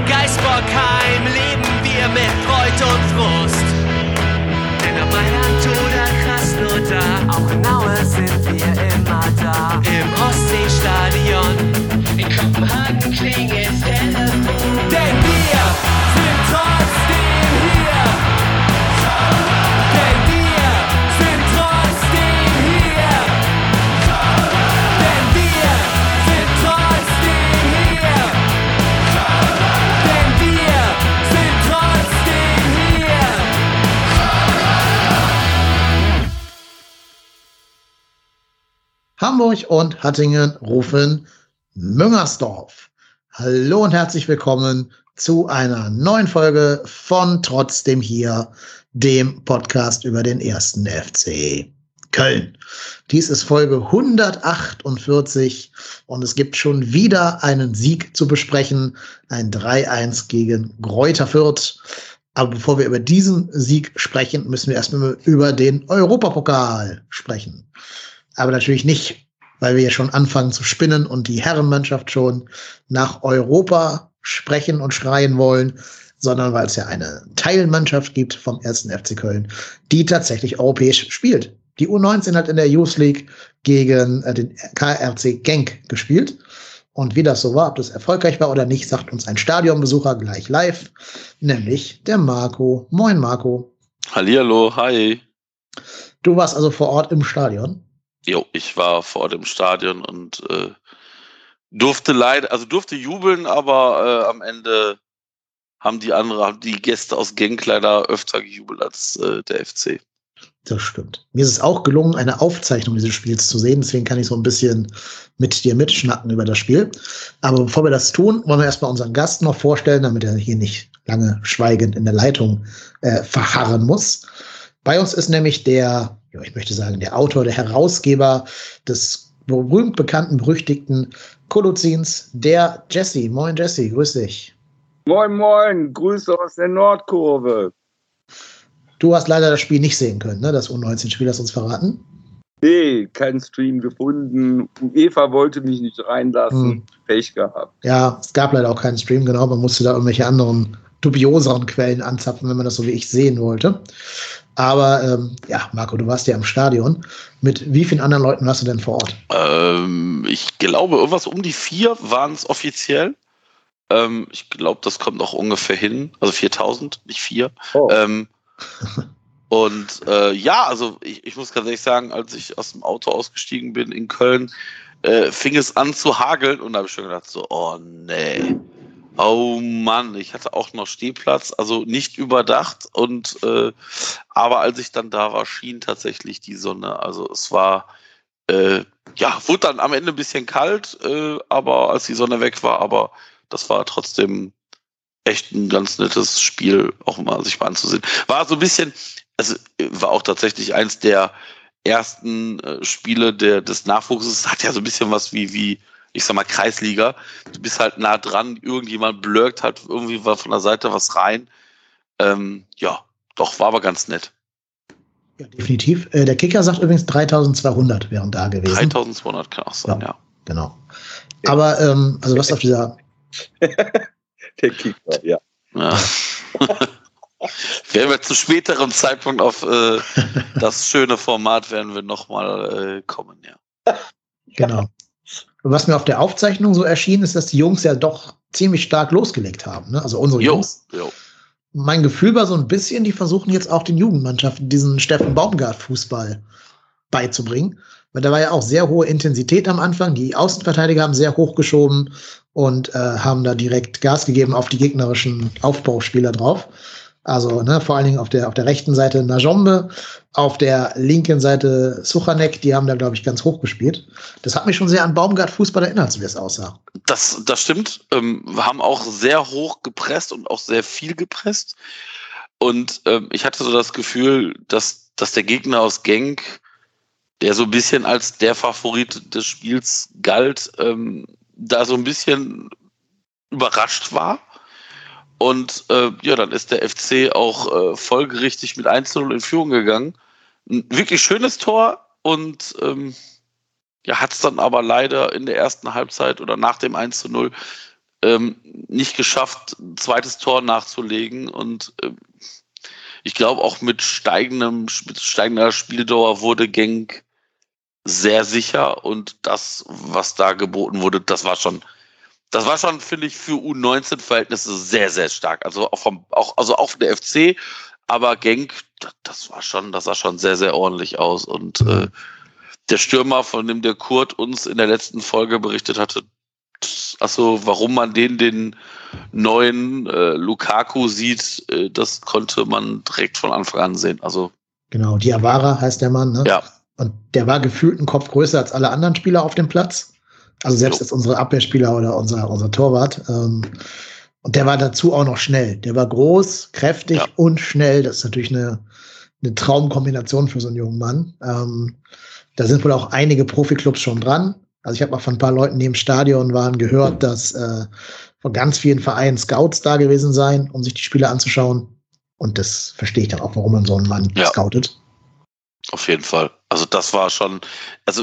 Geisbockheim leben wir mit Freud und Frust. Denn ob Mailand oder Krasnodar, auch in Aue sind wir immer da. Im Ostseestadion, in Kopenhagen klingelt Telefon. Denn wir sind trotzdem hier. Denn wir sind trotzdem hier. Denn wir sind trotzdem hier. Denn wir sind trotzdem hier. Hamburg und Hattingen rufen Müngersdorf. Hallo und herzlich willkommen zu einer neuen Folge von Trotzdem hier, dem Podcast über den 1. FC Köln. Dies ist Folge 148 und es gibt schon wieder einen Sieg zu besprechen, ein 3-1 gegen Greuther Fürth. Aber bevor wir über diesen Sieg sprechen, müssen wir erstmal über den Europapokal sprechen. Aber natürlich nicht, weil wir ja schon anfangen zu spinnen und die Herrenmannschaft schon nach Europa sprechen und schreien wollen, sondern weil es ja eine Teilmannschaft gibt vom 1. FC Köln, die tatsächlich europäisch spielt. Die U19 hat in der Youth League gegen den KRC Genk gespielt. Und wie das so war, ob das erfolgreich war oder nicht, sagt uns ein Stadionbesucher gleich live, nämlich der Marco. Moin Marco. Hallihallo, hi. Du warst also vor Ort im Stadion? Jo, ich war vor Ort im Stadion und durfte jubeln, aber am Ende haben die Gäste aus Genk leider öfter gejubelt als der FC. Das stimmt. Mir ist es auch gelungen, eine Aufzeichnung dieses Spiels zu sehen. Deswegen kann ich so ein bisschen mit dir mitschnacken über das Spiel. Aber bevor wir das tun, wollen wir erstmal unseren Gast noch vorstellen, damit er hier nicht lange schweigend in der Leitung verharren muss. Bei uns ist nämlich der Autor, der Herausgeber des berühmt bekannten, berüchtigten Koluzins, der Jesse. Moin Jesse, grüß dich. Moin, moin, Grüße aus der Nordkurve. Du hast leider das Spiel nicht sehen können, ne? Das U19-Spiel, hast du uns verraten? Nee, kein Stream gefunden. UEFA wollte mich nicht reinlassen. Pech gehabt. Ja, es gab leider auch keinen Stream, genau. Man musste da irgendwelche anderen, dubioseren Quellen anzapfen, wenn man das so wie ich sehen wollte. Aber Marco, du warst ja im Stadion. Mit wie vielen anderen Leuten warst du denn vor Ort? Ich glaube, irgendwas um die 4 waren es offiziell. Ich glaube, das kommt noch ungefähr hin. Also 4.000, nicht 4. Oh. Also ich muss ganz ehrlich sagen, als ich aus dem Auto ausgestiegen bin in Köln, fing es an zu hageln und da habe ich schon gedacht so, oh nee. Oh Mann, ich hatte auch noch Stehplatz, also nicht überdacht aber als ich dann da war, schien tatsächlich die Sonne. Also es war, wurde dann am Ende ein bisschen kalt, aber als die Sonne weg war, aber das war trotzdem echt ein ganz nettes Spiel, auch mal sich mal anzusehen. War so ein bisschen, also war auch tatsächlich eins der ersten Spiele des Nachwuchses, hat ja so ein bisschen was wie ich sag mal, Kreisliga. Du bist halt nah dran, irgendjemand blökt halt irgendwie von der Seite was rein. War aber ganz nett. Ja, definitiv. Der Kicker sagt übrigens 3.200 wären da gewesen. 3.200 kann auch sein, ja. Genau. Aber, was auf dieser... Der Kicker, ja. Werden wir zu späterem Zeitpunkt auf das schöne Format werden wir nochmal kommen, ja. Genau. Was mir auf der Aufzeichnung so erschien, ist, dass die Jungs ja doch ziemlich stark losgelegt haben. Ne? Also unsere Jungs. Jo. Mein Gefühl war so ein bisschen, die versuchen jetzt auch den Jugendmannschaften diesen Steffen Baumgart-Fußball beizubringen. Weil da war ja auch sehr hohe Intensität am Anfang. Die Außenverteidiger haben sehr hochgeschoben und haben da direkt Gas gegeben auf die gegnerischen Aufbauspieler drauf. Also vor allen Dingen auf der rechten Seite Najombe, auf der linken Seite Suchanek, die haben da, glaube ich, ganz hoch gespielt. Das hat mich schon sehr an Baumgart-Fußball erinnert, so wie es aussah. Das stimmt. Wir haben auch sehr hoch gepresst und auch sehr viel gepresst. Und ich hatte so das Gefühl, dass der Gegner aus Genk, der so ein bisschen als der Favorit des Spiels galt, da so ein bisschen überrascht war. Und dann ist der FC auch folgerichtig mit 1:0 in Führung gegangen. Ein wirklich schönes Tor und hat es dann aber leider in der ersten Halbzeit oder nach dem 1:0 nicht geschafft, ein zweites Tor nachzulegen. Und ich glaube, auch mit steigender Spieldauer wurde Genk sehr sicher. Und das, was da geboten wurde, das war schon, finde ich, für U19-Verhältnisse sehr, sehr stark. Also auch für der FC, aber Genk, das sah schon sehr, sehr ordentlich aus. Und der Stürmer, von dem der Kurt uns in der letzten Folge berichtet hatte, warum man den neuen Lukaku sieht, das konnte man direkt von Anfang an sehen. Also genau, Diawara heißt der Mann, ne? Ja. Und der war gefühlt einen Kopf größer als alle anderen Spieler auf dem Platz. Also selbst als unsere Abwehrspieler oder unser Torwart. Und der war dazu auch noch schnell. Der war groß, kräftig und schnell. Das ist natürlich eine Traumkombination für so einen jungen Mann. Da sind wohl auch einige Profiklubs schon dran. Also ich habe mal von ein paar Leuten, die im Stadion waren, gehört, dass von ganz vielen Vereinen Scouts da gewesen seien, um sich die Spiele anzuschauen. Und das verstehe ich dann auch, warum man so einen Mann scoutet. Auf jeden Fall. Also das war schon, also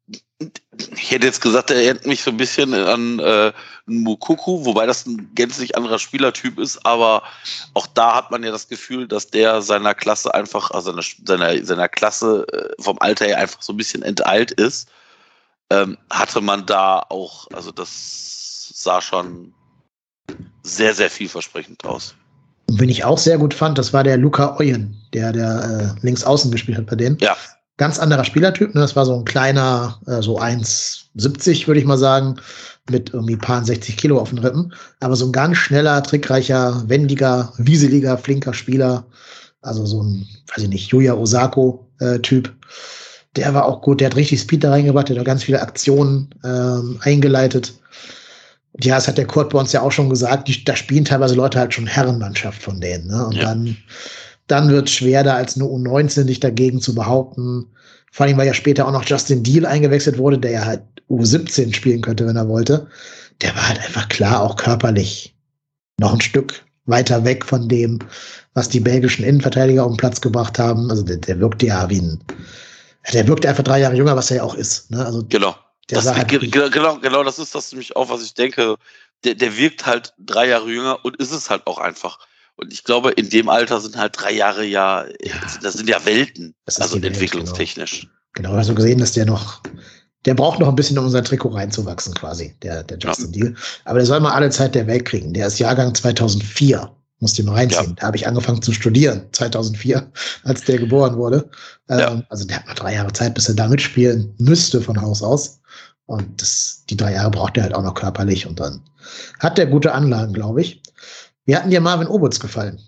ich hätte jetzt gesagt, er erinnert mich so ein bisschen an Moukoko, wobei das ein gänzlich anderer Spielertyp ist, aber auch da hat man ja das Gefühl, dass der seiner Klasse einfach, also seiner Klasse vom Alter her einfach so ein bisschen enteilt ist. Hatte man da auch, also das sah schon sehr, sehr vielversprechend aus. Und wen ich auch sehr gut fand, das war der Luca Oyen, der links außen gespielt hat bei denen. Ja. Ganz anderer Spielertyp, ne? Das war so ein kleiner, so 1,70 würde ich mal sagen, mit irgendwie paar 60 Kilo auf den Rippen. Aber so ein ganz schneller, trickreicher, wendiger, wieseliger, flinker Spieler. Also so ein, weiß ich nicht, Yuya Osako-Typ. Der war auch gut, der hat richtig Speed da reingebracht, der hat ganz viele Aktionen eingeleitet. Ja, das hat der Kurt bei uns ja auch schon gesagt, da spielen teilweise Leute halt schon Herrenmannschaft von denen. Ne? Und dann wird es schwer, da als eine U19 dich dagegen zu behaupten. Vor allem, weil ja später auch noch Justin Deal eingewechselt wurde, der ja halt U17 spielen könnte, wenn er wollte. Der war halt einfach klar auch körperlich noch ein Stück weiter weg von dem, was die belgischen Innenverteidiger auf den Platz gebracht haben. Also der wirkte ja der wirkte einfach 3 Jahre jünger, was er ja auch ist. Ne? Also genau. Genau, Das ist das nämlich auch, was ich denke. Der wirkt halt 3 Jahre jünger und ist es halt auch einfach. Und ich glaube, in dem Alter sind halt 3 Jahre das sind ja Welten, also entwicklungstechnisch. Genau, also gesehen, dass der braucht noch ein bisschen, um in sein Trikot reinzuwachsen quasi, der Justin Deal. Aber der soll mal alle Zeit der Welt kriegen. Der ist Jahrgang 2004. Musst du mal reinziehen. Ja. Da habe ich angefangen zu studieren, 2004, als der geboren wurde. Also der hat noch 3 Jahre Zeit, bis er da mitspielen müsste von Haus aus. Und die 3 Jahre braucht er halt auch noch körperlich. Und dann hat der gute Anlagen, glaube ich. Wie hat dir Marvin Obutz gefallen?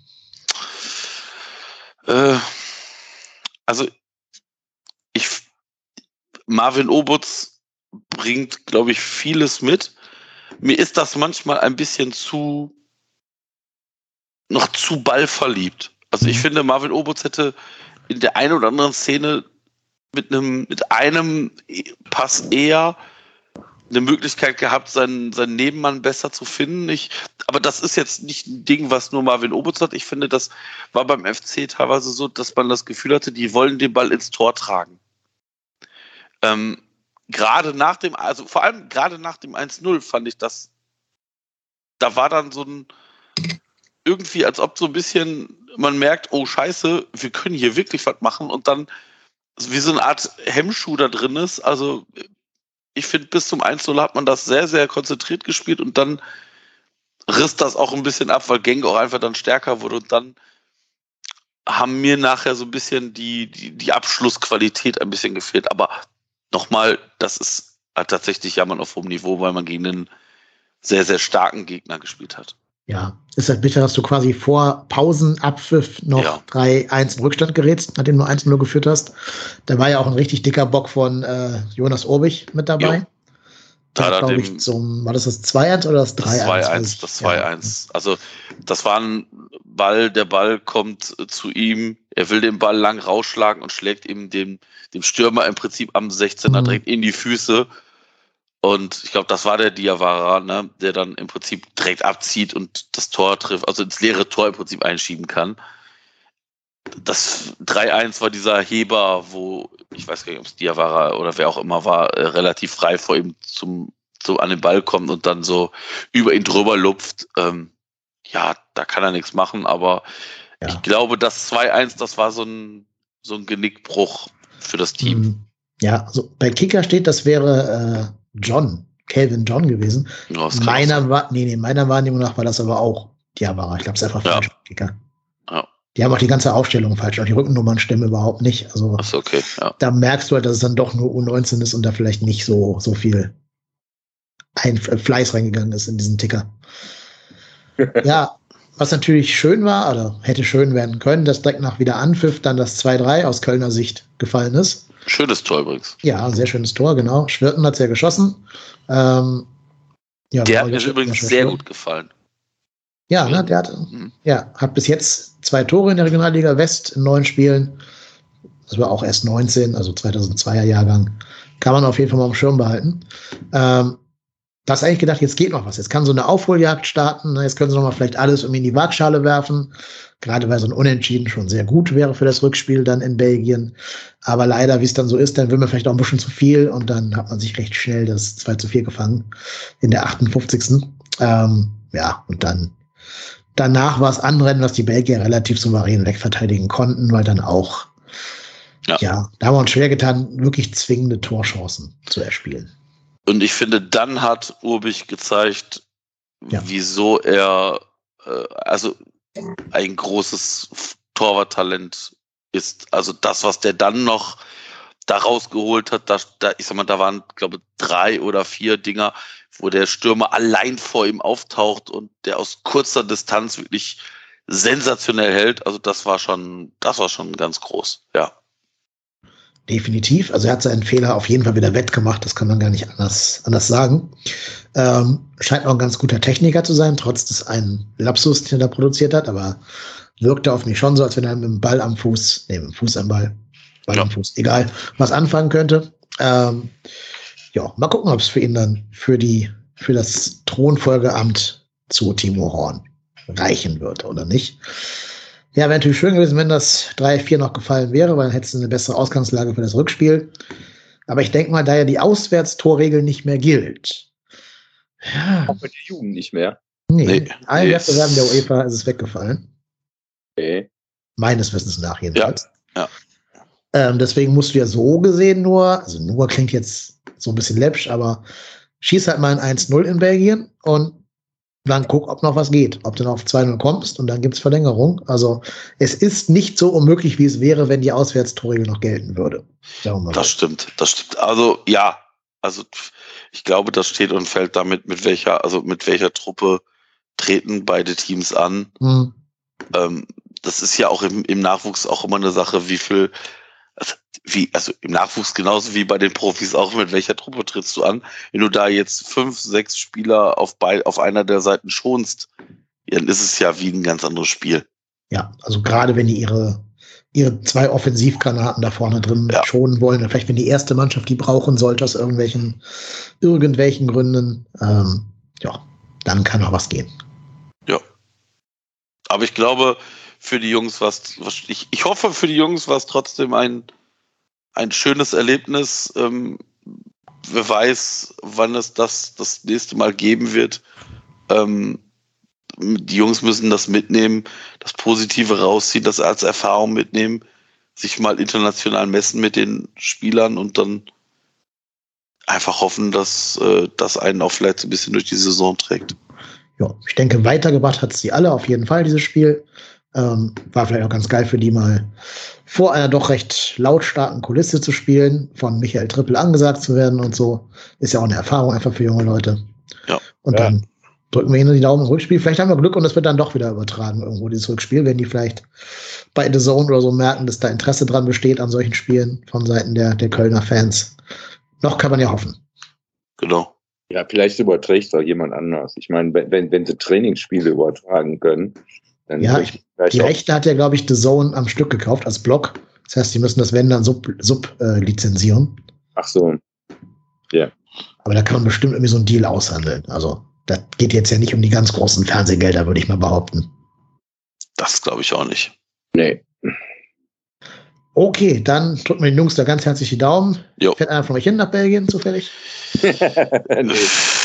Marvin Obutz bringt, glaube ich, vieles mit. Mir ist das manchmal ein bisschen noch zu ballverliebt. Also ich finde, Marvin Obutz hätte in der einen oder anderen Szene mit einem Pass eher eine Möglichkeit gehabt, seinen Nebenmann besser zu finden. Aber das ist jetzt nicht ein Ding, was nur Marvin Obutz hat. Ich finde, das war beim FC teilweise so, dass man das Gefühl hatte, die wollen den Ball ins Tor tragen. Vor allem gerade nach dem 1-0 fand ich das, da war dann so ein, irgendwie als ob so ein bisschen man merkt, oh Scheiße, wir können hier wirklich was machen und dann wie so eine Art Hemmschuh da drin ist. Also ich finde, bis zum 1-0 hat man das sehr, sehr konzentriert gespielt und dann riss das auch ein bisschen ab, weil Genk auch einfach dann stärker wurde und dann haben mir nachher so ein bisschen die Abschlussqualität ein bisschen gefehlt. Aber nochmal, das ist halt tatsächlich Jammern auf hohem Niveau, weil man gegen einen sehr, sehr starken Gegner gespielt hat. Ja, ist halt bitter, dass du quasi vor Pausenabpfiff noch 3-1 in Rückstand gerätst, nachdem du 1-0 geführt hast. Da war ja auch ein richtig dicker Bock von Jonas Urbich mit dabei. Jo. Da glaube ich, war das 2-1 oder das 3-1? Das 2-1. Also das war ein Ball, der Ball kommt zu ihm, er will den Ball lang rausschlagen und schlägt ihm dem Stürmer im Prinzip am 16er direkt in die Füße. Und ich glaube, das war der Diawara, ne, der dann im Prinzip direkt abzieht und das Tor trifft, also ins leere Tor im Prinzip einschieben kann. Das 3-1 war dieser Heber, wo, ich weiß gar nicht, ob es Diawara oder wer auch immer war, relativ frei vor ihm zum so an den Ball kommt und dann so über ihn drüber lupft, ja, da kann er nichts machen, aber ich glaube, das 2-1, das war so ein Genickbruch für das Team. Ja, also bei Kicker steht, das wäre Calvin John gewesen. Ja, meiner Wahrnehmung nach war das aber auch Diawara. Ich glaube, es ist einfach falsch. Kicker. Ja. Die haben auch die ganze Aufstellung falsch. Auch die Rückennummern stimmen überhaupt nicht. Also ist okay, ja. Da merkst du halt, dass es dann doch nur U19 ist und da vielleicht nicht so viel Fleiß reingegangen ist in diesen Ticker. Ja, was natürlich schön war, oder hätte schön werden können, dass direkt nach wieder Anpfiff dann das 2-3 aus Kölner Sicht gefallen ist. Schönes Tor übrigens. Ja, sehr schönes Tor, genau. Schwirten hat es ja geschossen. Der hat mir übrigens sehr gut gefallen. Ja, ne, der hat bis jetzt 2 Tore in der Regionalliga West in 9 Spielen. Das war auch erst 19, also 2002er Jahrgang. Kann man auf jeden Fall mal am Schirm behalten. Da hast du eigentlich gedacht, jetzt geht noch was. Jetzt kann so eine Aufholjagd starten. Jetzt können sie noch mal vielleicht alles irgendwie in die Waagschale werfen. Gerade weil so ein Unentschieden schon sehr gut wäre für das Rückspiel dann in Belgien. Aber leider, wie es dann so ist, dann will man vielleicht auch ein bisschen zu viel und dann hat man sich recht schnell das 2-4 gefangen in der 58. Ja, und dann danach war es Anrennen, was die Belgier relativ souverän wegverteidigen konnten, weil dann auch, da haben wir uns schwer getan, wirklich zwingende Torchancen zu erspielen. Und ich finde, dann hat Urbich gezeigt, wieso er ein großes Torwarttalent ist. Also das, was der dann noch da rausgeholt hat, da waren, glaube ich, 3 oder 4 Dinger, wo der Stürmer allein vor ihm auftaucht und der aus kurzer Distanz wirklich sensationell hält. Also das war schon ganz groß, ja. Definitiv. Also er hat seinen Fehler auf jeden Fall wieder wettgemacht. Das kann man gar nicht anders sagen. Scheint auch ein ganz guter Techniker zu sein, trotz des einen Lapsus, den er da produziert hat. Aber wirkte auf mich schon so, als wenn er mit dem Ball am Fuß, mit dem Fuß am Ball am Fuß, egal, was anfangen könnte. Mal gucken, ob es für ihn dann für das Thronfolgeamt zu Timo Horn reichen wird oder nicht. Ja, wäre natürlich schön gewesen, wenn das 3-4 noch gefallen wäre, weil dann hättest du eine bessere Ausgangslage für das Rückspiel. Aber ich denke mal, da ja die Auswärtstorregel nicht mehr gilt. Ja. Auch mit der Jugend nicht mehr. Nee. Allen Wettbewerben der UEFA ist es weggefallen. Okay. Meines Wissens nach jedenfalls. Ja. Deswegen musst du ja so gesehen nur klingt jetzt so ein bisschen läppsch, aber schieß halt mal ein 1-0 in Belgien und dann guck, ob noch was geht, ob du noch auf 2-0 kommst und dann gibt es Verlängerung. Also es ist nicht so unmöglich, wie es wäre, wenn die Auswärtstorregel noch gelten würde. Das stimmt. Also ich glaube, das steht und fällt damit, mit welcher Truppe treten beide Teams an. Das ist ja auch im Nachwuchs auch immer eine Sache, im Nachwuchs genauso wie bei den Profis auch, mit welcher Truppe trittst du an. Wenn du da jetzt 5, 6 Spieler auf einer der Seiten schonst, dann ist es ja wie ein ganz anderes Spiel. Ja, also gerade wenn die ihre 2 Offensivgranaten da vorne drin schonen wollen, vielleicht wenn die erste Mannschaft die brauchen sollte aus irgendwelchen Gründen, dann kann noch was gehen. Ja. Aber ich glaube, für die Jungs ich hoffe, für die Jungs war es trotzdem ein schönes Erlebnis. Wer weiß, wann es das nächste Mal geben wird. Die Jungs müssen das mitnehmen, das Positive rausziehen, das als Erfahrung mitnehmen, sich mal international messen mit den Spielern und dann einfach hoffen, dass das einen auch vielleicht so ein bisschen durch die Saison trägt. Ja, ich denke, weitergebracht hat es die alle auf jeden Fall, dieses Spiel. War vielleicht auch ganz geil für die mal vor einer doch recht lautstarken Kulisse zu spielen, von Michael Trippel angesagt zu werden und so. Ist ja auch eine Erfahrung einfach für junge Leute. Ja. Und dann drücken wir ihnen die Daumen im Rückspiel. Vielleicht haben wir Glück und es wird dann doch wieder übertragen irgendwo, dieses Rückspiel, wenn die vielleicht bei The Zone oder so merken, dass da Interesse dran besteht an solchen Spielen von Seiten der Kölner Fans. Noch kann man ja hoffen. Genau. Ja, vielleicht überträgt auch jemand anders. Ich meine, wenn sie Trainingsspiele übertragen können, dann die Rechte hat ja, glaube ich, The Zone am Stück gekauft als Block. Das heißt, die müssen das wenn dann lizenzieren. Ach so. Ja. Aber da kann man bestimmt irgendwie so einen Deal aushandeln. Also, das geht jetzt ja nicht um die ganz großen Fernsehgelder, würde ich mal behaupten. Das glaube ich auch nicht. Nee. Okay, dann drücken wir den Jungs da ganz herzlich die Daumen. Jo. Fährt einer von euch hin nach Belgien zufällig? Nee.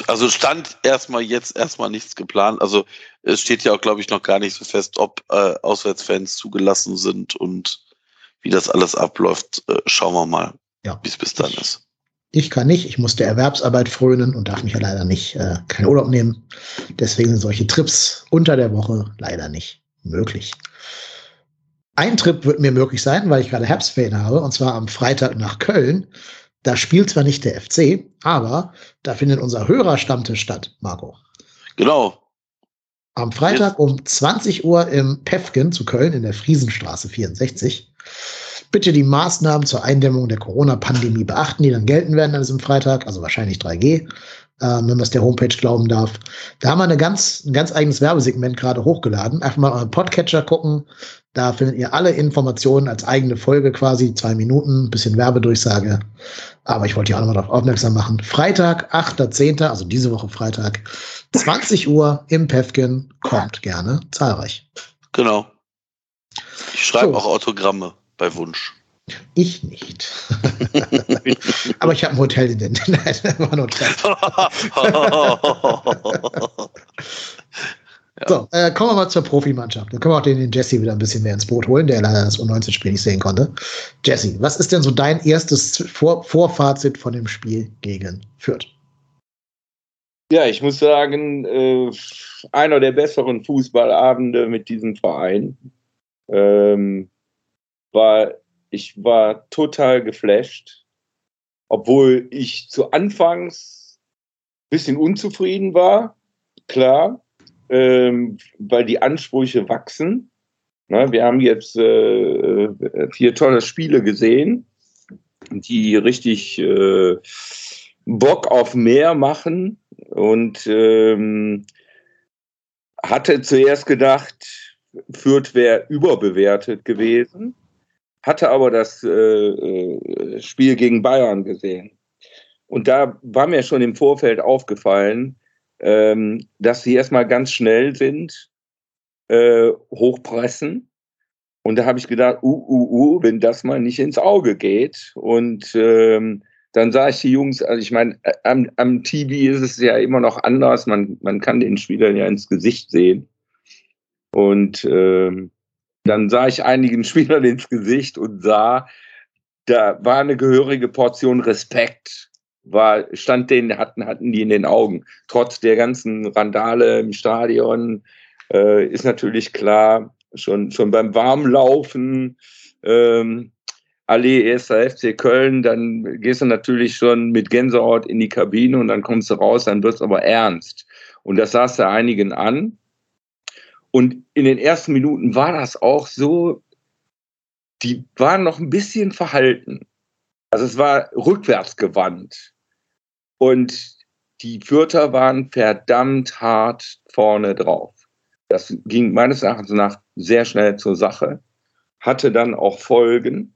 Also stand jetzt erstmal nichts geplant. Also es steht ja auch, glaube ich, noch gar nicht so fest, ob Auswärtsfans zugelassen sind und wie das alles abläuft. Schauen wir mal, wie es bis dann ist. Ich kann nicht, ich muss der Erwerbsarbeit frönen und darf mich ja leider nicht keinen Urlaub nehmen. Deswegen sind solche Trips unter der Woche leider nicht möglich. Ein Trip wird mir möglich sein, weil ich gerade Herbstferien habe, und zwar am Freitag nach Köln. Da spielt zwar nicht der FC, aber da findet unser Hörerstammtisch statt, Marco. Genau. Am Freitag um 20 Uhr im Päffgen zu Köln in der Friesenstraße 64. Bitte die Maßnahmen zur Eindämmung der Corona-Pandemie beachten, die dann gelten werden an diesem Freitag, also wahrscheinlich 3G, wenn man es der Homepage glauben darf. Da haben wir ein ganz eigenes Werbesegment gerade hochgeladen. Einfach mal euren Podcatcher gucken. Da findet ihr alle Informationen als eigene Folge quasi, 2 Minuten, ein bisschen Werbedurchsage. Aber ich wollte ja auch nochmal darauf aufmerksam machen. Freitag, 8.10., also diese Woche Freitag, 20 Uhr im Päffgen. Kommt gerne zahlreich. Genau. Ich schreibe auch Autogramme bei Wunsch. Ich nicht. Aber ich habe ein Hotel in den war ein Hotel. So, kommen wir mal zur Profimannschaft. Dann können wir auch den Jesse wieder ein bisschen mehr ins Boot holen, der leider das U19-Spiel nicht sehen konnte. Jesse, was ist denn so dein erstes Vorfazit von dem Spiel gegen Fürth? Ja, ich muss sagen, einer der besseren Fußballabende mit diesem Verein. Ich war total geflasht, obwohl ich zu Anfangs ein bisschen unzufrieden war, klar, weil die Ansprüche wachsen. Na, wir haben jetzt 4 tolle Spiele gesehen, die richtig Bock auf mehr machen, und hatte zuerst gedacht, Fürth wäre überbewertet gewesen, hatte aber das Spiel gegen Bayern gesehen. Und da war mir schon im Vorfeld aufgefallen, dass sie erstmal ganz schnell sind, hochpressen. Und da habe ich gedacht, wenn das mal nicht ins Auge geht. Und dann sah ich die Jungs, also ich meine, am TV ist es ja immer noch anders. Man kann den Spielern ja ins Gesicht sehen. Und dann sah ich einigen Spielern ins Gesicht und sah, da war eine gehörige Portion Respekt. Hatten die in den Augen. Trotz der ganzen Randale im Stadion ist natürlich klar, schon beim Warmlaufen, Allee, 1. FC Köln, dann gehst du natürlich schon mit Gänsehaut in die Kabine und dann kommst du raus, dann wird es aber ernst. Und das saß da einigen an. Und in den ersten Minuten war das auch so, die waren noch ein bisschen verhalten. Also es war rückwärtsgewandt. Und die Fürther waren verdammt hart vorne drauf. Das ging meines Erachtens nach sehr schnell zur Sache, hatte dann auch Folgen.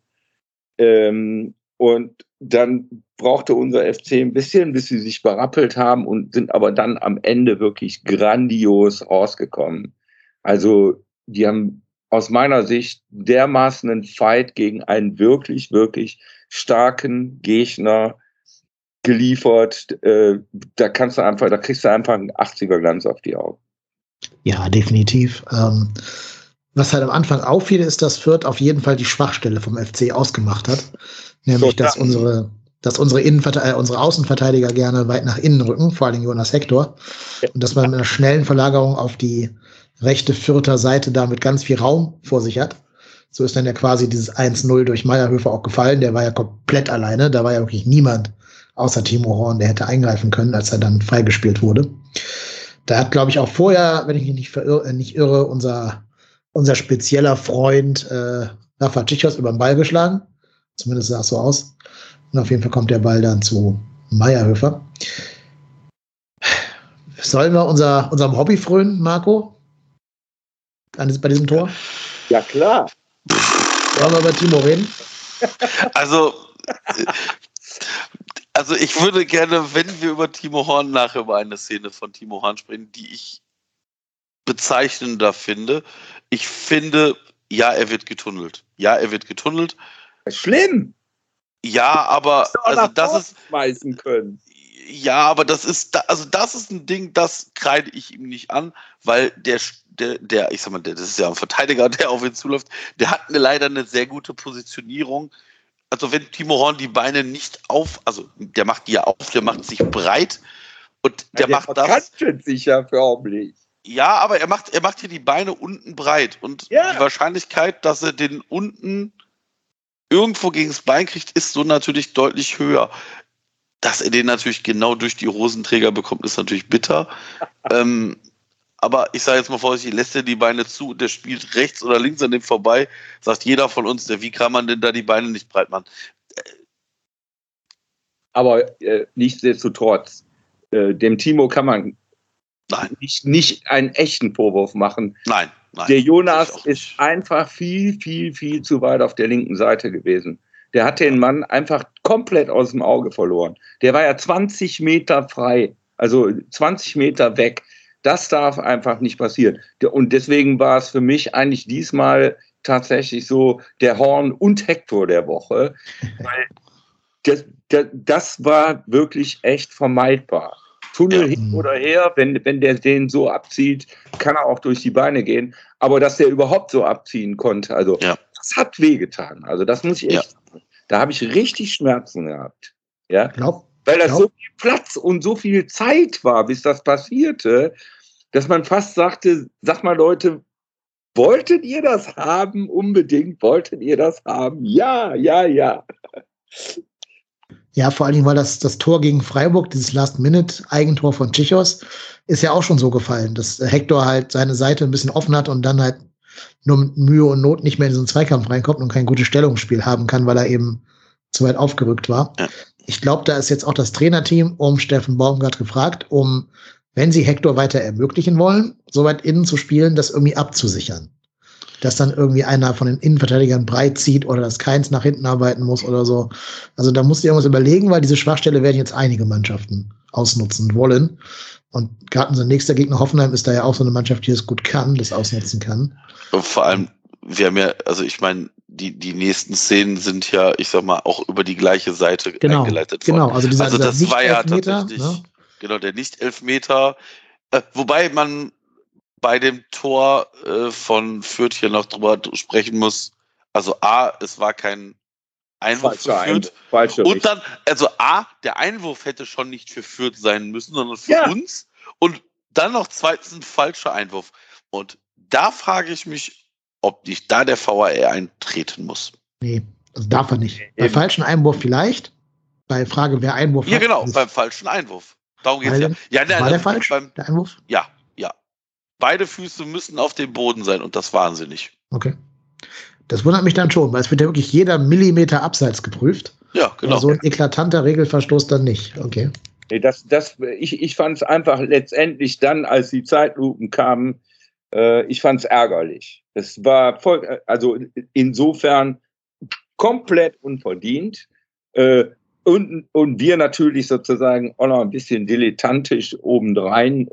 Und dann brauchte unser FC ein bisschen, bis sie sich berappelt haben, und sind aber dann am Ende wirklich grandios rausgekommen. Also die haben aus meiner Sicht dermaßen einen Fight gegen einen wirklich, wirklich starken Gegner geliefert. Da kriegst du einfach einen 80er-Glanz auf die Augen. Ja, definitiv. Was halt am Anfang auffiel, ist, dass Fürth auf jeden Fall die Schwachstelle vom FC ausgemacht hat. Nämlich, dass unsere Außenverteidiger gerne weit nach innen rücken, vor allem Jonas Hector. Und dass man mit einer schnellen Verlagerung auf die rechte Fürther Seite damit ganz viel Raum vor sich hat. So ist dann ja quasi dieses 1-0 durch Meyerhöfer auch gefallen. Der war ja komplett alleine. Da war ja wirklich niemand außer Timo Horn, der hätte eingreifen können, als er dann freigespielt wurde. Da hat, glaube ich, auch vorher, wenn ich mich nicht irre, unser spezieller Freund Rafa Tschichos über den Ball geschlagen. Zumindest sah es so aus. Und auf jeden Fall kommt der Ball dann zu Meyerhöfer. Sollen wir unserem Hobby frönen, Marco? Bei diesem Tor? Ja, klar. Wollen wir über Timo reden? Also ich würde gerne, wenn wir über Timo Horn nachher über eine Szene von Timo Horn sprechen, die ich bezeichnender finde. Ich finde, ja, er wird getunnelt. Schlimm. Ja, aber also das ist schmeißen können. Ja, aber das ist ein Ding, das kreide ich ihm nicht an, weil ich sag mal, das ist ja ein Verteidiger, der auf ihn zuläuft, der hat leider eine sehr gute Positionierung. Also wenn Timo Horn die Beine nicht also der macht die ja auf, der macht sich breit und der macht das. Verkantet sich ja förmlich. Ja, aber er macht hier die Beine unten breit und die Wahrscheinlichkeit, dass er den unten irgendwo gegen das Bein kriegt, ist so natürlich deutlich höher. Dass er den natürlich genau durch die Hosenträger bekommt, ist natürlich bitter. Aber ich sage jetzt mal vorsichtig, lässt er die Beine zu, der spielt rechts oder links an dem vorbei, sagt jeder von uns, wie kann man denn da die Beine nicht breit machen? Aber nichtsdestotrotz, dem Timo kann man nicht einen echten Vorwurf machen. Nein. Der Jonas ist einfach viel, viel, viel zu weit auf der linken Seite gewesen. Der hat den Mann einfach komplett aus dem Auge verloren. Der war ja 20 Meter frei, also 20 Meter weg. Das darf einfach nicht passieren. Und deswegen war es für mich eigentlich diesmal tatsächlich so der Horn und Hector der Woche. Weil das war wirklich echt vermeidbar. Tunnel hin oder her, wenn der den so abzieht, kann er auch durch die Beine gehen. Aber dass der überhaupt so abziehen konnte, also das hat wehgetan. Also das muss ich echt sagen. Da habe ich richtig Schmerzen gehabt. Ja? Weil das so viel Platz und so viel Zeit war, bis das passierte, dass man fast sagte, sag mal Leute, wolltet ihr das haben? Unbedingt, wolltet ihr das haben? Ja. Ja, vor allen Dingen, weil das Tor gegen Freiburg, dieses Last-Minute-Eigentor von Tschichos, ist ja auch schon so gefallen, dass Hector halt seine Seite ein bisschen offen hat und dann halt nur mit Mühe und Not nicht mehr in so einen Zweikampf reinkommt und kein gutes Stellungsspiel haben kann, weil er eben zu weit aufgerückt war. Ja. Ich glaube, da ist jetzt auch das Trainerteam um Steffen Baumgart gefragt, wenn sie Hector weiter ermöglichen wollen, so weit innen zu spielen, das irgendwie abzusichern. Dass dann irgendwie einer von den Innenverteidigern breit zieht oder dass keins nach hinten arbeiten muss oder so. Also da musst du irgendwas überlegen, weil diese Schwachstelle werden jetzt einige Mannschaften ausnutzen wollen. Und gerade unser nächster Gegner Hoffenheim ist da ja auch so eine Mannschaft, die es gut kann, das ausnutzen kann. Und vor allem, wir haben ja, also ich meine, die nächsten Szenen sind ja, ich sag mal, auch über die gleiche Seite eingeleitet worden. Genau, also das war ja tatsächlich, ne? Genau, der Nicht-Elfmeter. Wobei man bei dem Tor von Fürth hier noch drüber sprechen muss. Also es war kein Einwurf für Fürth. Und dann, also der Einwurf hätte schon nicht für Fürth sein müssen, sondern für uns. Und dann noch zweitens ein falscher Einwurf. Und da frage ich mich, ob nicht da der VAR eintreten muss. Nee, also darf er nicht. Bei falschen Einwurf vielleicht. Bei Frage, wer Einwurf hat. Ja, genau, beim falschen Einwurf. Darum geht es ja. War der falsch, der Einwurf? Ja. Beide Füße müssen auf dem Boden sein und das waren sie nicht. Okay. Das wundert mich dann schon, weil es wird ja wirklich jeder Millimeter abseits geprüft. Ja, genau. Aber so ein eklatanter Regelverstoß dann nicht. Okay. Ich fand es einfach letztendlich dann, als die Zeitlupen kamen, ich fand es ärgerlich. Es war also insofern komplett unverdient. Und wir natürlich sozusagen auch noch ein bisschen dilettantisch obendrein.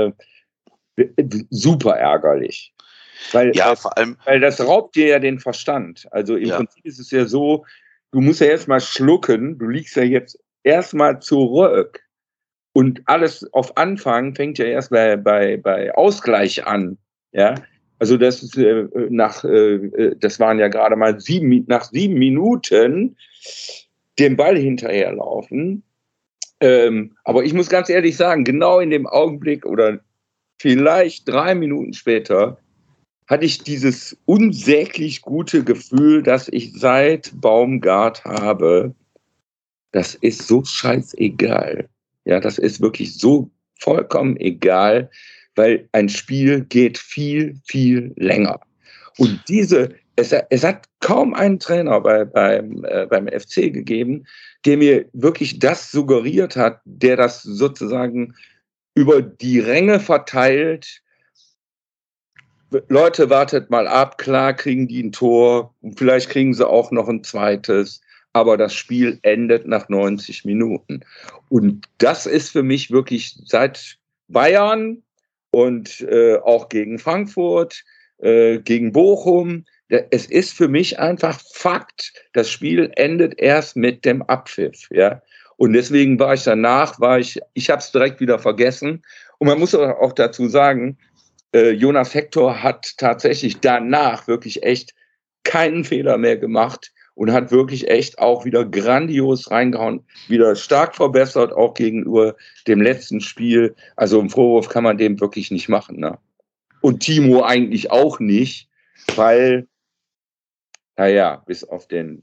Super ärgerlich. Vor allem, weil das raubt dir ja den Verstand. Also im Prinzip ist es ja so, du musst ja erstmal schlucken, du liegst ja jetzt erstmal zurück und alles auf Anfang fängt ja erst bei Ausgleich an. Ja, also das ist das waren ja gerade mal nach 7 Minuten den Ball hinterherlaufen. Aber ich muss ganz ehrlich sagen, genau in dem Augenblick oder vielleicht 3 Minuten später hatte ich dieses unsäglich gute Gefühl, das ich seit Baumgart habe. Das ist so scheißegal. Ja, das ist wirklich so vollkommen egal, weil ein Spiel geht viel, viel länger. Und es hat kaum einen Trainer beim FC gegeben, der mir wirklich das suggeriert hat, der das sozusagen über die Ränge verteilt. Leute, wartet mal ab, klar kriegen die ein Tor und vielleicht kriegen sie auch noch ein zweites, aber das Spiel endet nach 90 Minuten. Und das ist für mich wirklich seit Bayern und auch gegen Frankfurt, gegen Bochum, es ist für mich einfach Fakt, das Spiel endet erst mit dem Abpfiff. Ja? Und deswegen war ich danach, ich habe es direkt wieder vergessen. Und man muss auch dazu sagen, Jonas Hector hat tatsächlich danach wirklich echt keinen Fehler mehr gemacht und hat wirklich echt auch wieder grandios reingehauen, wieder stark verbessert, auch gegenüber dem letzten Spiel. Also einen Vorwurf kann man dem wirklich nicht machen. Ne? Und Timo eigentlich auch nicht, weil, naja, bis auf den...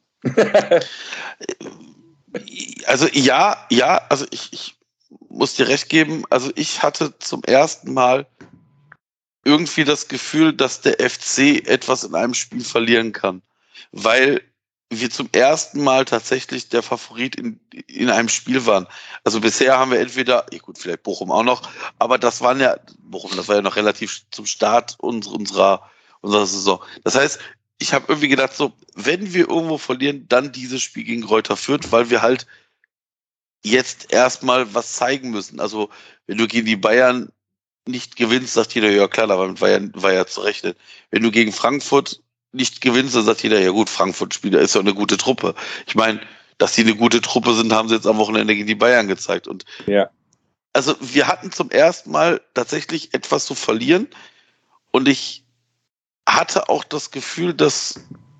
Also also ich muss dir recht geben, also ich hatte zum ersten Mal irgendwie das Gefühl, dass der FC etwas in einem Spiel verlieren kann, weil wir zum ersten Mal tatsächlich der Favorit in einem Spiel waren. Also bisher haben wir entweder, gut, vielleicht Bochum auch noch, aber das war ja noch relativ zum Start unserer Saison. Das heißt, ich habe irgendwie gedacht, so, wenn wir irgendwo verlieren, dann dieses Spiel gegen Greuther Fürth, weil wir halt jetzt erstmal was zeigen müssen. Also, wenn du gegen die Bayern nicht gewinnst, sagt jeder, ja klar, damit war ja zu rechnen. Wenn du gegen Frankfurt nicht gewinnst, dann sagt jeder, ja gut, Frankfurt-Spieler ist ja eine gute Truppe. Ich meine, dass sie eine gute Truppe sind, haben sie jetzt am Wochenende gegen die Bayern gezeigt. Und ja. Also wir hatten zum ersten Mal tatsächlich etwas zu verlieren und ich hatte auch das Gefühl, dass,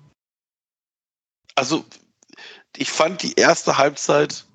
also ich fand die erste Halbzeit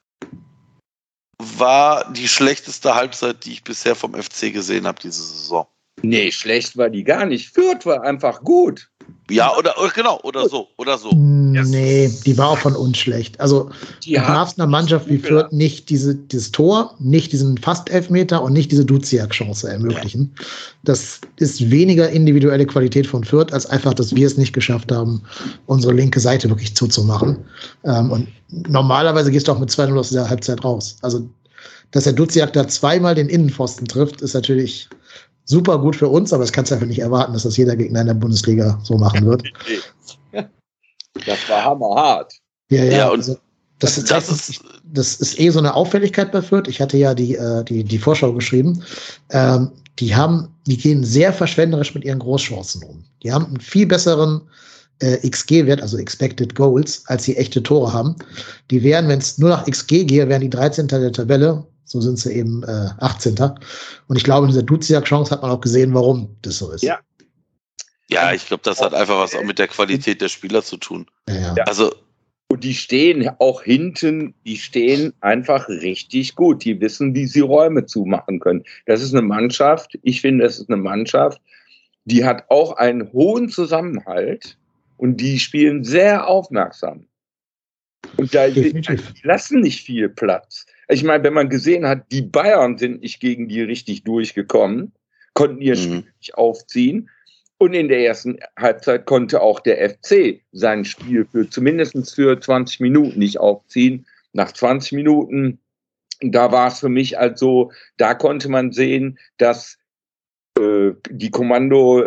war die schlechteste Halbzeit, die ich bisher vom FC gesehen habe diese Saison. Nee, schlecht war die gar nicht. Fürth war einfach gut. Ja, oder so. Nee, die war auch von uns schlecht. Also du darfst einer Mannschaft wie Fürth nicht dieses Tor, nicht diesen Fast-Elfmeter und nicht diese Duziak-Chance ermöglichen. Ja. Das ist weniger individuelle Qualität von Fürth, als einfach, dass wir es nicht geschafft haben, unsere linke Seite wirklich zuzumachen. Und normalerweise gehst du auch mit 2-0 aus dieser Halbzeit raus. Also, dass der Duziak da zweimal den Innenpfosten trifft, ist natürlich super gut für uns, aber das kannst du einfach nicht erwarten, dass das jeder Gegner in der Bundesliga so machen wird. Das war hammerhart. Ja, und also, das ist eh so eine Auffälligkeit bei Fürth. Ich hatte ja die Vorschau geschrieben. Die gehen sehr verschwenderisch mit ihren Großchancen um. Die haben einen viel besseren XG-Wert, also Expected Goals, als sie echte Tore haben. Die wären, wenn es nur nach XG gehe, wären die 13. der Tabelle. So sind sie eben 18. Und ich glaube, in dieser Duziak-Chance hat man auch gesehen, warum das so ist. Ja, ich glaube, das hat einfach was auch mit der Qualität der Spieler zu tun. Ja. Also, und die stehen auch hinten, die stehen einfach richtig gut. Die wissen, wie sie Räume zumachen können. Das ist eine Mannschaft, ich finde, das ist eine Mannschaft, die hat auch einen hohen Zusammenhalt und die spielen sehr aufmerksam. Und die lassen nicht viel Platz. Ich meine, wenn man gesehen hat, die Bayern sind nicht gegen die richtig durchgekommen, konnten ihr Spiel nicht aufziehen. Und in der ersten Halbzeit konnte auch der FC sein Spiel zumindest für 20 Minuten nicht aufziehen. Nach 20 Minuten, da war es für mich also, da konnte man sehen, dass die Kommandos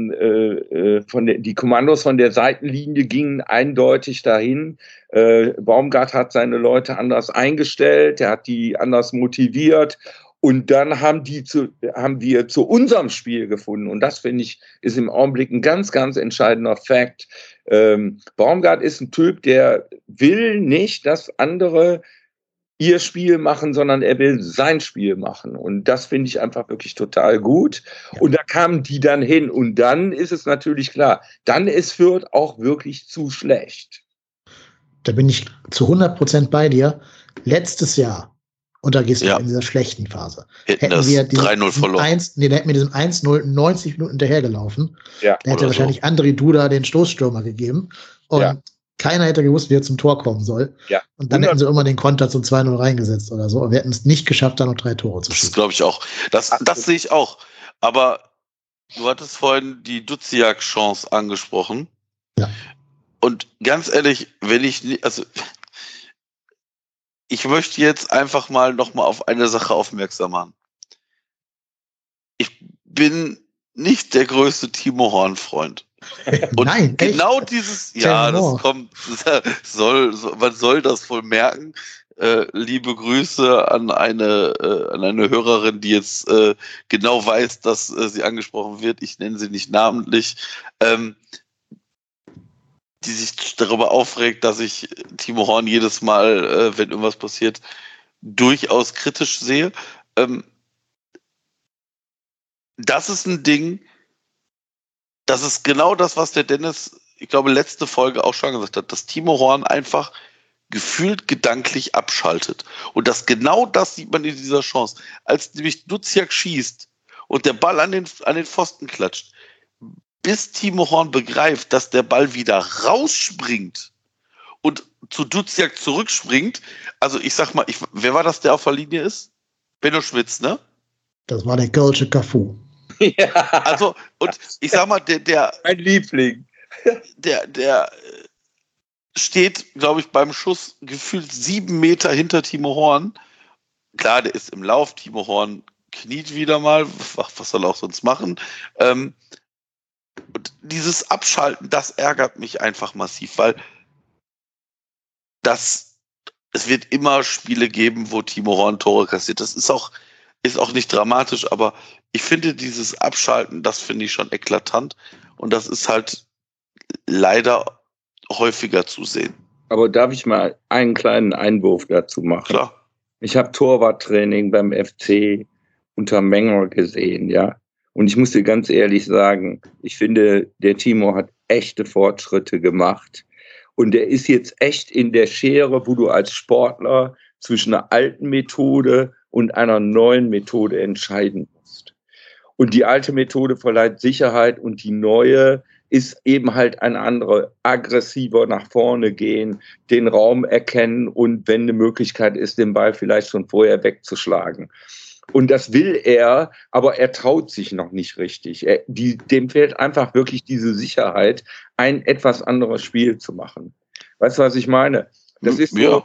von der Seitenlinie gingen eindeutig dahin. Baumgart hat seine Leute anders eingestellt, er hat die anders motiviert. Und dann haben wir zu unserem Spiel gefunden. Und das, finde ich, ist im Augenblick ein ganz, ganz entscheidender Fakt. Baumgart ist ein Typ, der will nicht, dass andere ihr Spiel machen, sondern er will sein Spiel machen. Und das finde ich einfach wirklich total gut. Ja. Und da kamen die dann hin. Und dann ist es natürlich klar, dann ist Fürth auch wirklich zu schlecht. Da bin ich zu 100% bei dir. Letztes Jahr, und da gehst du in dieser schlechten Phase, hätten wir 3-0 verloren. Da hätten wir diesen 1-0 90 Minuten hinterhergelaufen. Ja, da hätte wahrscheinlich André Duda den Stoßstürmer gegeben. Und keiner hätte gewusst, wie er zum Tor kommen soll. Ja. Und dann hätten sie irgendwann den Konter zum 2-0 reingesetzt oder so. Und wir hätten es nicht geschafft, da noch 3 Tore zu schießen. Das glaube ich auch. Das sehe ich auch. Aber du hattest vorhin die Duziak-Chance angesprochen. Ja. Und ganz ehrlich, ich möchte jetzt einfach mal nochmal auf eine Sache aufmerksam machen. Ich bin nicht der größte Timo Horn-Freund. Und nein, genau dieses, das kommt, man soll das wohl merken. Liebe Grüße an eine Hörerin, die jetzt genau weiß, dass sie angesprochen wird. Ich nenne sie nicht namentlich. die sich darüber aufregt, dass ich Timo Horn jedes Mal, wenn irgendwas passiert, durchaus kritisch sehe. Das ist ein Ding, das ist genau das, was der Dennis, ich glaube, letzte Folge auch schon gesagt hat, dass Timo Horn einfach gefühlt gedanklich abschaltet. Und genau das sieht man in dieser Chance. Als nämlich Duziak schießt und der Ball an den Pfosten klatscht, bis Timo Horn begreift, dass der Ball wieder rausspringt und zu Duziak zurückspringt. Also ich sag mal, wer war das, der auf der Linie ist? Benno Schmitz, ne? Das war der Kölsche Cafu. Ja. Also, und ich sag mal, mein Liebling. Der steht, glaube ich, beim Schuss gefühlt 7 Meter hinter Timo Horn. Klar, der ist im Lauf. Timo Horn kniet wieder mal. Was soll er auch sonst machen? Und dieses Abschalten, das ärgert mich einfach massiv, weil es wird immer Spiele geben, wo Timo Horn Tore kassiert. Das ist auch nicht dramatisch, aber ich finde dieses Abschalten, das finde ich schon eklatant. Und das ist halt leider häufiger zu sehen. Aber darf ich mal einen kleinen Einwurf dazu machen? Klar. Ich habe Torwarttraining beim FC unter Menger gesehen, ja. Und ich muss dir ganz ehrlich sagen, ich finde, der Timo hat echte Fortschritte gemacht. Und der ist jetzt echt in der Schere, wo du als Sportler zwischen einer alten Methode und einer neuen Methode entscheiden musst. Und die alte Methode verleiht Sicherheit und die neue ist eben halt eine andere, aggressiver nach vorne gehen, den Raum erkennen und wenn eine Möglichkeit ist, den Ball vielleicht schon vorher wegzuschlagen. Und das will er, aber er traut sich noch nicht richtig. Dem fehlt einfach wirklich diese Sicherheit, ein etwas anderes Spiel zu machen. Weißt du, was ich meine? Das ist so,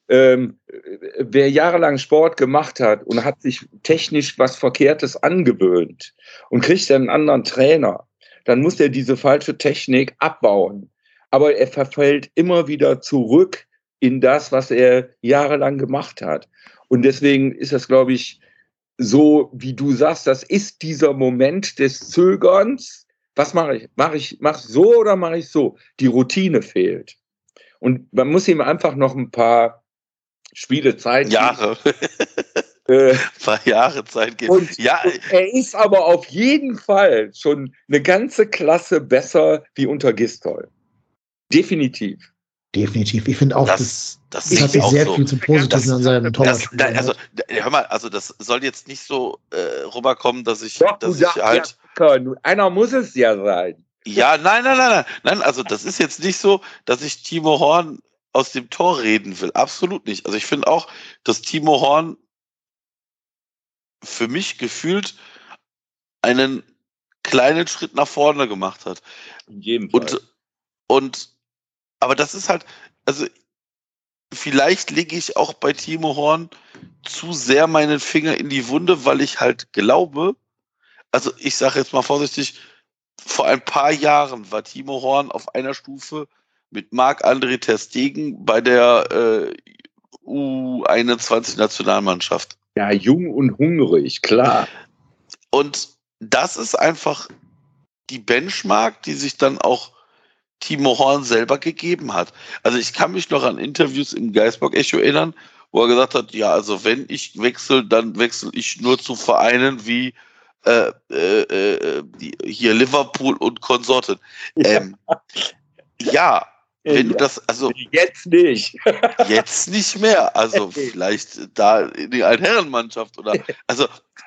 wer jahrelang Sport gemacht hat und hat sich technisch was Verkehrtes angewöhnt und kriegt dann einen anderen Trainer, dann muss er diese falsche Technik abbauen. Aber er verfällt immer wieder zurück in das, was er jahrelang gemacht hat. Und deswegen ist das, glaube ich, so, wie du sagst, das ist dieser Moment des Zögerns. Was mache ich? Mache ich so oder mache ich so? Die Routine fehlt. Und man muss ihm einfach noch ein paar Spiele Zeit Jahre. Paar Jahre Zeit geben. Und er ist aber auf jeden Fall schon eine ganze Klasse besser wie unter Gistol. Definitiv. Definitiv. Ich finde auch, das hat sich sehr so viel zum Positiven an seinem Torwartspiel. Also, hör mal, also das soll jetzt nicht so rüberkommen, dass ich halt... Einer muss es ja sein. Ja, nein, also das ist jetzt nicht so, dass ich Timo Horn aus dem Tor reden will. Absolut nicht. Also ich finde auch, dass Timo Horn für mich gefühlt einen kleinen Schritt nach vorne gemacht hat. In jedem Fall. Aber das ist halt, also vielleicht lege ich auch bei Timo Horn zu sehr meinen Finger in die Wunde, weil ich halt glaube, also ich sage jetzt mal vorsichtig, vor ein paar Jahren war Timo Horn auf einer Stufe mit Marc-André ter Stegen bei der U21-Nationalmannschaft. Ja, jung und hungrig, klar. Und das ist einfach die Benchmark, die sich dann auch Timo Horn selber gegeben hat. Also ich kann mich noch an Interviews im Geisbock-Echo erinnern, wo er gesagt hat, ja, also wenn ich wechsle, dann wechsle ich nur zu Vereinen wie hier Liverpool und Konsorten. Ja, wenn du das, also jetzt nicht. Jetzt nicht mehr. Also vielleicht da in die Altherrenmannschaft oder also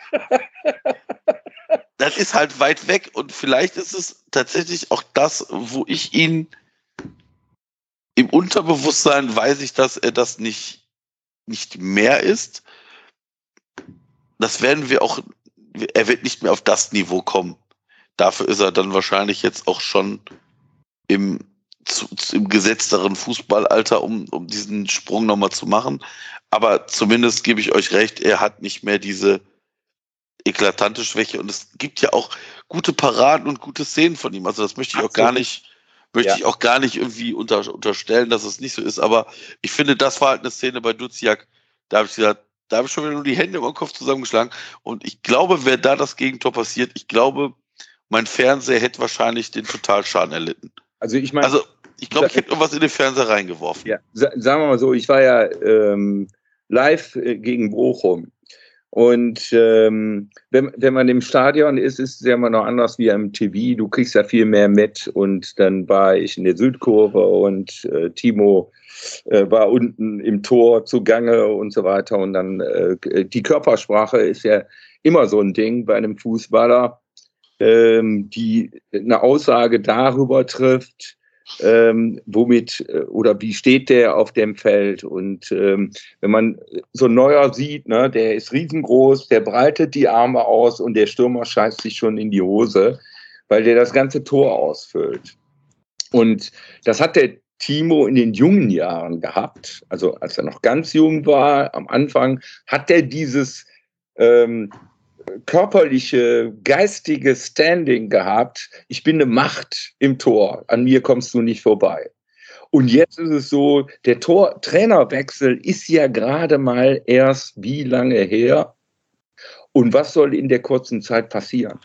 das ist halt weit weg und vielleicht ist es tatsächlich auch das, wo ich ihn im Unterbewusstsein weiß ich, dass er das nicht mehr ist. Das werden wir auch, er wird nicht mehr auf das Niveau kommen. Dafür ist er dann wahrscheinlich jetzt auch schon im gesetzteren Fußballalter, um diesen Sprung nochmal zu machen. Aber zumindest gebe ich euch recht, er hat nicht mehr diese eklatante Schwäche und es gibt ja auch gute Paraden und gute Szenen von ihm. Also das möchte ich auch gar nicht, irgendwie unterstellen, dass es nicht so ist. Aber ich finde, das war halt eine Szene bei Duziak, da habe ich gesagt, da habe ich schon wieder nur die Hände im Kopf zusammengeschlagen. Und ich glaube, wer da das Gegentor passiert, ich glaube, mein Fernseher hätte wahrscheinlich den Totalschaden erlitten. Also ich meine, Ich glaube, ich hätte irgendwas in den Fernseher reingeworfen. Ja, sagen wir mal so, ich war ja live gegen Bochum. Und wenn man im Stadion ist es ja immer noch anders wie am TV. Du kriegst ja viel mehr mit. Und dann war ich in der Südkurve und Timo war unten im Tor zugange und so weiter. Und dann die Körpersprache ist ja immer so ein Ding bei einem Fußballer, die eine Aussage darüber trifft, womit oder wie steht der auf dem Feld. Und wenn man so ein Neuer sieht, ne, der ist riesengroß, der breitet die Arme aus und der Stürmer scheißt sich schon in die Hose, weil der das ganze Tor ausfüllt. Und das hat der Timo in den jungen Jahren gehabt, also als er noch ganz jung war, am Anfang, hat er dieses körperliche, geistige Standing gehabt. Ich bin eine Macht im Tor. An mir kommst du nicht vorbei. Und jetzt ist es so, der Trainerwechsel ist ja gerade mal erst wie lange her? Und was soll in der kurzen Zeit passieren?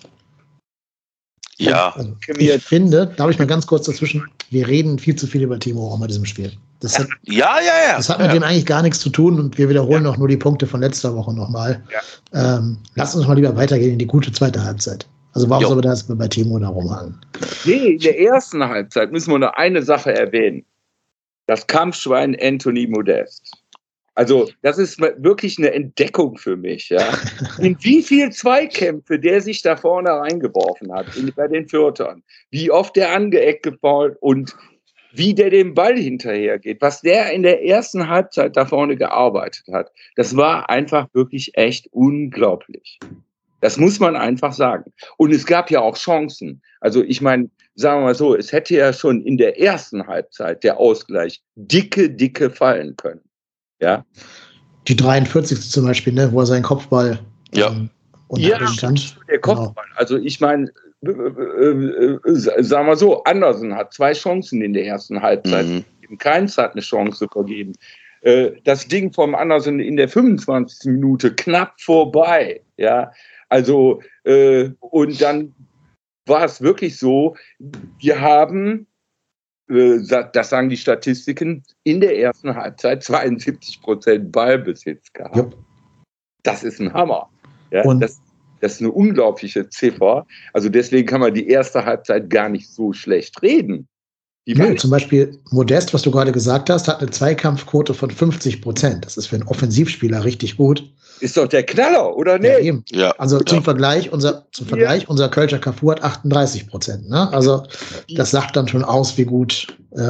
Ja. Also, ich finde, darf ich mal ganz kurz dazwischen, wir reden viel zu viel über Timo auch bei diesem Spiel. Das hat mit dem eigentlich gar nichts zu tun und wir wiederholen auch nur die Punkte von letzter Woche nochmal. Ja. Lass uns mal lieber weitergehen in die gute zweite Halbzeit. Also warum soll man das bei Timo da rumhaken? Nee, in der ersten Halbzeit müssen wir noch eine Sache erwähnen. Das Kampfschwein Anthony Modest. Also das ist wirklich eine Entdeckung für mich. Ja. In wie viel Zweikämpfe der sich da vorne reingeworfen hat bei den Fürtern. Wie oft der angeeckt gefault und wie der dem Ball hinterhergeht, was der in der ersten Halbzeit da vorne gearbeitet hat, das war einfach wirklich echt unglaublich. Das muss man einfach sagen. Und es gab ja auch Chancen. Also ich meine, sagen wir mal so, es hätte ja schon in der ersten Halbzeit der Ausgleich dicke fallen können. Ja. Die 43. zum Beispiel, ne, wo er seinen Kopfball stand. Der Kopfball. Genau. Also ich meine, sagen wir so, Andersen hat 2 Chancen in der ersten Halbzeit. Keins hat eine Chance vergeben. Das Ding vom Andersen in der 25. Minute knapp vorbei. Ja, also und dann war es wirklich so, wir haben, das sagen die Statistiken, in der ersten Halbzeit 72% Ballbesitz gehabt. Jupp. Das ist ein Hammer. Ja, und das ist eine unglaubliche Ziffer. Also deswegen kann man die erste Halbzeit gar nicht so schlecht reden. Zum Beispiel Modest, was du gerade gesagt hast, hat eine Zweikampfquote von 50%. Das ist für einen Offensivspieler richtig gut. Ist doch der Knaller, oder nicht? Ja, eben. Ja. Also zum Vergleich, unser Kölscher Cafu hat 38%. Ne? Also das sagt dann schon aus, wie gut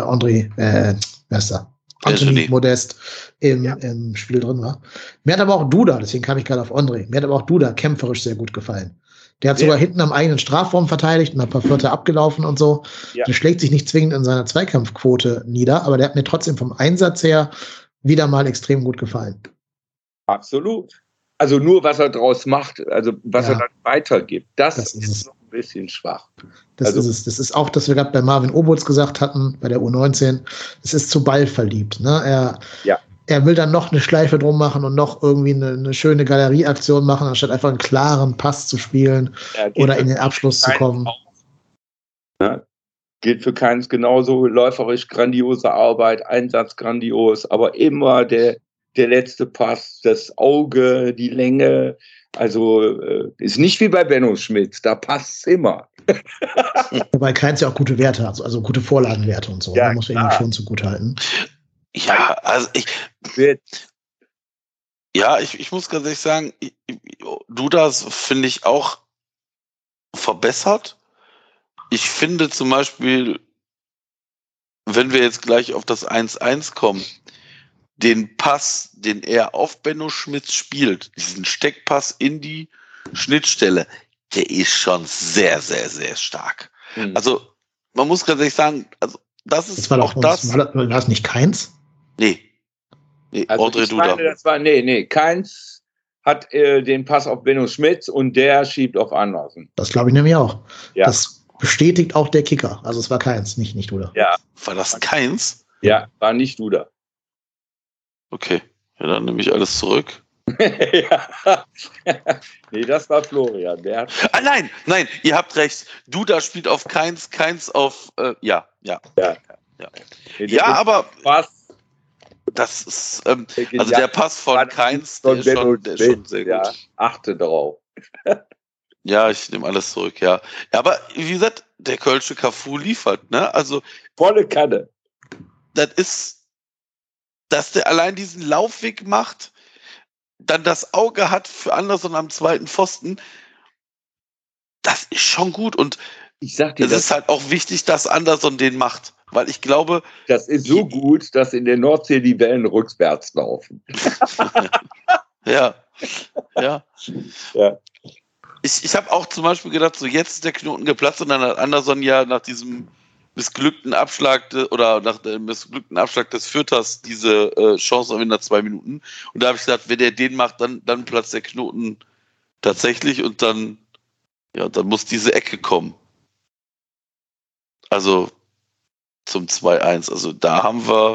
Anthony Modest im Spiel drin war. Mir hat aber auch Duda, deswegen kam ich gerade auf André, mir hat aber auch Duda kämpferisch sehr gut gefallen. Der hat sogar hinten am eigenen Strafraum verteidigt und ein paar Viertel abgelaufen und so. Ja. Der schlägt sich nicht zwingend in seiner Zweikampfquote nieder, aber der hat mir trotzdem vom Einsatz her wieder mal extrem gut gefallen. Absolut. Also nur, was er draus macht, also was er dann weitergibt, das ist noch ein bisschen schwach. Das ist es. Das ist auch, dass wir gerade bei Marvin Obutz gesagt hatten, bei der U19, es ist zu Ball verliebt. Ne? Er will dann noch eine Schleife drum machen und noch irgendwie eine schöne Galerieaktion machen, anstatt einfach einen klaren Pass zu spielen oder in den Abschluss zu kommen. Ja, gilt für Keins genauso, läuferisch grandiose Arbeit, Einsatz grandios, aber immer der letzte Pass, das Auge, die Länge, also ist nicht wie bei Benno Schmitz, da passt es immer. Wobei Keins ja auch gute Werte hat, also gute Vorlagenwerte und so, da muss man ihm schon zugutehalten. Ja, also ich muss ganz ehrlich sagen, Dudas finde ich auch verbessert. Ich finde zum Beispiel, wenn wir jetzt gleich auf das 1-1 kommen, den Pass, den er auf Benno Schmitz spielt, diesen Steckpass in die Schnittstelle, der ist schon sehr, sehr, sehr stark. Mhm. Also man muss ganz ehrlich sagen, also das ist war das nicht Keins? Nee, also André Duda. Keins hat den Pass auf Benno Schmitz und der schiebt auf Andersen. Das glaube ich nämlich auch. Ja. Das bestätigt auch der Kicker. Also es war Keins, nicht Duda. Ja. War das Keins? Ja, war nicht Duda. Okay, ja, dann nehme ich alles zurück. Nee, das war Florian. Nein, ihr habt recht. Duda spielt auf Keins auf, ja. Ja, aber was? Das ist, also der Pass von Kainz, der ist schon sehr gut. Ja, achte drauf. Ja, ich nehme alles zurück, ja. Ja, aber wie gesagt, der Kölsche Cafu liefert, ne? Also volle Kanne. Das ist, dass der allein diesen Laufweg macht, dann das Auge hat für Anderson am zweiten Pfosten, das ist schon gut. Und ich sag dir, es ist halt auch wichtig, dass Anderson den macht. Weil ich glaube... Das ist so gut, dass in der Nordsee die Wellen rückwärts laufen. Ja. Ich habe auch zum Beispiel gedacht, so jetzt ist der Knoten geplatzt und dann hat Anderson ja nach diesem missglückten Abschlag nach dem missglückten Abschlag des Fürthers diese Chance in 2 Minuten. Und da habe ich gesagt, wenn der den macht, dann platzt der Knoten tatsächlich und dann muss diese Ecke kommen. Also zum 2-1. Also da haben wir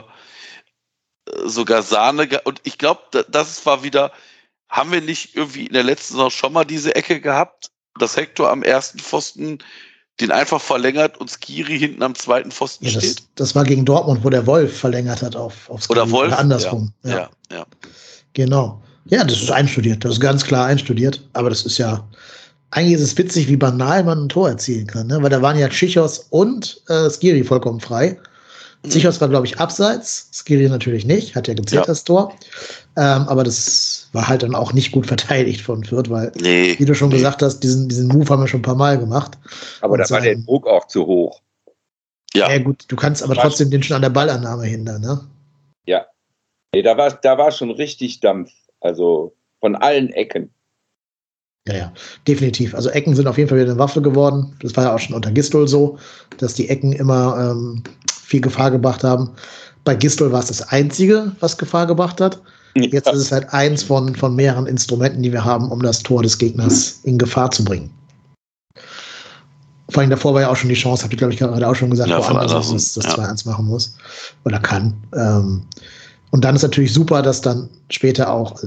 sogar Sahne. Und ich glaube, das war wieder, haben wir nicht irgendwie in der letzten Saison schon mal diese Ecke gehabt, dass Hector am ersten Pfosten den einfach verlängert und Skiri hinten am zweiten Pfosten steht? Das war gegen Dortmund, wo der Wolf verlängert hat auf Skiri. Oder Wolf? Oder andersrum. Ja. Genau. Ja, das ist einstudiert. Das ist ganz klar einstudiert. Aber das ist ja, eigentlich ist es witzig, wie banal man ein Tor erzielen kann, ne? Weil da waren ja Tschichos und Skiri vollkommen frei. Tschichos war, glaube ich, abseits. Skiri natürlich nicht. Hat ja gezählt, das Tor. Aber das war halt dann auch nicht gut verteidigt von Fürth, weil, wie du schon gesagt hast, diesen Move haben wir schon ein paar Mal gemacht. Aber da war der Druck auch zu hoch. Ja, gut, du kannst aber trotzdem den schon an der Ballannahme hindern, ne? Ja. Nee, da war schon richtig Dampf. Also von allen Ecken. Ja, definitiv. Also Ecken sind auf jeden Fall wieder eine Waffe geworden. Das war ja auch schon unter Gistol so, dass die Ecken immer viel Gefahr gebracht haben. Bei Gistol war es das Einzige, was Gefahr gebracht hat. Jetzt ist es halt eins von mehreren Instrumenten, die wir haben, um das Tor des Gegners in Gefahr zu bringen. Vor allem davor war ja auch schon die Chance, habe ich glaube ich gerade auch schon gesagt, wo Anderson das 2-1 machen muss oder kann. Und dann ist natürlich super, dass dann später auch,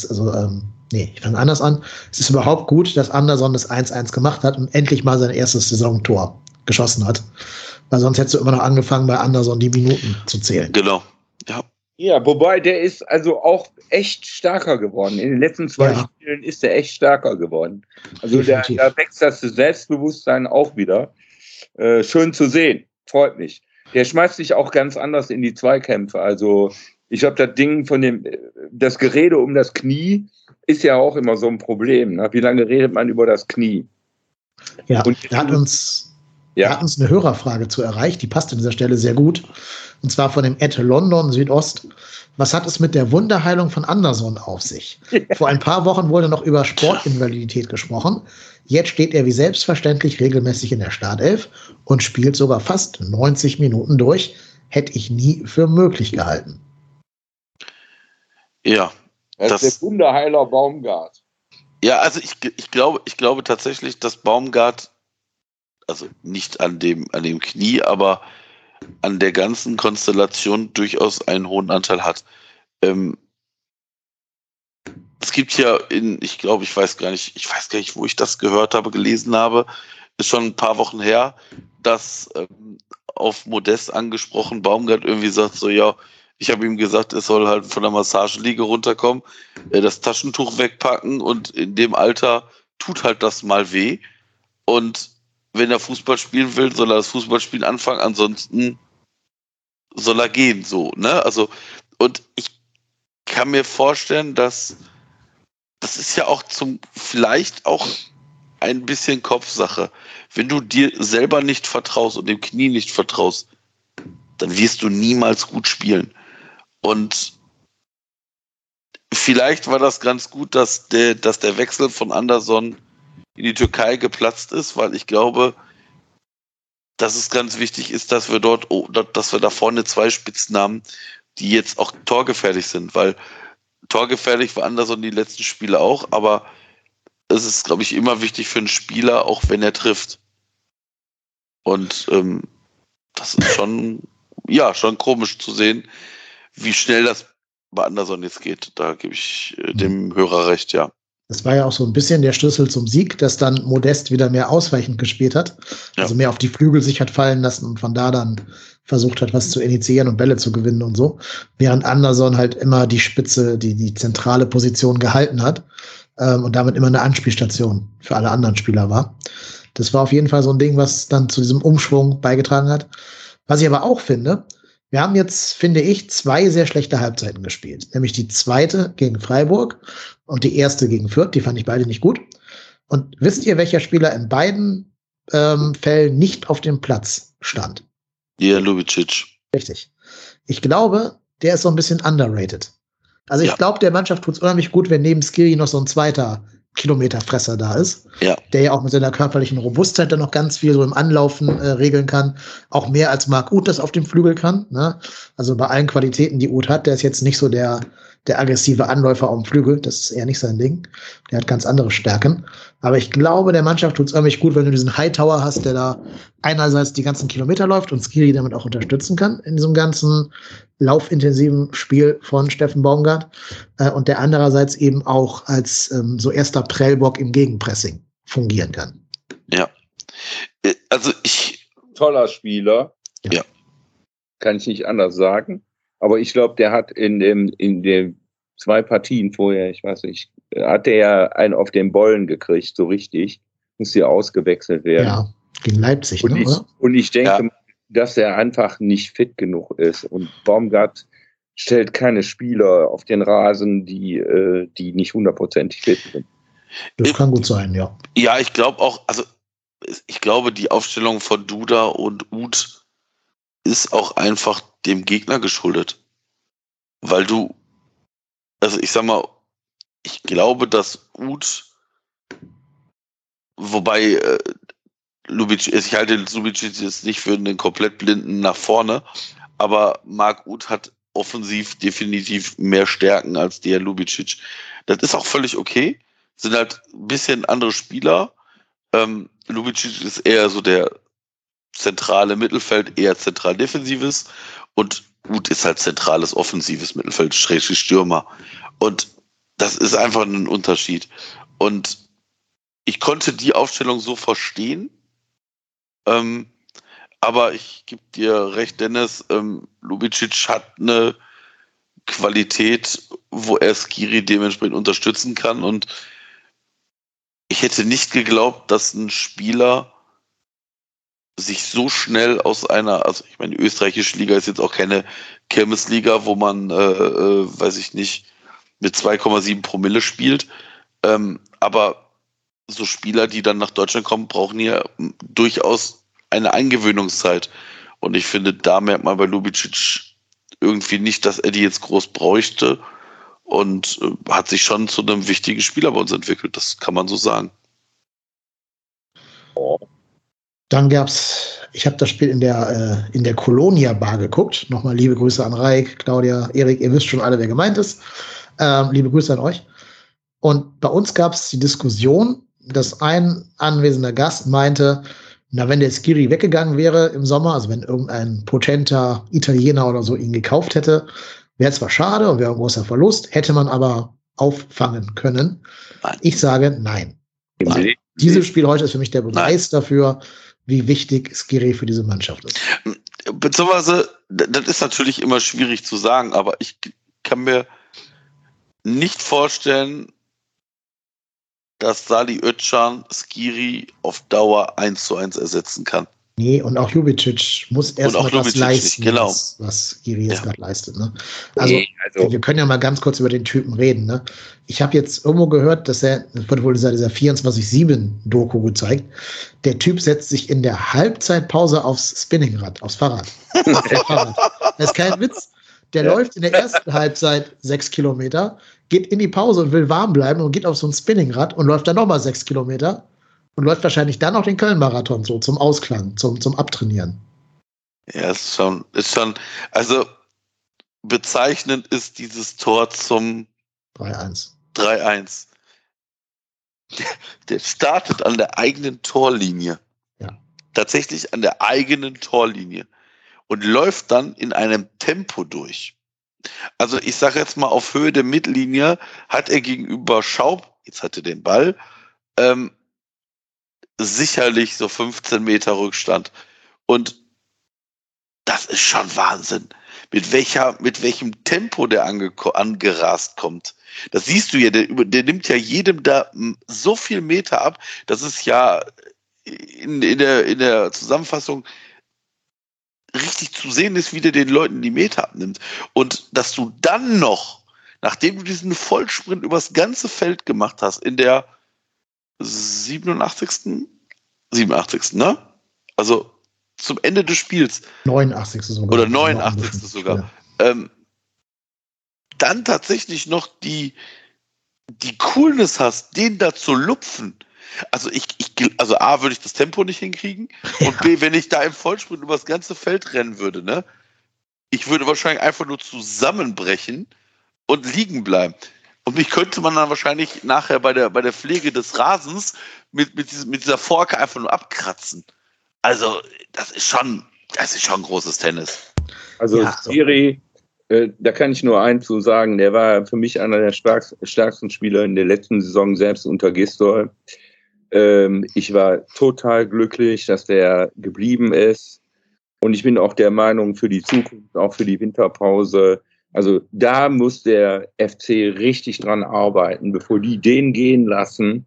ich fange anders an. Es ist überhaupt gut, dass Anderson das 1-1 gemacht hat und endlich mal sein erstes Saisontor geschossen hat. Weil sonst hättest du immer noch angefangen, bei Anderson die Minuten zu zählen. Genau, ja. Ja, wobei der ist also auch echt stärker geworden. In den letzten 2 Spielen ist er echt stärker geworden. Also da wächst das Selbstbewusstsein auch wieder. Schön zu sehen, freut mich. Der schmeißt sich auch ganz anders in die Zweikämpfe. Also ich glaube, das Ding das Gerede um das Knie ist ja auch immer so ein Problem. Ne? Wie lange redet man über das Knie? Ja, er hat uns eine Hörerfrage zu erreicht, die passt an dieser Stelle sehr gut. Und zwar von dem London Südost. Was hat es mit der Wunderheilung von Anderson auf sich? Vor ein paar Wochen wurde noch über Sportinvalidität gesprochen. Jetzt steht er wie selbstverständlich regelmäßig in der Startelf und spielt sogar fast 90 Minuten durch. Hätte ich nie für möglich gehalten. Ja. Das ist der Wunderheiler Baumgart. Ja, also ich glaube tatsächlich, dass Baumgart, also nicht an dem Knie, aber an der ganzen Konstellation durchaus einen hohen Anteil hat. Es gibt ja ich weiß gar nicht, wo ich das gehört habe, gelesen habe, ist schon ein paar Wochen her, dass auf Modest angesprochen Baumgart irgendwie sagt so, ja, ich habe ihm gesagt, er soll halt von der Massageliege runterkommen, das Taschentuch wegpacken und in dem Alter tut halt das mal weh. Und wenn er Fußball spielen will, soll er das Fußballspielen anfangen, ansonsten soll er gehen, so, ne? Also, und ich kann mir vorstellen, dass das ist ja auch vielleicht auch ein bisschen Kopfsache. Wenn du dir selber nicht vertraust und dem Knie nicht vertraust, dann wirst du niemals gut spielen. Und vielleicht war das ganz gut, dass der Wechsel von Anderson in die Türkei geplatzt ist, weil ich glaube, dass es ganz wichtig ist, dass wir dass wir da vorne 2 Spitzen haben, die jetzt auch torgefährlich sind, weil torgefährlich war Anderson die letzten Spiele auch, aber es ist, glaube ich, immer wichtig für einen Spieler, auch wenn er trifft. Und das ist schon komisch zu sehen, wie schnell das bei Anderson jetzt geht. Da gebe ich dem Hörer recht, ja. Das war ja auch so ein bisschen der Schlüssel zum Sieg, dass dann Modest wieder mehr ausweichend gespielt hat. Ja. Also mehr auf die Flügel sich hat fallen lassen und von da dann versucht hat, was zu initiieren und Bälle zu gewinnen und so. Während Anderson halt immer die Spitze, die zentrale Position gehalten hat und damit immer eine Anspielstation für alle anderen Spieler war. Das war auf jeden Fall so ein Ding, was dann zu diesem Umschwung beigetragen hat. Was ich aber auch finde, wir haben jetzt, finde ich, 2 sehr schlechte Halbzeiten gespielt. Nämlich die zweite gegen Freiburg und die erste gegen Fürth. Die fand ich beide nicht gut. Und wisst ihr, welcher Spieler in beiden Fällen nicht auf dem Platz stand? Ja, Ljubicic. Richtig. Ich glaube, der ist so ein bisschen underrated. Also ich glaube, der Mannschaft tut es unheimlich gut, wenn neben Skiri noch so ein zweiter Kilometerfresser da ist, der ja auch mit seiner körperlichen Robustheit dann noch ganz viel so im Anlaufen regeln kann. Auch mehr als Marc Uth das auf dem Flügel kann. Ne? Also bei allen Qualitäten, die Uth hat, der ist jetzt nicht so der aggressive Anläufer auf dem Flügel. Das ist eher nicht sein Ding. Der hat ganz andere Stärken. Aber ich glaube, der Mannschaft tut es unheimlich gut, wenn du diesen Hightower hast, der da einerseits die ganzen Kilometer läuft und Skiri damit auch unterstützen kann in diesem ganzen laufintensiven Spiel von Steffen Baumgart und der andererseits eben auch als so erster Prellbock im Gegenpressing fungieren kann. Ja. Also toller Spieler. Ja. Kann ich nicht anders sagen. Aber ich glaube, der hat in den 2 Partien vorher, ich weiß nicht, hat der ja einen auf den Bollen gekriegt, so richtig. Muss hier ausgewechselt werden. Ja, gegen Leipzig, oder? Und ich denke, dass er einfach nicht fit genug ist. Und Baumgart stellt keine Spieler auf den Rasen, die nicht 100%ig fit sind. Das kann gut sein, ja. Ja, ich glaube auch, also ich glaube, die Aufstellung von Duda und Uth ist auch einfach dem Gegner geschuldet. Weil also ich sag mal, ich glaube, dass Uth, wobei Ljubicic, ich halte Ljubicic jetzt nicht für einen komplett Blinden nach vorne, aber Marc Uth hat offensiv definitiv mehr Stärken als der Ljubicic. Das ist auch völlig okay. Sind halt ein bisschen andere Spieler. Ljubicic ist eher so der zentrale Mittelfeld, eher zentral defensives und Uth ist halt zentrales offensives Mittelfeld, schrägstrich Stürmer. Und das ist einfach ein Unterschied. Und ich konnte die Aufstellung so verstehen, aber ich gebe dir recht, Dennis, Ljubicic hat eine Qualität, wo er Skiri dementsprechend unterstützen kann und ich hätte nicht geglaubt, dass ein Spieler sich so schnell also ich meine, die österreichische Liga ist jetzt auch keine Kirmesliga, wo man, weiß ich nicht, mit 2,7 Promille spielt, aber so Spieler, die dann nach Deutschland kommen, brauchen ja durchaus eine Eingewöhnungszeit. Und ich finde, da merkt man bei Ljubicic irgendwie nicht, dass er die jetzt groß bräuchte und hat sich schon zu einem wichtigen Spieler bei uns entwickelt. Das kann man so sagen. Dann gab's, ich habe das Spiel in der Colonia Bar geguckt. Nochmal liebe Grüße an Raik, Claudia, Erik, ihr wisst schon alle, wer gemeint ist. Liebe Grüße an euch. Und bei uns gab es die Diskussion, dass ein anwesender Gast meinte, na, wenn der Skiri weggegangen wäre im Sommer, also wenn irgendein potenter Italiener oder so ihn gekauft hätte, wäre zwar schade und wäre ein großer Verlust, hätte man aber auffangen können. Ich sage nein. Dieses Spiel heute ist für mich der Beweis dafür, wie wichtig Skiri für diese Mannschaft ist. Beziehungsweise, das ist natürlich immer schwierig zu sagen, aber ich kann mir nicht vorstellen, dass Salih Özcan Skiri auf Dauer 1:1 ersetzen kann. Nee, und auch Ljubicic muss erst mal das leisten, genau. was Skiri jetzt gerade leistet. Ne? Also, wir können ja mal ganz kurz über den Typen reden. Ne? Ich habe jetzt irgendwo gehört, dass das wird wohl dieser 24/7-Doku gezeigt. Der Typ setzt sich in der Halbzeitpause aufs Spinningrad, aufs Fahrrad. Das ist kein Witz. Der läuft in der ersten Halbzeit 6 Kilometer, geht in die Pause und will warm bleiben und geht auf so ein Spinningrad und läuft dann nochmal 6 Kilometer und läuft wahrscheinlich dann noch den Köln-Marathon so zum Ausklang, zum Abtrainieren. Ja, ist schon, also bezeichnend ist dieses Tor zum 3:1. Der startet an der eigenen Torlinie. Ja. Tatsächlich an der eigenen Torlinie. Und läuft dann in einem Tempo durch. Also ich sage jetzt mal, auf Höhe der Mittellinie hat er gegenüber Schaub jetzt hat er den Ball, sicherlich so 15 Meter Rückstand. Und das ist schon Wahnsinn, mit welchem Tempo der angerast kommt. Das siehst du ja, der nimmt ja jedem da so viel Meter ab, das ist ja in der Zusammenfassung richtig zu sehen ist, wie der den Leuten die Meter abnimmt. Und dass du dann noch, nachdem du diesen Vollsprint übers ganze Feld gemacht hast, in der 87. 87. Ne? Also zum Ende des Spiels. 89. sogar. Oder 89. sogar. Ja. Dann tatsächlich noch die Coolness hast, den da zu lupfen. Also also A, würde ich das Tempo nicht hinkriegen und B, wenn ich da im Vollsprint über das ganze Feld rennen würde, ne? Ich würde wahrscheinlich einfach nur zusammenbrechen und liegen bleiben. Und mich könnte man dann wahrscheinlich nachher bei der Pflege des Rasens mit dieser Forke einfach nur abkratzen. Also, das ist schon großes Tennis. Also, ja, Skiri, da kann ich nur eins zu sagen, der war für mich einer der stärksten Spieler in der letzten Saison, selbst unter Gistol. Ich war total glücklich, dass der geblieben ist. Und ich bin auch der Meinung, für die Zukunft, auch für die Winterpause, also da muss der FC richtig dran arbeiten, bevor die den gehen lassen.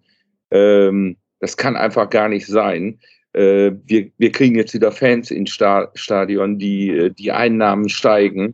Das kann einfach gar nicht sein. Wir kriegen jetzt wieder Fans ins Stadion, die Einnahmen steigen.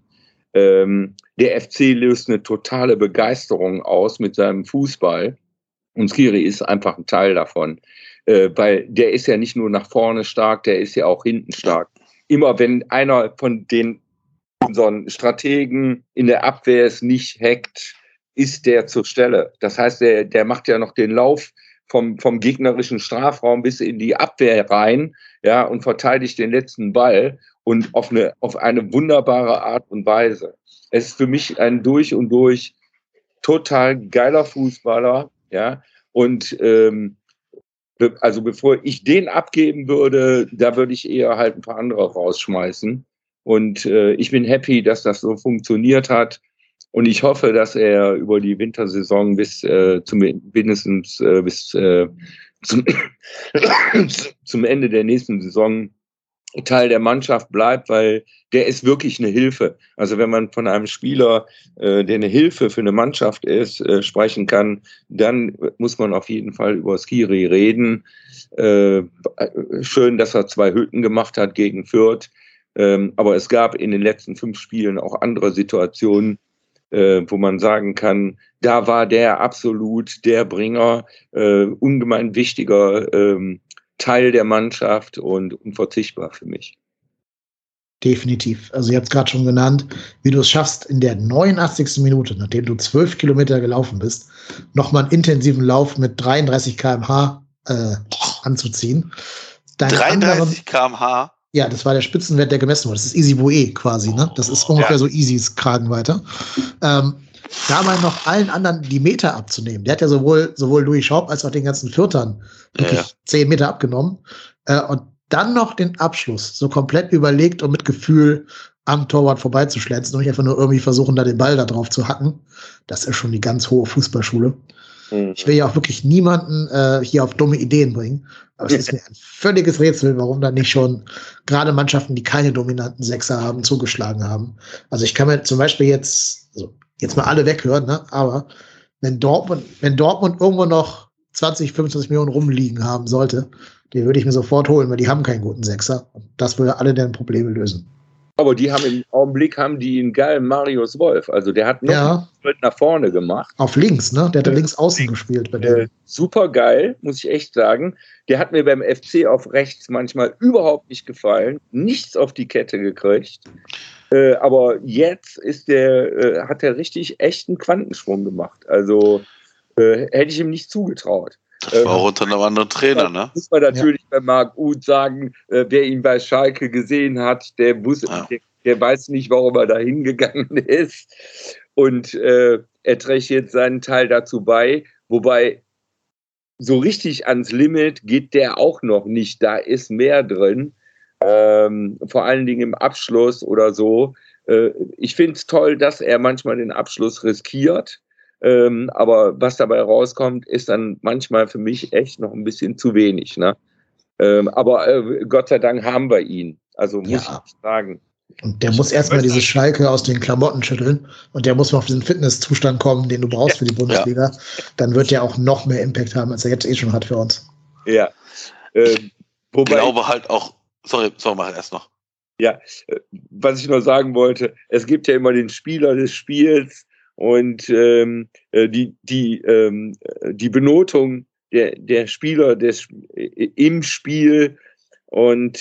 Der FC löst eine totale Begeisterung aus mit seinem Fußball. Und Skiri ist einfach ein Teil davon. Weil der ist ja nicht nur nach vorne stark, der ist ja auch hinten stark. Immer wenn einer von unseren Strategen in der Abwehr es nicht hackt, ist der zur Stelle. Das heißt, der macht ja noch den Lauf vom gegnerischen Strafraum bis in die Abwehr rein, ja, und verteidigt den letzten Ball und auf eine wunderbare Art und Weise. Es ist für mich ein durch und durch total geiler Fußballer, ja, und also bevor ich den abgeben würde, da würde ich eher halt ein paar andere rausschmeißen. Und ich bin happy, dass das so funktioniert hat. Und ich hoffe, dass er über die Wintersaison mindestens bis zum Ende der nächsten Saison Teil der Mannschaft bleibt, weil der ist wirklich eine Hilfe. Also wenn man von einem Spieler, der eine Hilfe für eine Mannschaft ist, sprechen kann, dann muss man auf jeden Fall über Skiri reden. Schön, dass er 2 Hütten gemacht hat gegen Fürth. Aber es gab in den letzten 5 Spielen auch andere Situationen, wo man sagen kann, da war der absolut der Bringer, ungemein wichtiger Teil der Mannschaft und unverzichtbar für mich. Definitiv. Also ihr habt es gerade schon genannt, wie du es schaffst, in der 89. Minute, nachdem du 12 Kilometer gelaufen bist, nochmal einen intensiven Lauf mit 33 km/h anzuziehen. 33 km/h? Ja, das war der Spitzenwert, der gemessen wurde. Das ist Easy Boe quasi, ne? Das ist ungefähr so Easys Kragenweite. Da mal noch allen anderen die Meter abzunehmen. Der hat ja sowohl Louis Schaub als auch den ganzen Viertern wirklich 10 Meter abgenommen. Und dann noch den Abschluss so komplett überlegt und mit Gefühl am Torwart vorbeizuschlänzen und nicht einfach nur irgendwie versuchen, da den Ball da drauf zu hacken. Das ist schon die ganz hohe Fußballschule. Ich will ja auch wirklich niemanden hier auf dumme Ideen bringen. Aber es ist mir ein völliges Rätsel, warum da nicht schon gerade Mannschaften, die keine dominanten Sechser haben, zugeschlagen haben. Also ich kann mir zum Beispiel jetzt mal alle weghören, ne? Aber wenn Dortmund irgendwo noch 20, 25 Millionen rumliegen haben sollte, die würde ich mir sofort holen, weil die haben keinen guten Sechser. Und das würde alle deren Probleme lösen. Aber die haben im Augenblick einen geilen Marius Wolf. Also der hat noch einen Schritt nach vorne gemacht. Auf links, ne? Der hat links außen gespielt bei dem. Super geil, muss ich echt sagen. Der hat mir beim FC auf rechts manchmal überhaupt nicht gefallen. Nichts auf die Kette gekriegt. Aber jetzt hat er richtig echt einen Quantensprung gemacht. Also hätte ich ihm nicht zugetraut. Das war auch unter einem anderen Trainer, ne? Muss man natürlich bei Marc Uth sagen, wer ihn bei Schalke gesehen hat, der weiß nicht, warum er da hingegangen ist. Und er trägt jetzt seinen Teil dazu bei. Wobei, so richtig ans Limit geht der auch noch nicht. Da ist mehr drin. Vor allen Dingen im Abschluss oder so. Ich finde es toll, dass er manchmal den Abschluss riskiert. Aber was dabei rauskommt, ist dann manchmal für mich echt noch ein bisschen zu wenig. Ne? Aber Gott sei Dank haben wir ihn. Also muss ich sagen. Und der muss erstmal diese Schalke aus den Klamotten schütteln und der muss mal auf diesen Fitnesszustand kommen, den du brauchst für die Bundesliga. Ja. Dann wird der auch noch mehr Impact haben, als er jetzt schon hat für uns. Ja. Wobei ich glaube halt auch, sorry, mach erst noch. Ja, was ich noch sagen wollte, es gibt ja immer den Spieler des Spiels und die Benotung der Spieler im Spiel und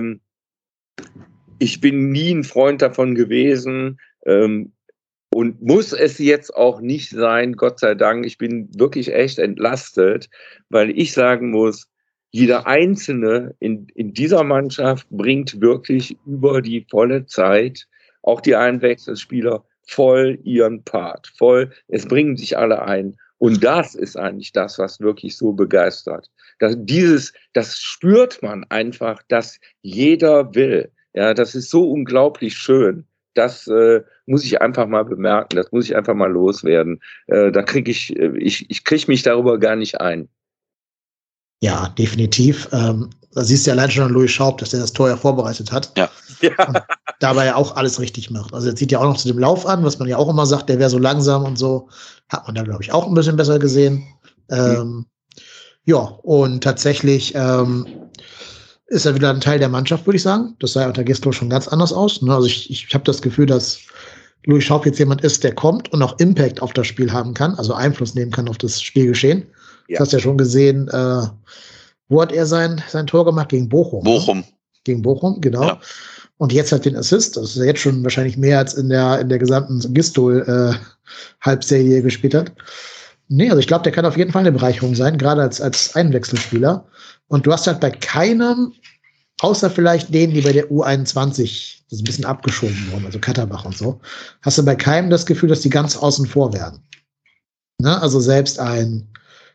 ich bin nie ein Freund davon gewesen und muss es jetzt auch nicht sein, Gott sei Dank. Ich bin wirklich echt entlastet, weil ich sagen muss, jeder Einzelne in dieser Mannschaft bringt wirklich über die volle Zeit, auch die Einwechselspieler, voll ihren Part. Es bringen sich alle ein. Und das ist eigentlich das, was wirklich so begeistert. Das spürt man einfach, dass jeder will. Ja, das ist so unglaublich schön. Das muss ich einfach mal bemerken. Das muss ich einfach mal loswerden. Da kriege ich kriege mich darüber gar nicht ein. Ja, definitiv. Da siehst du ja allein schon an Louis Schaub, dass er das Tor ja vorbereitet hat. Ja. Und dabei ja auch alles richtig macht. Also er zieht ja auch noch zu dem Lauf an, was man ja auch immer sagt, der wäre so langsam und so. Hat man da, glaube ich, auch ein bisschen besser gesehen. Ja, und tatsächlich ist er wieder ein Teil der Mannschaft, würde ich sagen. Das sah ja unter Gisdol schon ganz anders aus. Ne? Also ich habe das Gefühl, dass Louis Schaub jetzt jemand ist, der kommt und auch Impact auf das Spiel haben kann, also Einfluss nehmen kann auf das Spielgeschehen. Ja. Das hast du ja schon gesehen, wo hat er sein Tor gemacht? Gegen Bochum. Bochum. Ne? Gegen Bochum, genau. Ja. Und jetzt hat den Assist, das ist ja jetzt schon wahrscheinlich mehr als in der gesamten Gisdol-Halbserie gespielt hat. Nee, also ich glaube, der kann auf jeden Fall eine Bereicherung sein, gerade als Einwechselspieler. Und du hast halt bei keinem, außer vielleicht denen, die bei der U21 das ein bisschen abgeschoben wurden, also Katterbach und so, hast du bei keinem das Gefühl, dass die ganz außen vor werden. Ne? Also selbst ein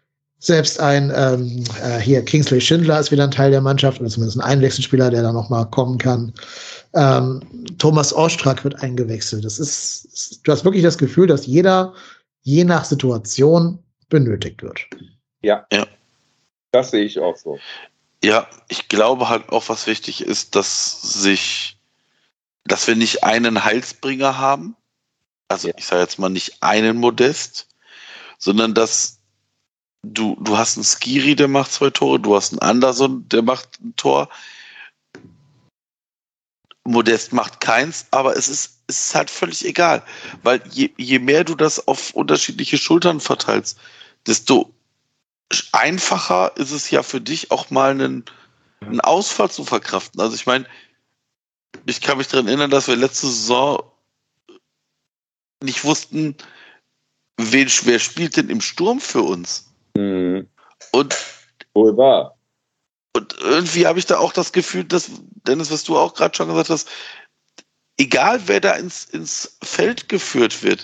hier Kingsley Schindler ist wieder ein Teil der Mannschaft, oder zumindest ein Einwechselspieler, der da nochmal kommen kann. Thomas Ostrak wird eingewechselt. Du hast wirklich das Gefühl, dass jeder je nach Situation benötigt wird. Ja. Das sehe ich auch so. Ja, ich glaube halt auch, was wichtig ist, dass wir nicht einen Heilsbringer haben. Also ich sage jetzt mal nicht einen Modest, sondern dass du hast einen Skiri, der macht 2 Tore, du hast einen Anderson, der macht ein Tor. Modest macht keins, aber es ist halt völlig egal, weil je mehr du das auf unterschiedliche Schultern verteilst, desto einfacher ist es ja für dich auch mal einen Ausfall zu verkraften. Also ich meine, ich kann mich daran erinnern, dass wir letzte Saison nicht wussten, wer spielt denn im Sturm für uns. Mhm. Und wohl wahr. Und irgendwie habe ich da auch das Gefühl, dass, Dennis, was du auch gerade schon gesagt hast, egal wer da ins Feld geführt wird,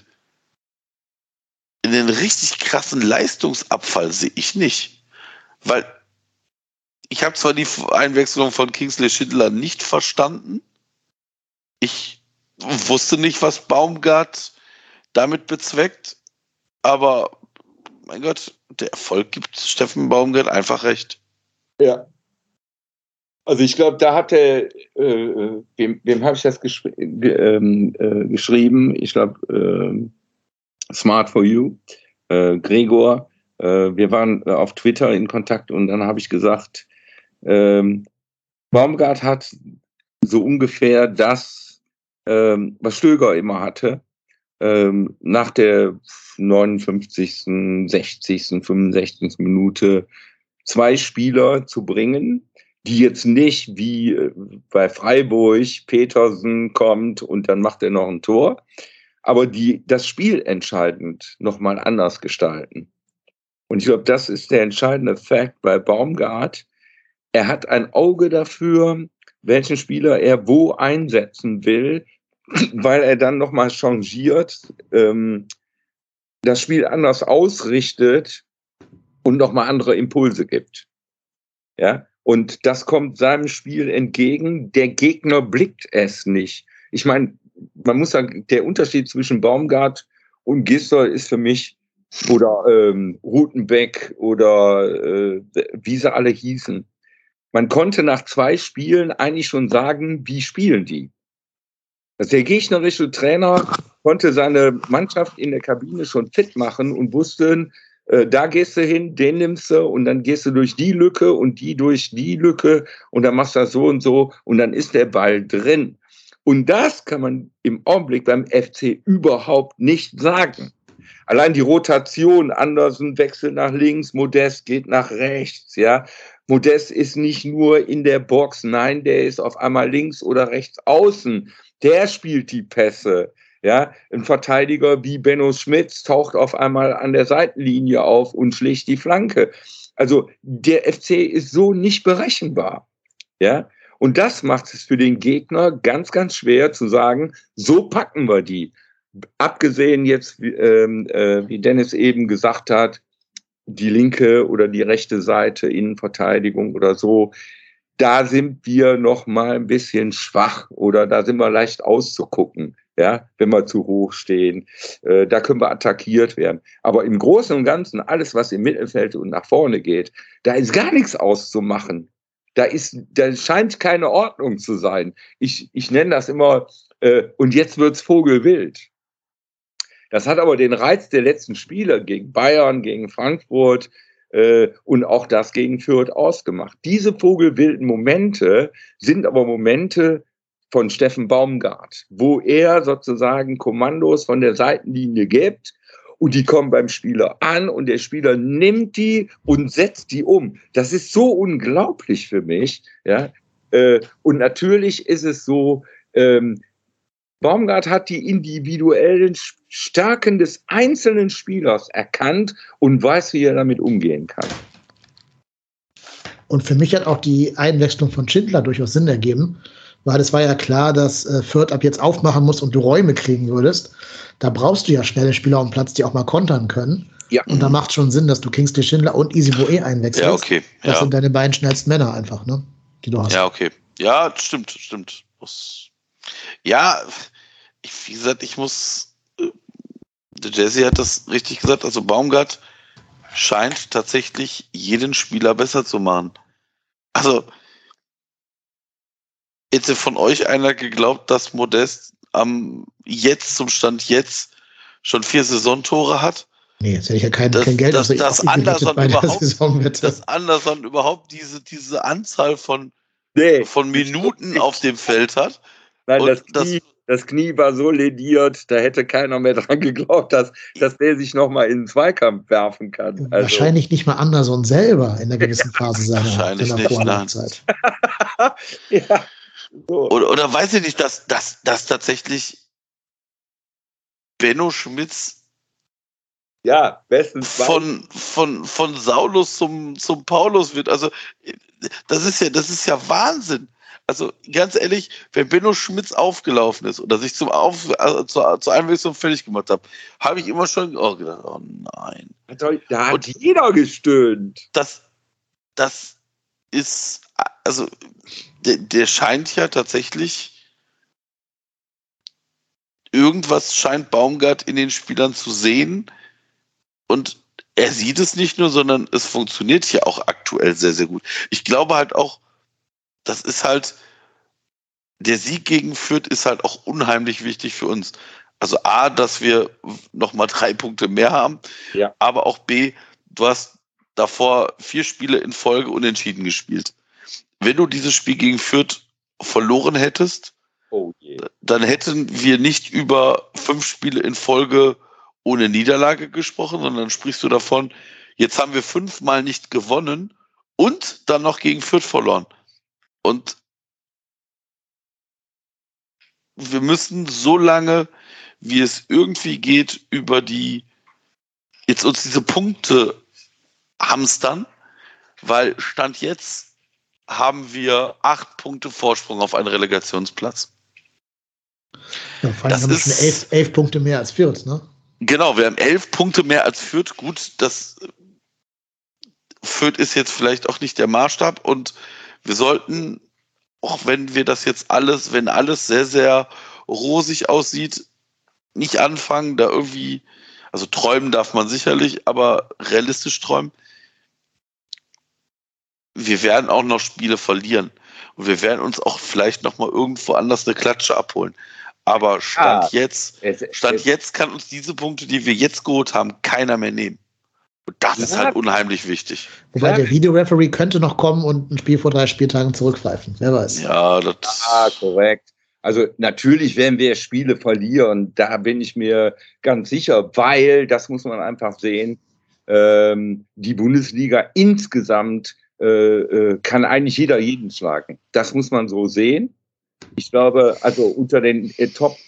einen richtig krassen Leistungsabfall sehe ich nicht. Weil ich habe zwar die Einwechslung von Kingsley Schindler nicht verstanden, ich wusste nicht, was Baumgart damit bezweckt, aber mein Gott, der Erfolg gibt Steffen Baumgart einfach recht. Ja. Also ich glaube, da hat er, wem habe ich das geschrieben? Ich glaube, Smart for You, Gregor. Wir waren auf Twitter in Kontakt und dann habe ich gesagt, Baumgart hat so ungefähr das, was Stöger immer hatte, nach der 59., 60., 65. Minute 2 Spieler zu bringen, die jetzt nicht wie bei Freiburg Petersen kommt und dann macht er noch ein Tor, aber die das Spiel entscheidend nochmal anders gestalten. Und ich glaube, das ist der entscheidende Fakt bei Baumgart. Er hat ein Auge dafür, welchen Spieler er wo einsetzen will, weil er dann nochmal changiert, das Spiel anders ausrichtet und nochmal andere Impulse gibt. Ja? Und das kommt seinem Spiel entgegen. Der Gegner blickt es nicht. Ich meine, man muss sagen, der Unterschied zwischen Baumgart und Gisdol ist für mich oder Rutenbeck oder wie sie alle hießen. Man konnte nach 2 Spielen eigentlich schon sagen, wie spielen die. Also der gegnerische Trainer konnte seine Mannschaft in der Kabine schon fit machen und wussten, da gehst du hin, den nimmst du und dann gehst du durch die Lücke und die durch die Lücke und dann machst du das so und dann ist der Ball drin. Und das kann man im Augenblick beim FC überhaupt nicht sagen. Allein die Rotation, Andersen wechselt nach links, Modest geht nach rechts, ja. Modest ist nicht nur in der Box, nein, der ist auf einmal links oder rechts außen. Der spielt die Pässe. Ja, ein Verteidiger wie Benno Schmitz taucht auf einmal an der Seitenlinie auf und schlägt die Flanke. Also der FC ist so nicht berechenbar. Ja, und das macht es für den Gegner ganz, ganz schwer zu sagen, so packen wir die. Abgesehen jetzt, wie Dennis eben gesagt hat, die linke oder die rechte Seite, Innenverteidigung oder so, da sind wir noch mal ein bisschen schwach oder da sind wir leicht auszugucken, ja, wenn wir zu hoch stehen. Da können wir attackiert werden. Aber im Großen und Ganzen, alles, was im Mittelfeld und nach vorne geht, da ist gar nichts auszumachen. Da scheint keine Ordnung zu sein. Ich nenne das immer, und jetzt wird's Vogelwild. Das hat aber den Reiz der letzten Spiele gegen Bayern, gegen Frankfurt und auch das gegen Fürth ausgemacht. Diese vogelwilden Momente sind aber Momente von Steffen Baumgart, wo er sozusagen Kommandos von der Seitenlinie gibt und die kommen beim Spieler an und der Spieler nimmt die und setzt die um. Das ist so unglaublich für mich. Ja? Und natürlich ist es so, Baumgart hat die individuellen Stärken des einzelnen Spielers erkannt und weiß, wie er damit umgehen kann. Und für mich hat auch die Einwechslung von Schindler durchaus Sinn ergeben, weil es war ja klar, dass Fürth ab jetzt aufmachen muss und du Räume kriegen würdest. Da brauchst du ja schnelle Spieler am Platz, die auch mal kontern können. Ja. Und da macht schon Sinn, dass du Kingsley Schindler und Easy Boe einwechselst. Ja, okay. Ja. Das sind deine beiden schnellsten Männer einfach, ne? Die du hast. Ja, okay. Ja, stimmt. Ja, wie gesagt, der Jesse hat das richtig gesagt, also Baumgart scheint tatsächlich jeden Spieler besser zu machen. Also, hätte von euch einer geglaubt, dass Modest zum Stand jetzt schon 4 Saisontore hat? Nee, jetzt hätte ich ja kein Geld. Dass Anderson überhaupt diese Anzahl von Minuten auf dem Feld hat. Nein, das Knie war so lediert, da hätte keiner mehr dran geglaubt, dass der sich nochmal in den Zweikampf werfen kann. Also wahrscheinlich nicht mal Anderson selber in einer gewissen Phase seiner Vorlaufzeit. Ja, so. Oder weiß ich nicht, dass tatsächlich Benno Schmitz bestens von Saulus zum Paulus wird. Also das ist ja Wahnsinn. Also ganz ehrlich, wenn Benno Schmitz aufgelaufen ist oder sich zur Einwechslung fertig gemacht habe ich immer schon gedacht, oh nein. Da hat jeder gestöhnt. Das ist, also der scheint ja tatsächlich, irgendwas scheint Baumgart in den Spielern zu sehen und er sieht es nicht nur, sondern es funktioniert ja auch aktuell sehr, sehr gut. Ich glaube halt auch, das ist halt, der Sieg gegen Fürth ist halt auch unheimlich wichtig für uns. Also A, dass wir nochmal 3 Punkte mehr haben, ja. Aber auch B, du hast davor 4 Spiele in Folge unentschieden gespielt. Wenn du dieses Spiel gegen Fürth verloren hättest, dann hätten wir nicht über 5 Spiele in Folge ohne Niederlage gesprochen, sondern sprichst du davon, jetzt haben wir 5-mal nicht gewonnen und dann noch gegen Fürth verloren. Und wir müssen so lange, wie es irgendwie geht, jetzt uns diese Punkte hamstern, weil Stand jetzt haben wir 8 Punkte Vorsprung auf einen Relegationsplatz. Ja, vor allem haben wir schon 11 Punkte mehr als Fürth, ne? Genau, wir haben 11 Punkte mehr als Fürth. Gut, das Fürth ist jetzt vielleicht auch nicht der Maßstab und wir sollten, auch wenn wir das jetzt wenn alles sehr, sehr rosig aussieht, nicht anfangen, da irgendwie, Also träumen darf man sicherlich, aber realistisch träumen. Wir werden auch noch Spiele verlieren. Und wir werden uns auch vielleicht noch mal irgendwo anders eine Klatsche abholen. Aber Stand jetzt kann uns diese Punkte, die wir jetzt geholt haben, keiner mehr nehmen. Und das ist halt unheimlich wichtig. Wobei der Videoreferee könnte noch kommen und ein Spiel vor 3 Spieltagen zurückpfeifen. Wer weiß. Ja, korrekt. Also natürlich werden wir Spiele verlieren. Da bin ich mir ganz sicher, weil, das muss man einfach sehen, die Bundesliga insgesamt kann eigentlich jeder jeden schlagen. Das muss man so sehen. Ich glaube, also unter den Top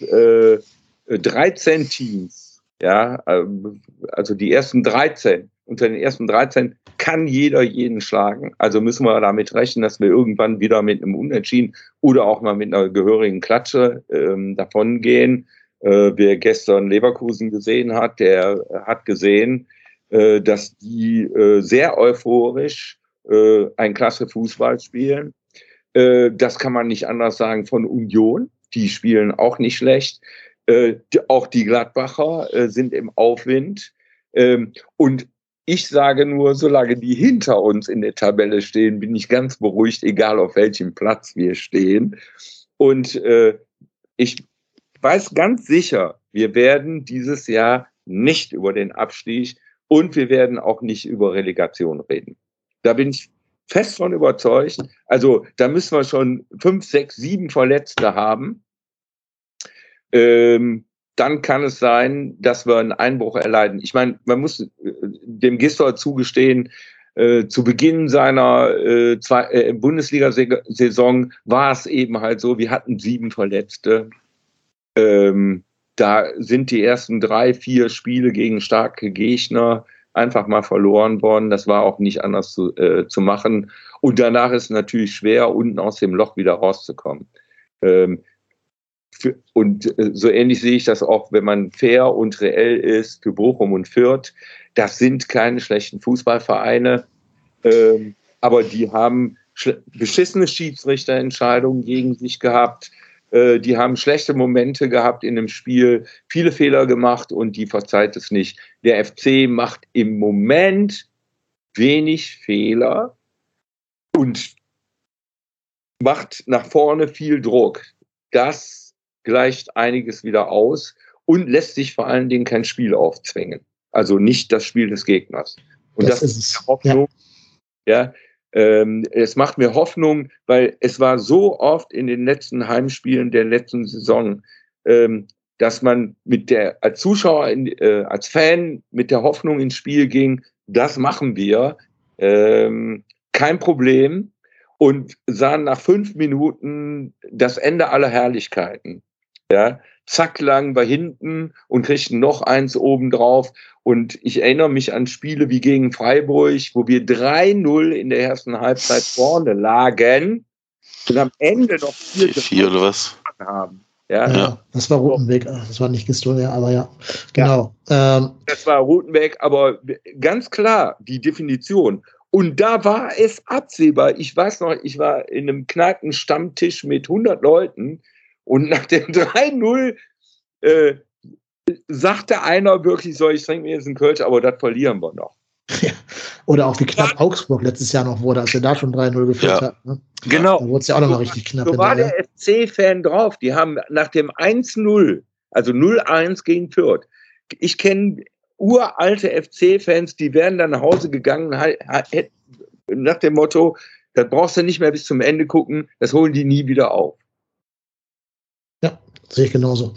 13 Teams, ja, also die ersten 13, unter den ersten 13 kann jeder jeden schlagen. Also müssen wir damit rechnen, dass wir irgendwann wieder mit einem Unentschieden oder auch mal mit einer gehörigen Klatsche davon gehen. Wer gestern Leverkusen gesehen hat, der hat gesehen, dass die sehr euphorisch ein klasse Fußball spielen. Das kann man nicht anders sagen von Union. Die spielen auch nicht schlecht. Auch die Gladbacher sind im Aufwind. Und ich sage nur, solange die hinter uns in der Tabelle stehen, bin ich ganz beruhigt, egal auf welchem Platz wir stehen. Und ich weiß ganz sicher, wir werden dieses Jahr nicht über den Abstieg und wir werden auch nicht über Relegation reden. Da bin ich fest von überzeugt. Also da müssen wir schon 5, 6, 7 Verletzte haben. Dann kann es sein, dass wir einen Einbruch erleiden. Ich meine, man muss dem Gisdol zugestehen, zu Beginn seiner Bundesliga-Saison war es eben halt so, wir hatten 7 Verletzte. Da sind die ersten 3, 4 Spiele gegen starke Gegner einfach mal verloren worden. Das war auch nicht anders zu machen. Und danach ist es natürlich schwer, unten aus dem Loch wieder rauszukommen. Und so ähnlich sehe ich das auch, wenn man fair und reell ist für Bochum und Fürth. Das sind keine schlechten Fußballvereine, aber die haben beschissene Schiedsrichterentscheidungen gegen sich gehabt. Die haben schlechte Momente gehabt in dem Spiel, viele Fehler gemacht und die verzeiht es nicht. Der FC macht im Moment wenig Fehler und macht nach vorne viel Druck. Das gleicht einiges wieder aus und lässt sich vor allen Dingen kein Spiel aufzwingen. Also nicht das Spiel des Gegners. Und das ist Hoffnung. Ja. Es macht mir Hoffnung, weil es war so oft in den letzten Heimspielen der letzten Saison, dass man als Zuschauer, als Fan mit der Hoffnung ins Spiel ging, das machen wir, kein Problem, und sahen nach 5 Minuten das Ende aller Herrlichkeiten. Ja, zack, lagen wir hinten und kriegten noch eins obendrauf. Und ich erinnere mich an Spiele wie gegen Freiburg, wo wir 3-0 in der ersten Halbzeit vorne lagen und am Ende noch 4 oder was haben. Ja, das war Rutenbeck, das war nicht Gisdol, aber ja, genau. Ja, das war Rutenbeck, aber ganz klar die Definition. Und da war es absehbar. Ich weiß noch, ich war in einem Kneipenstammtisch mit 100 Leuten und nach dem 3-0 sagte einer wirklich so, ich trinke mir jetzt einen Kölsch, aber das verlieren wir noch. Ja. Oder auch wie knapp Augsburg letztes Jahr noch wurde, als wir da schon 3-0 geführt hatten. Ne? Genau. Da wurde es ja auch noch mal richtig knapp. So war der FC-Fan drauf. Die haben nach dem 1-0, also 0-1 gegen Fürth, ich kenne uralte FC-Fans, die wären dann nach Hause gegangen, nach dem Motto, da brauchst du nicht mehr bis zum Ende gucken, das holen die nie wieder auf. Ja, sehe ich genauso.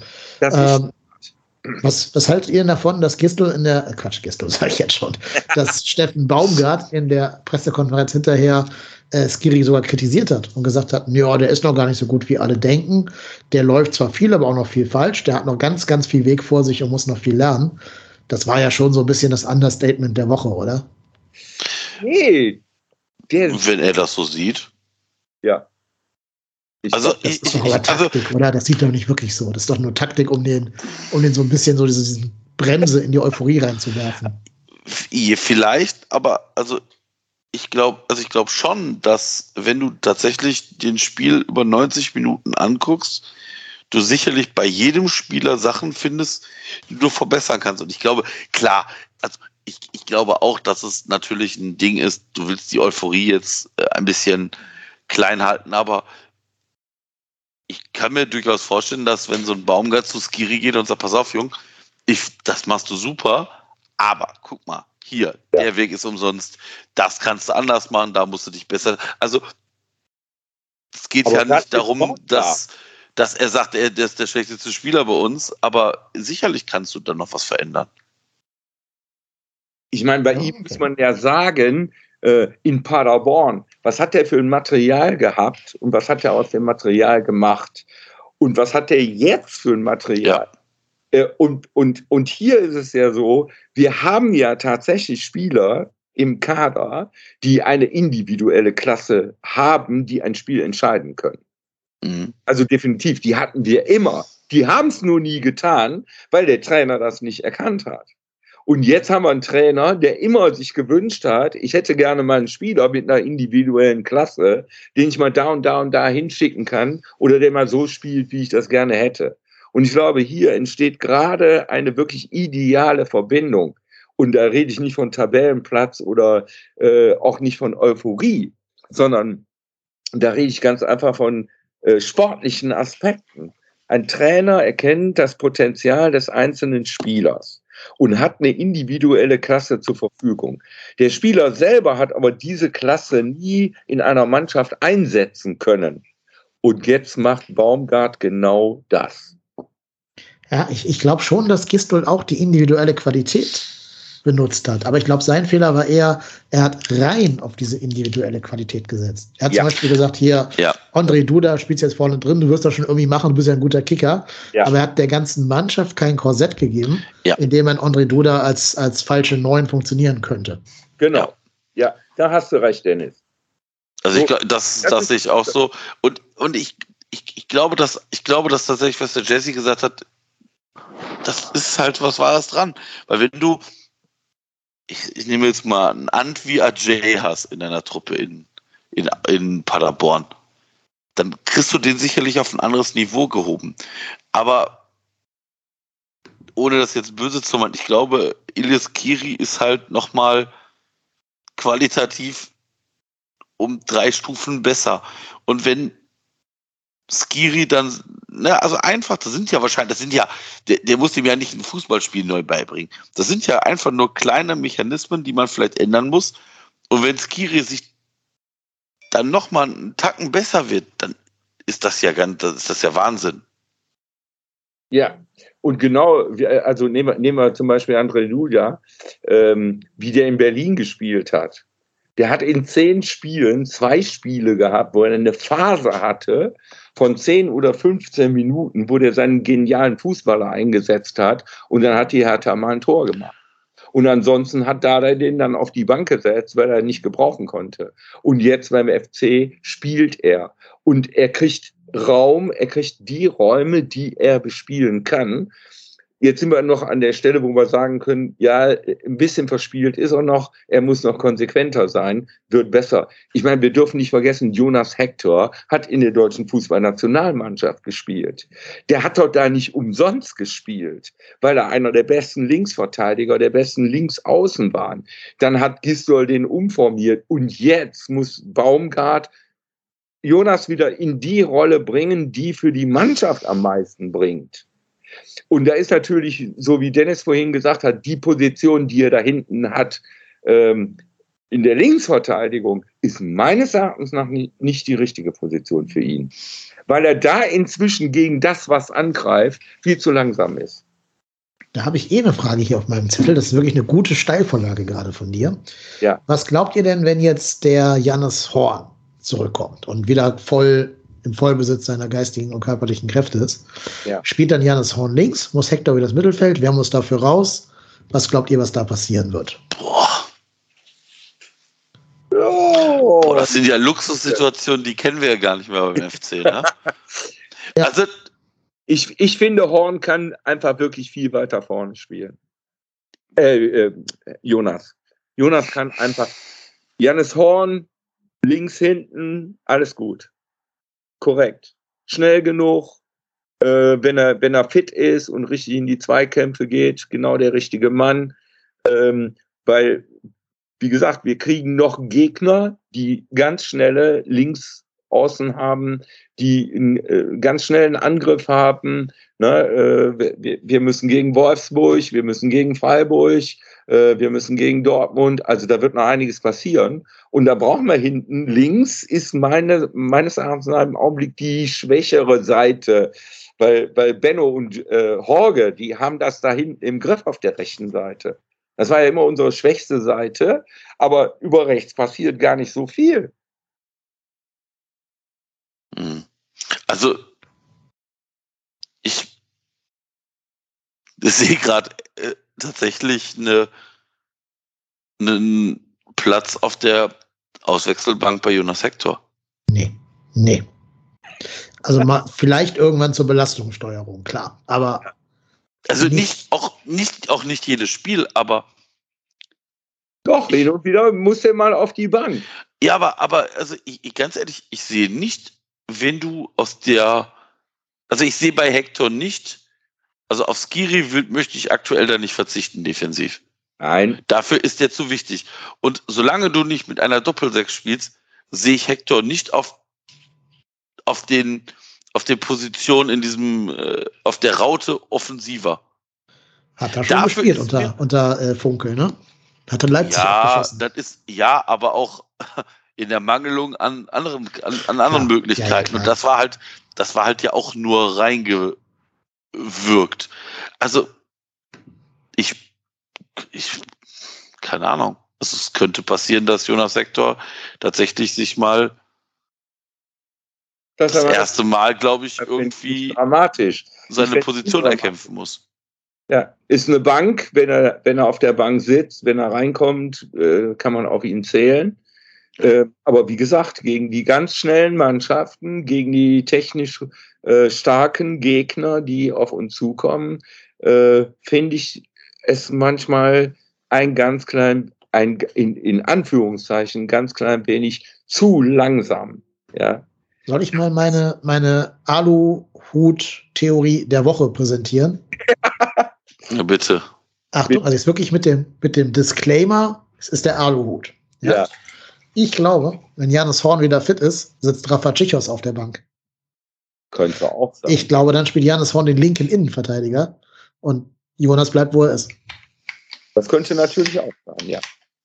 Was haltet ihr davon, dass Gisdol sage ich jetzt schon, dass Steffen Baumgart in der Pressekonferenz hinterher Skiri sogar kritisiert hat und gesagt hat, ja, der ist noch gar nicht so gut, wie alle denken. Der läuft zwar viel, aber auch noch viel falsch. Der hat noch ganz, ganz viel Weg vor sich und muss noch viel lernen. Das war ja schon so ein bisschen das Understatement der Woche, oder? Nee. Wenn er das so sieht. Ja. Das ist doch aber Taktik, oder? Das sieht doch nicht wirklich so. Das ist doch nur Taktik, um den so ein bisschen so diese Bremse in die Euphorie reinzuwerfen. Vielleicht, aber ich glaube schon, dass wenn du tatsächlich den Spiel über 90 Minuten anguckst, du sicherlich bei jedem Spieler Sachen findest, die du verbessern kannst. Und ich glaube, klar, also ich glaube auch, dass es natürlich ein Ding ist, du willst die Euphorie jetzt ein bisschen klein halten, aber ich kann mir durchaus vorstellen, dass wenn so ein Baumgart zu Skiri geht und sagt, pass auf, Jung, das machst du super, aber guck mal, hier, der Weg ist umsonst, das kannst du anders machen, da musst du dich besser. Also es geht ja nicht darum, dass er sagt, er ist der schlechteste Spieler bei uns, aber sicherlich kannst du dann noch was verändern. Ich meine, bei ihm muss man ja sagen, in Paderborn, was hat er für ein Material gehabt und was hat er aus dem Material gemacht und was hat er jetzt für ein Material? Ja. Und hier ist es ja so, wir haben ja tatsächlich Spieler im Kader, die eine individuelle Klasse haben, die ein Spiel entscheiden können. Mhm. Also definitiv, die hatten wir immer. Die haben es nur nie getan, weil der Trainer das nicht erkannt hat. Und jetzt haben wir einen Trainer, der immer sich gewünscht hat, ich hätte gerne mal einen Spieler mit einer individuellen Klasse, den ich mal da und da und da hinschicken kann oder der mal so spielt, wie ich das gerne hätte. Und ich glaube, hier entsteht gerade eine wirklich ideale Verbindung. Und da rede ich nicht von Tabellenplatz oder auch nicht von Euphorie, sondern da rede ich ganz einfach von sportlichen Aspekten. Ein Trainer erkennt das Potenzial des einzelnen Spielers und hat eine individuelle Klasse zur Verfügung. Der Spieler selber hat aber diese Klasse nie in einer Mannschaft einsetzen können. Und jetzt macht Baumgart genau das. Ja, ich glaube schon, dass Gistol auch die individuelle Qualität benutzt hat. Aber ich glaube, sein Fehler war eher, er hat rein auf diese individuelle Qualität gesetzt. Er hat zum Beispiel gesagt, hier, Ondrej Duda spielt jetzt vorne drin, du wirst das schon irgendwie machen, du bist ja ein guter Kicker. Ja. Aber er hat der ganzen Mannschaft kein Korsett gegeben, in dem ein Ondrej Duda als falsche 9 funktionieren könnte. Genau. Ja, da hast du recht, Dennis. Also ich glaube, das sehe ich auch so. Und ich glaube, dass tatsächlich, was der Jesse gesagt hat, das ist halt, was war das dran? Weil wenn du ich nehme jetzt mal einen Antwi Ajay hast in deiner Truppe in Paderborn, dann kriegst du den sicherlich auf ein anderes Niveau gehoben. Aber ohne das jetzt böse zu meinen, ich glaube, Ilyas Skiri ist halt nochmal qualitativ um 3 Stufen besser. Und wenn Skiri dann, also einfach, der muss ihm ja nicht ein Fußballspiel neu beibringen. Das sind ja einfach nur kleine Mechanismen, die man vielleicht ändern muss. Und wenn Skiri sich dann nochmal einen Tacken besser wird, dann ist das ja Wahnsinn. Ja, und genau, also nehmen wir zum Beispiel Ondrej Duda, wie der in Berlin gespielt hat. Der hat in 10 Spielen 2 Spiele gehabt, wo er eine Phase hatte von 10 oder 15 Minuten, wo der seinen genialen Fußballer eingesetzt hat und dann hat die Hertha mal ein Tor gemacht. Und ansonsten hat Dardai den dann auf die Bank gesetzt, weil er nicht gebrauchen konnte. Und jetzt beim FC spielt er. Und er kriegt Raum, er kriegt die Räume, die er bespielen kann. Jetzt sind wir noch an der Stelle, wo wir sagen können, ja, ein bisschen verspielt ist er noch, er muss noch konsequenter sein, wird besser. Ich meine, wir dürfen nicht vergessen, Jonas Hector hat in der deutschen Fußballnationalmannschaft gespielt. Der hat dort da nicht umsonst gespielt, weil er einer der besten Linksverteidiger, der besten Linksaußen war. Dann hat Gistol den umformiert und jetzt muss Baumgart Jonas wieder in die Rolle bringen, die für die Mannschaft am meisten bringt. Und da ist natürlich, so wie Dennis vorhin gesagt hat, die Position, die er da hinten hat, in der Linksverteidigung, ist meines Erachtens nach nicht die richtige Position für ihn. Weil er da inzwischen gegen das, was angreift, viel zu langsam ist. Da habe ich eine Frage hier auf meinem Zettel. Das ist wirklich eine gute Steilvorlage gerade von dir. Ja. Was glaubt ihr denn, wenn jetzt der Jannis Horn zurückkommt und wieder im Vollbesitz seiner geistigen und körperlichen Kräfte ist? Ja. Spielt dann Jannis Horn links, muss Hector wieder das Mittelfeld, wer muss dafür raus? Was glaubt ihr, was da passieren wird? Boah, das sind ja Luxussituationen, die kennen wir ja gar nicht mehr beim FC, ne? Ja. Also ich finde, Horn kann einfach wirklich viel weiter vorne spielen. Jonas kann einfach Jannis Horn links hinten, alles gut. Korrekt. Schnell genug, wenn er fit ist und richtig in die Zweikämpfe geht, genau der richtige Mann. Weil, wie gesagt, wir kriegen noch Gegner, die ganz schnelle Linksaußen haben, die einen ganz schnellen Angriff haben. Ne? Wir müssen gegen Wolfsburg, wir müssen gegen Freiburg, wir müssen gegen Dortmund. Also da wird noch einiges passieren. Und da brauchen wir hinten links, ist meines Erachtens im Augenblick die schwächere Seite. Weil Benno und Jorge, die haben das da hinten im Griff auf der rechten Seite. Das war ja immer unsere schwächste Seite, aber über rechts passiert gar nicht so viel. Also, ich sehe gerade tatsächlich einen Platz auf der Auswechselbank bei Jonas Hector. Nee. Also mal vielleicht irgendwann zur Belastungssteuerung, klar. Aber also nicht jedes Spiel, aber doch, hin und wieder muss er mal auf die Bank. Ja, aber also ich ganz ehrlich, ich sehe nicht, wenn du also ich sehe bei Hector nicht, also auf Skiri möchte ich aktuell da nicht verzichten, defensiv. Nein. Dafür ist der zu wichtig. Und solange du nicht mit einer Doppelsechs spielst, sehe ich Hector nicht auf den Positionen in diesem, auf der Raute offensiver. Hat er schon gespielt unter Funkel, ne? Hat er Leipzig abgeschossen. Aber auch in der Mangelung an anderen Möglichkeiten. Ja, und das war halt ja auch nur reingewirkt. Also ich keine Ahnung. Also es könnte passieren, dass Jonas Hector tatsächlich sich mal das erste Mal, glaube ich, irgendwie dramatisch seine Position erkämpfen muss. Ja, ist eine Bank, wenn er auf der Bank sitzt, wenn er reinkommt, kann man auf ihn zählen. Aber wie gesagt, gegen die ganz schnellen Mannschaften, gegen die technisch starken Gegner, die auf uns zukommen, finde ich es manchmal in Anführungszeichen ganz klein wenig zu langsam. Ja. Soll ich mal meine Aluhut-Theorie der Woche präsentieren? Ja, bitte. Achtung, also jetzt wirklich mit dem Disclaimer, es ist der Aluhut. Ja. Ich glaube, wenn Janis Horn wieder fit ist, sitzt Rafa Czichos auf der Bank. Könnte auch sein. Ich glaube, dann spielt Janis Horn den linken Innenverteidiger und Jonas bleibt, wo er ist. Das könnte natürlich auch sein, ja.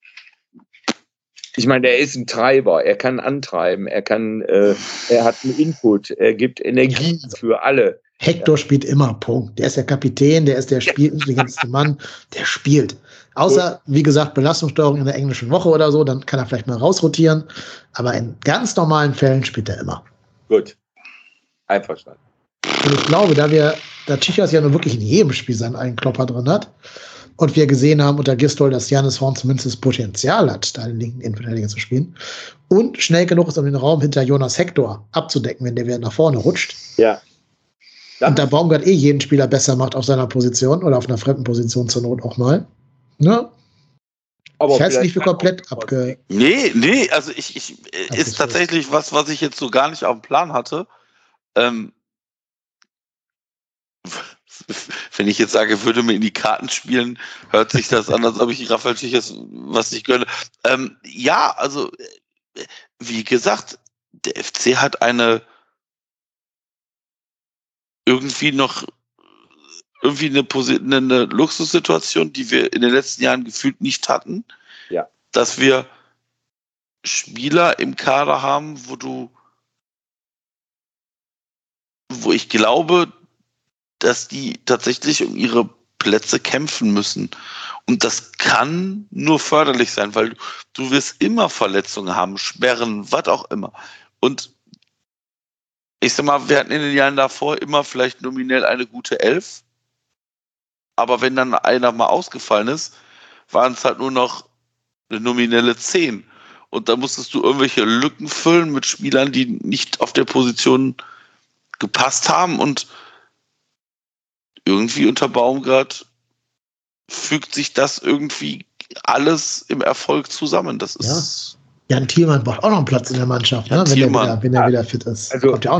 Ich meine, er ist ein Treiber, er kann antreiben, er hat einen Input, er gibt Energie für alle. Hector spielt immer, Punkt. Der ist der Kapitän, der ist der spielintelligenteste Mann, der spielt. Außer, wie gesagt, Belastungssteuerung in der englischen Woche oder so, dann kann er vielleicht mal rausrotieren. Aber in ganz normalen Fällen spielt er immer. Gut. Einverstanden. Und ich glaube, da Czichos ja nur wirklich in jedem Spiel seinen eigenen Klopper drin hat und wir gesehen haben unter Gistol, dass Janis Horn zumindest das Potenzial hat, da den linken Innenverteidiger zu spielen und schnell genug ist, um den Raum hinter Jonas Hector abzudecken, wenn der wieder nach vorne rutscht. Ja. Und da Baumgart jeden Spieler besser macht auf seiner Position oder auf einer fremden Position zur Not auch mal. Ne? Aber ich halte es nicht für komplett Nee, also ich ist tatsächlich was ich jetzt so gar nicht auf dem Plan hatte. Wenn ich jetzt sage, würde mir in die Karten spielen, hört sich das an, als ob ich Rafael Czichos was nicht gönne. Ja, also wie gesagt, der FC hat eine eine Luxussituation, die wir in den letzten Jahren gefühlt nicht hatten. Ja. Dass wir Spieler im Kader haben, wo ich glaube, dass die tatsächlich um ihre Plätze kämpfen müssen. Und das kann nur förderlich sein, weil du wirst immer Verletzungen haben, Sperren, was auch immer. Und ich sag mal, wir hatten in den Jahren davor immer vielleicht nominell eine gute 11. Aber wenn dann einer mal ausgefallen ist, waren es halt nur noch eine nominelle 10. Und da musstest du irgendwelche Lücken füllen mit Spielern, die nicht auf der Position gepasst haben. Und irgendwie unter Baumgart fügt sich das irgendwie alles im Erfolg zusammen. Das ist. Jan Thielmann braucht auch noch einen Platz in der Mannschaft, ne? wenn er wieder fit ist. Also, kommt ja auch noch.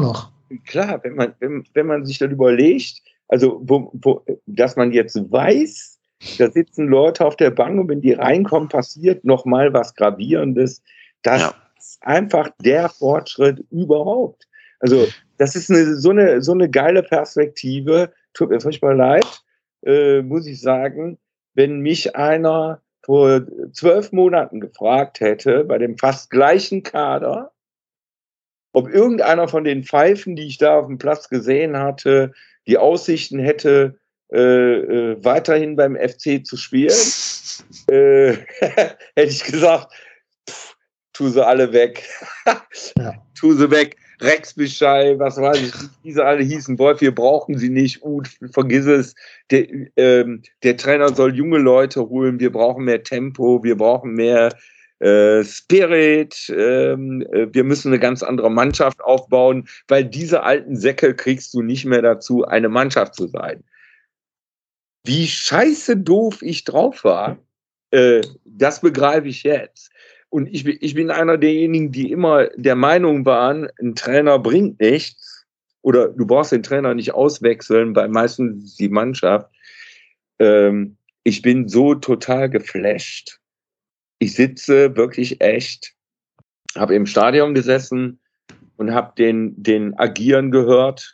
klar, wenn man sich dann überlegt, also dass man jetzt weiß, da sitzen Leute auf der Bank und wenn die reinkommen, passiert nochmal was Gravierendes. Das ist einfach der Fortschritt überhaupt. Also das ist so eine geile Perspektive. Tut mir furchtbar leid, muss ich sagen, wenn mich einer vor 12 Monaten gefragt hätte, bei dem fast gleichen Kader, ob irgendeiner von den Pfeifen, die ich da auf dem Platz gesehen hatte, die Aussichten hätte, weiterhin beim FC zu spielen, hätte ich gesagt, tu sie alle weg. Tu sie weg. Rex Bischei, was weiß ich, wie sie alle hießen. Wolf, wir brauchen sie nicht. Vergiss es. Der Trainer soll junge Leute holen. Wir brauchen mehr Tempo. Wir brauchen mehr Spirit. Wir müssen eine ganz andere Mannschaft aufbauen, weil diese alten Säcke kriegst du nicht mehr dazu, eine Mannschaft zu sein. Wie scheiße doof ich drauf war, das begreife ich jetzt. Und ich bin einer derjenigen, die immer der Meinung waren, ein Trainer bringt nichts oder du brauchst den Trainer nicht auswechseln, weil meistens die Mannschaft. Ich bin so total geflasht. Ich sitze wirklich echt, habe im Stadion gesessen und habe den Agieren gehört.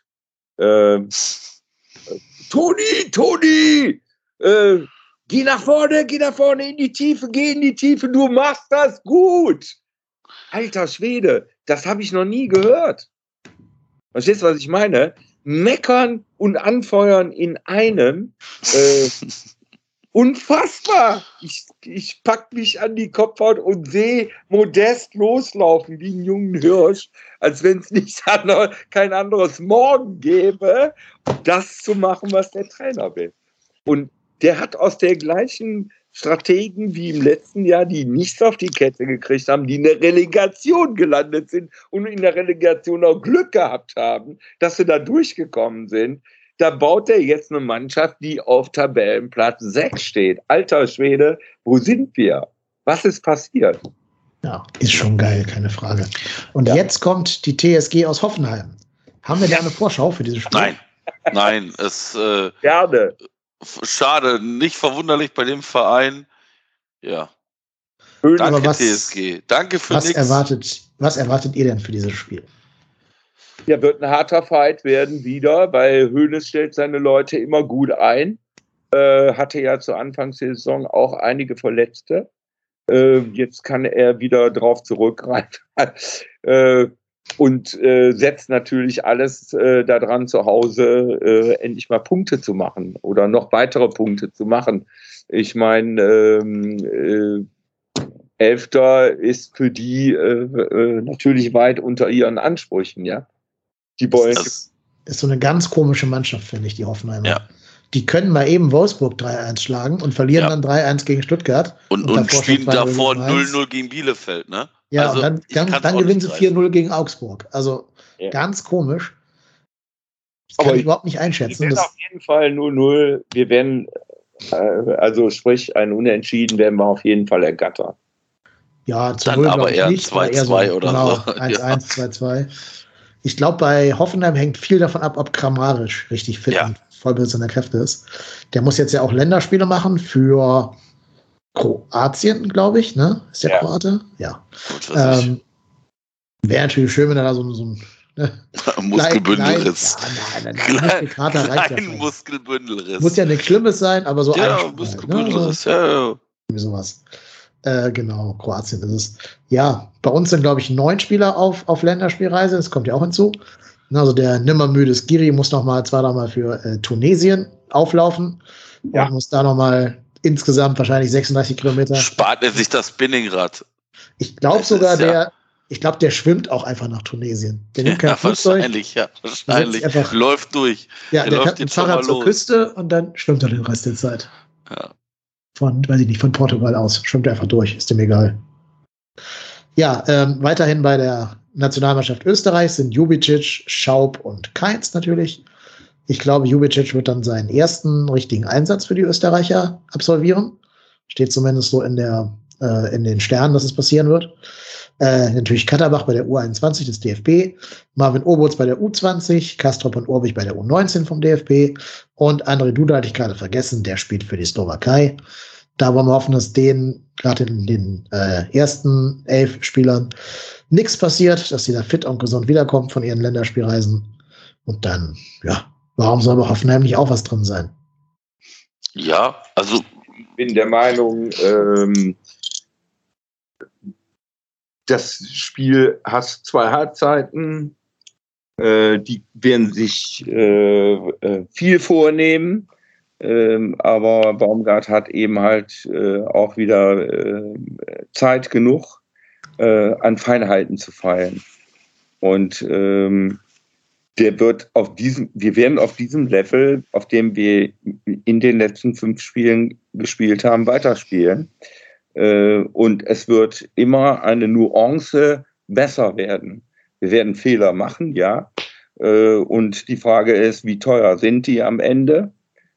Toni! Geh nach vorne, in die Tiefe, du machst das gut. Alter Schwede, das habe ich noch nie gehört. Verstehst du, was ich meine? Meckern und anfeuern in einem. Unfassbar. Ich pack mich an die Kopfhaut und sehe Modest loslaufen wie einen jungen Hirsch, als wenn es kein anderes Morgen gäbe, das zu machen, was der Trainer will. Und der hat aus der gleichen Strategen wie im letzten Jahr, die nichts auf die Kette gekriegt haben, die in der Relegation gelandet sind und in der Relegation auch Glück gehabt haben, dass sie da durchgekommen sind. Da baut er jetzt eine Mannschaft, die auf Tabellenplatz 6 steht. Alter Schwede, wo sind wir? Was ist passiert? Ja, ist schon geil, keine Frage. Und jetzt kommt die TSG aus Hoffenheim. Haben wir da eine Vorschau für dieses Spiel? Nein, Gerne. Schade, nicht verwunderlich bei dem Verein. Ja. Danke, TSG. Danke für nichts. Was erwartet ihr denn für dieses Spiel? Ja, wird ein harter Fight werden wieder, weil Hoeneß stellt seine Leute immer gut ein. Hatte ja zu Anfangs der Saison auch einige Verletzte. Jetzt kann er wieder drauf zurückgreifen. Und setzt natürlich alles daran, zu Hause endlich mal Punkte zu machen oder noch weitere Punkte zu machen. Ich meine, Elfter ist für die natürlich weit unter ihren Ansprüchen, ja. Die Boys. Das ist so eine ganz komische Mannschaft, finde ich, die Hoffenheimer. Ja. Die können mal eben Wolfsburg 3-1 schlagen und verlieren dann 3-1 gegen Stuttgart. Und spielen davor 0-0 gegen Bielefeld, ne? Ja, also, und dann gewinnen sie 4-0 gegen Augsburg. Also ganz komisch. Das kann ich überhaupt nicht einschätzen. Wir werden auf jeden Fall 0-0. Wir werden, sprich, ein Unentschieden werden wir auf jeden Fall ergattern. Ja, zu dann 0 aber eher 2-2 oder genau, so. 1-1, 2-2. Ich glaube, bei Hoffenheim hängt viel davon ab, ob Kramaric richtig fit und Vollbesitzer seiner Kräfte ist. Der muss jetzt ja auch Länderspiele machen für Kroatien, glaube ich, ne? Ist der Kroate? Ja. Wäre natürlich schön, wenn er da so ein Muskelbündelriss. Nein, Muskelbündelriss. Muss ja nichts Schlimmes sein, aber so ein Muskelbündelriss, Irgendwie sowas. Genau, Kroatien ist es. Ja, bei uns sind, glaube ich, 9 Spieler auf Länderspielreise. Das kommt ja auch hinzu. Also der nimmermüde Skiri muss noch mal 2-3 Mal für Tunesien auflaufen. Ja. Und muss da noch mal insgesamt wahrscheinlich 36 Kilometer. Spart er sich das Spinningrad. Ich glaube sogar, der schwimmt auch einfach nach Tunesien. Der nimmt kein Flugzeug. Wahrscheinlich. Läuft durch. Ja, der fährt mit dem Fahrrad zur Küste und dann schwimmt er den Rest der Zeit. Ja. Von Portugal aus. Schwimmt er einfach durch. Ist dem egal. Ja, weiterhin bei der Nationalmannschaft Österreich sind Jubicic, Schaub und Kainz natürlich. Ich glaube, Jubicic wird dann seinen ersten richtigen Einsatz für die Österreicher absolvieren. Steht zumindest so in den Sternen, dass es passieren wird. Natürlich Katterbach bei der U21 des DFB, Marvin Obutz bei der U20, Kastrop und Urbich bei der U19 vom DFB und André Duda hatte ich gerade vergessen, der spielt für die Slowakei. Da wollen wir hoffen, dass denen gerade in den ersten 11 Spielern nichts passiert, dass sie da fit und gesund wiederkommen von ihren Länderspielreisen. Und dann, ja, warum soll bei Hoffenheim nicht auch was drin sein? Ja, also ich bin der Meinung, das Spiel hat 2 Halbzeiten, die werden sich viel vornehmen. Aber Baumgart hat eben halt auch wieder Zeit genug, an Feinheiten zu feilen. Und wir werden auf diesem Level, auf dem wir in den letzten 5 Spielen gespielt haben, weiterspielen. Und es wird immer eine Nuance besser werden. Wir werden Fehler machen, ja. Und die Frage ist, wie teuer sind die am Ende?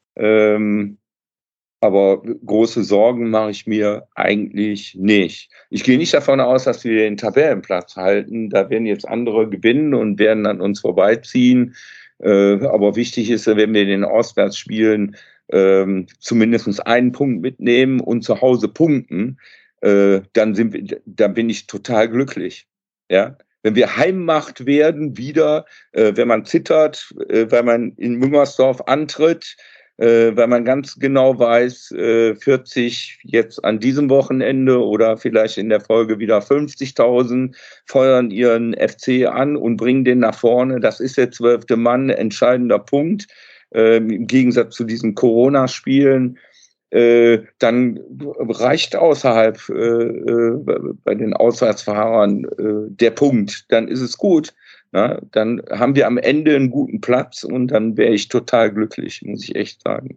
Aber große Sorgen mache ich mir eigentlich nicht. Ich gehe nicht davon aus, dass wir den Tabellenplatz halten. Da werden jetzt andere gewinnen und werden an uns vorbeiziehen. Aber wichtig ist, wenn wir den Auswärtsspielen zumindest einen Punkt mitnehmen und zu Hause punkten, dann bin ich total glücklich. Ja? Wenn wir Heimmacht werden, wieder, wenn man zittert, weil man in Müngersdorf antritt, weil man ganz genau weiß, 40 jetzt an diesem Wochenende oder vielleicht in der Folge wieder 50.000 feuern ihren FC an und bringen den nach vorne. Das ist der 12. Mann, entscheidender Punkt. Im Gegensatz zu diesen Corona-Spielen, dann reicht außerhalb bei den Auswärtsfahrern der Punkt. Dann ist es gut. Na, dann haben wir am Ende einen guten Platz und dann wäre ich total glücklich, muss ich echt sagen.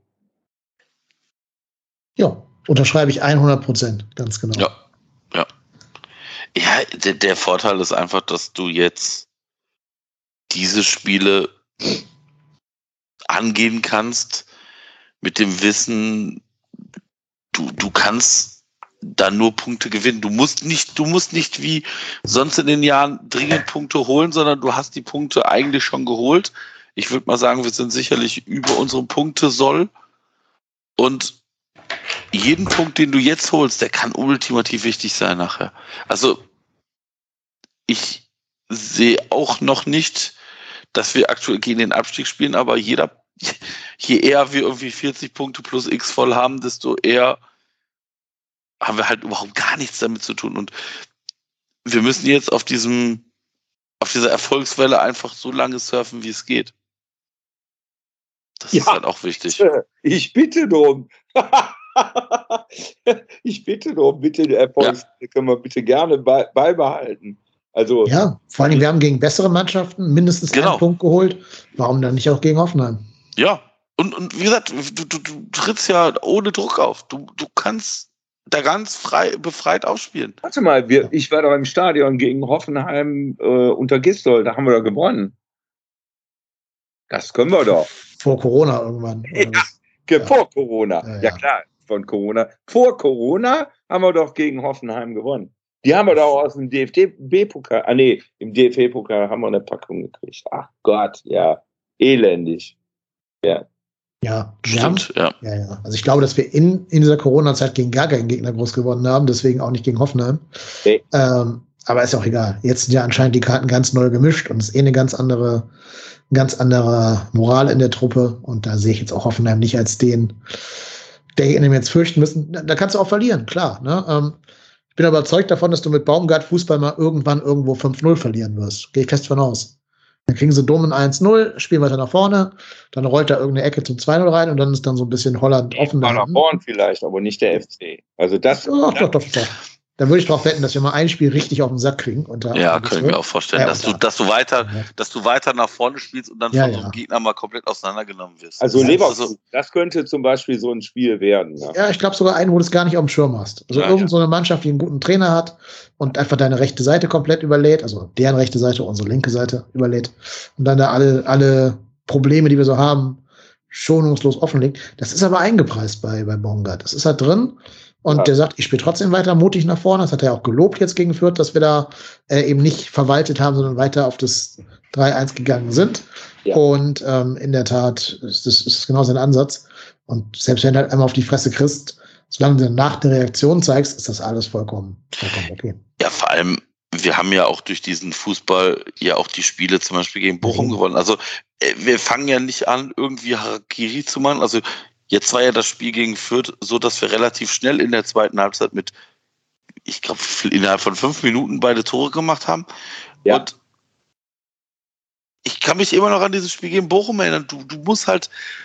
Ja, unterschreibe ich 100%, ganz genau. Ja. Ja, der Vorteil ist einfach, dass du jetzt diese Spiele angehen kannst mit dem Wissen, du kannst dann nur Punkte gewinnen. Du musst nicht wie sonst in den Jahren dringend Punkte holen, sondern du hast die Punkte eigentlich schon geholt. Ich würde mal sagen, wir sind sicherlich über unsere Punkte-Soll. Und jeden Punkt, den du jetzt holst, der kann ultimativ wichtig sein nachher. Also ich sehe auch noch nicht, dass wir aktuell gegen den Abstieg spielen, aber je eher wir irgendwie 40 Punkte plus X voll haben, desto eher haben wir halt überhaupt gar nichts damit zu tun. Und wir müssen jetzt auf dieser Erfolgswelle einfach so lange surfen, wie es geht. Das ist halt auch wichtig. Ich bitte drum. Bitte die Erfolgswelle können wir bitte gerne beibehalten. Also, ja, vor allem, wir haben gegen bessere Mannschaften mindestens einen Punkt geholt. Warum dann nicht auch gegen Hoffenheim? Ja, und wie gesagt, du trittst ja ohne Druck auf. Du kannst da ganz befreit aufspielen. Warte mal, ich war doch im Stadion gegen Hoffenheim unter Gistol, da haben wir doch gewonnen. Das können wir doch. Vor Corona irgendwann. Vor Corona. Ja klar, von Corona. Vor Corona haben wir doch gegen Hoffenheim gewonnen. Die haben wir doch aus dem DFB-Pokal, im DFB-Pokal haben wir eine Packung gekriegt. Ach Gott, ja, elendig. Ja. Ja, stimmt, ja. Also ich glaube, dass wir in dieser Corona-Zeit gegen gar keinen Gegner groß gewonnen haben, deswegen auch nicht gegen Hoffenheim. Okay. Aber ist auch egal. Jetzt sind ja anscheinend die Karten ganz neu gemischt und es ist eine ganz andere Moral in der Truppe. Und da sehe ich jetzt auch Hoffenheim nicht als den wir jetzt fürchten müssen. Da kannst du auch verlieren, klar. Ne? Ich bin aber überzeugt davon, dass du mit Baumgart Fußball mal irgendwann irgendwo 5-0 verlieren wirst. Gehe ich fest von aus. Dann kriegen sie dumm ein 1-0, spielen weiter nach vorne, dann rollt da irgendeine Ecke zum 2-0 rein und dann ist dann so ein bisschen Holland offen. Paderborn vielleicht, aber nicht der FC. Also das. Doch. Da würde ich drauf wetten, dass wir mal ein Spiel richtig auf den Sack kriegen. Können wir auch vorstellen, dass du weiter nach vorne spielst und dann von so einem Gegner mal komplett auseinandergenommen wirst. Also Leverkusen, das könnte zum Beispiel so ein Spiel werden. Ja, ich glaube sogar einen, wo du es gar nicht auf dem Schirm hast. Also so eine Mannschaft, die einen guten Trainer hat und einfach deine rechte Seite komplett überlädt, also deren rechte Seite, unsere linke Seite überlädt und dann da alle Probleme, die wir so haben, schonungslos offenlegt. Das ist aber eingepreist bei Baumgart. Das ist halt drin. Und der sagt, ich spiele trotzdem weiter mutig nach vorne. Das hat er auch gelobt jetzt gegen Fürth, dass wir da eben nicht verwaltet haben, sondern weiter auf das 3-1 gegangen sind. Ja. Und in der Tat ist genau sein Ansatz. Und selbst wenn du halt einmal auf die Fresse kriegst, solange du nach der Reaktion zeigst, ist das alles vollkommen okay. Ja, vor allem, wir haben ja auch durch diesen Fußball ja auch die Spiele zum Beispiel gegen Bochum gewonnen. Also wir fangen ja nicht an, irgendwie Harakiri zu machen. Also jetzt war ja das Spiel gegen Fürth so, dass wir relativ schnell in der zweiten Halbzeit mit, ich glaube, innerhalb von 5 Minuten beide Tore gemacht haben. Ja. Und ich kann mich immer noch an dieses Spiel gegen Bochum erinnern. Du musst halt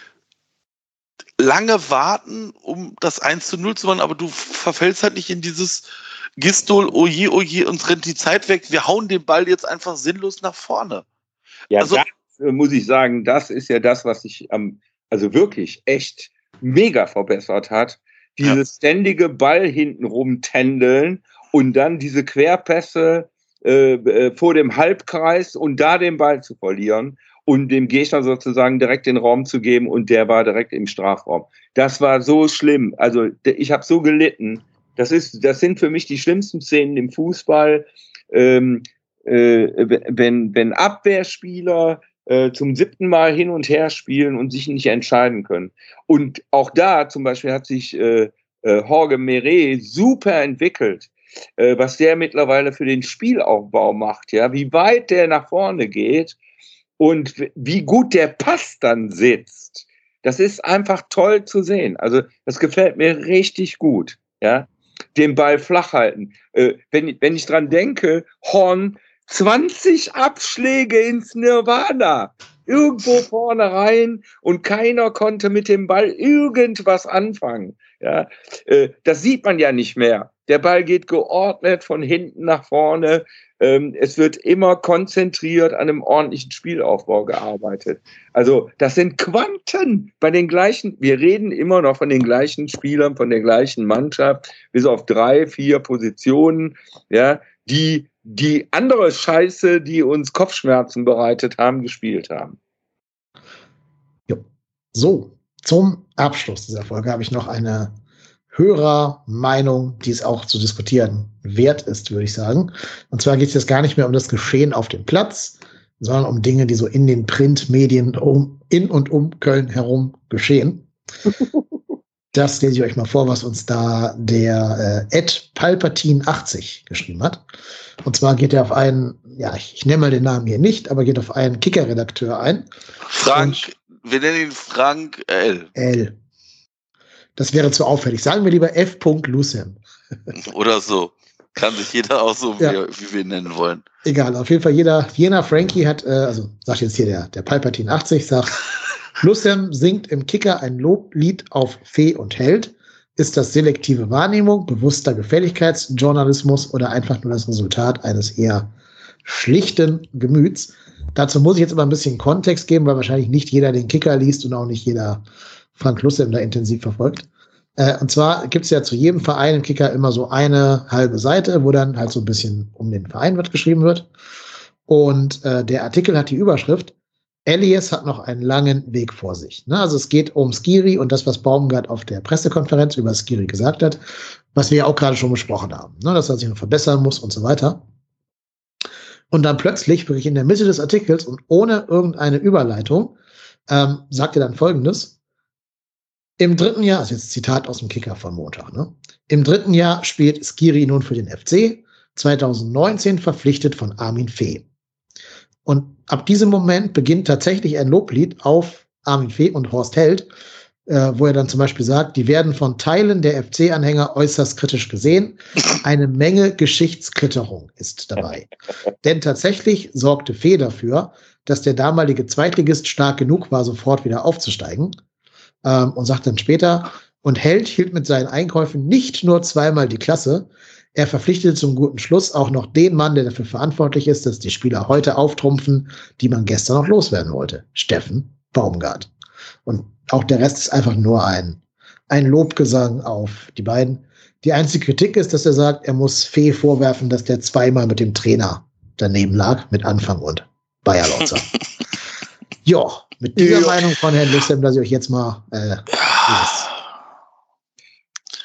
lange warten, um das 1:0 zu machen, aber du verfällst halt nicht in dieses Gistol, oje, uns rennt die Zeit weg, wir hauen den Ball jetzt einfach sinnlos nach vorne. Ja, also, das muss ich sagen, das ist ja das, was sich also wirklich echt mega verbessert hat. Dieses ständige Ball hintenrum tändeln und dann diese Querpässe vor dem Halbkreis und da den Ball zu verlieren und dem Gegner sozusagen direkt den Raum zu geben und der war direkt im Strafraum. Das war so schlimm. Also ich habe so gelitten. Das sind für mich die schlimmsten Szenen im Fußball, wenn Abwehrspieler zum 7. Mal hin und her spielen und sich nicht entscheiden können. Und auch da zum Beispiel hat sich Jorge Meret super entwickelt, was der mittlerweile für den Spielaufbau macht, ja, wie weit der nach vorne geht und wie gut der Pass dann sitzt. Das ist einfach toll zu sehen. Also das gefällt mir richtig gut, ja. Den Ball flach halten. Wenn ich dran denke, Horn, 20 Abschläge ins Nirvana. Irgendwo vorne rein und keiner konnte mit dem Ball irgendwas anfangen. Ja, das sieht man ja nicht mehr. Der Ball geht geordnet von hinten nach vorne. Es wird immer konzentriert an einem ordentlichen Spielaufbau gearbeitet. Also das sind Quanten bei den gleichen, wir reden immer noch von den gleichen Spielern, von der gleichen Mannschaft, bis auf 3, 4 Positionen, ja, die andere Scheiße, die uns Kopfschmerzen bereitet haben, gespielt haben. Jo. So, zum Abschluss dieser Folge habe ich noch eine Hörermeinung, die es auch zu diskutieren wert ist, würde ich sagen. Und zwar geht es jetzt gar nicht mehr um das Geschehen auf dem Platz, sondern um Dinge, die so in den Printmedien in und um Köln herum geschehen. Das lese ich euch mal vor, was uns da der @palpatine80 geschrieben hat. Und zwar geht er auf einen, ja, ich nenne mal den Namen hier nicht, aber geht auf einen Kicker-Redakteur ein. Wir nennen ihn Frank L. L. Das wäre zu auffällig. Sagen wir lieber F. Lucem. Oder so. Kann sich jeder auch so, wie wir ihn nennen wollen. Egal, auf jeden Fall jener Frankie hat, also sagt jetzt hier der Palpatine 80, sagt, Lucem singt im Kicker ein Loblied auf Fee und Held. Ist das selektive Wahrnehmung, bewusster Gefälligkeitsjournalismus oder einfach nur das Resultat eines eher schlichten Gemüts? Dazu muss ich jetzt aber ein bisschen Kontext geben, weil wahrscheinlich nicht jeder den Kicker liest und auch nicht jeder Frank Lucem da intensiv verfolgt. Und zwar gibt es ja zu jedem Verein im Kicker immer so eine halbe Seite, wo dann halt so ein bisschen um den Verein geschrieben wird. Und der Artikel hat die Überschrift: Elias hat noch einen langen Weg vor sich. Ne? Also es geht um Skiri und das, was Baumgart auf der Pressekonferenz über Skiri gesagt hat, was wir ja auch gerade schon besprochen haben, ne? Dass er sich noch verbessern muss und so weiter. Und dann plötzlich, wirklich in der Mitte des Artikels und ohne irgendeine Überleitung, sagt er dann Folgendes: Im 3. Jahr, also jetzt Zitat aus dem Kicker von Montag, ne? Im 3. Jahr spielt Skiri nun für den FC, 2019 verpflichtet von Armin Fee. Und ab diesem Moment beginnt tatsächlich ein Loblied auf Armin Fee und Horst Held, wo er dann zum Beispiel sagt, die werden von Teilen der FC-Anhänger äußerst kritisch gesehen. Eine Menge Geschichtsklitterung ist dabei. Denn tatsächlich sorgte Fee dafür, dass der damalige Zweitligist stark genug war, sofort wieder aufzusteigen. Und sagt dann später, und Held hielt mit seinen Einkäufen nicht nur zweimal die Klasse, er verpflichtete zum guten Schluss auch noch den Mann, der dafür verantwortlich ist, dass die Spieler heute auftrumpfen, die man gestern noch loswerden wollte. Steffen Baumgart. Und auch der Rest ist einfach nur ein Lobgesang auf die beiden. Die einzige Kritik ist, dass er sagt, er muss Fee vorwerfen, dass der zweimal mit dem Trainer daneben lag, mit Anfang und Bayer Lotzer. Ja, mit dieser Meinung von Herrn Lucem lasse ich euch jetzt mal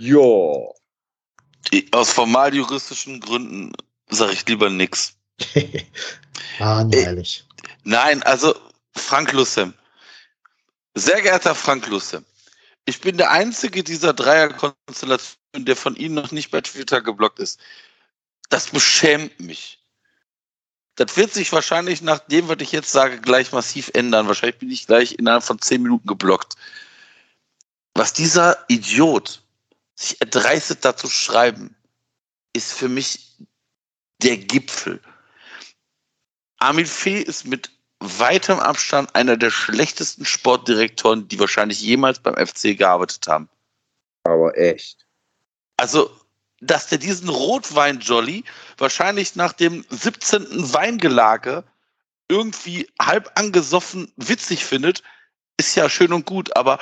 Jo. Aus formaljuristischen Gründen sage ich lieber nix. Ehrlich. Nein, also Frank Lussem. Sehr geehrter Frank Lussem, ich bin der einzige dieser Dreierkonstellation, der von Ihnen noch nicht bei Twitter geblockt ist. Das beschämt mich. Das wird sich wahrscheinlich nach dem, was ich jetzt sage, gleich massiv ändern. Wahrscheinlich bin ich gleich innerhalb von 10 Minuten geblockt. Was dieser Idiot sich erdreistet, dazu schreiben, ist für mich der Gipfel. Armin Fee ist mit weitem Abstand einer der schlechtesten Sportdirektoren, die wahrscheinlich jemals beim FC gearbeitet haben. Aber echt. Also, dass der diesen Rotwein-Jolly wahrscheinlich nach dem 17. Weingelage irgendwie halb angesoffen witzig findet, ist ja schön und gut, aber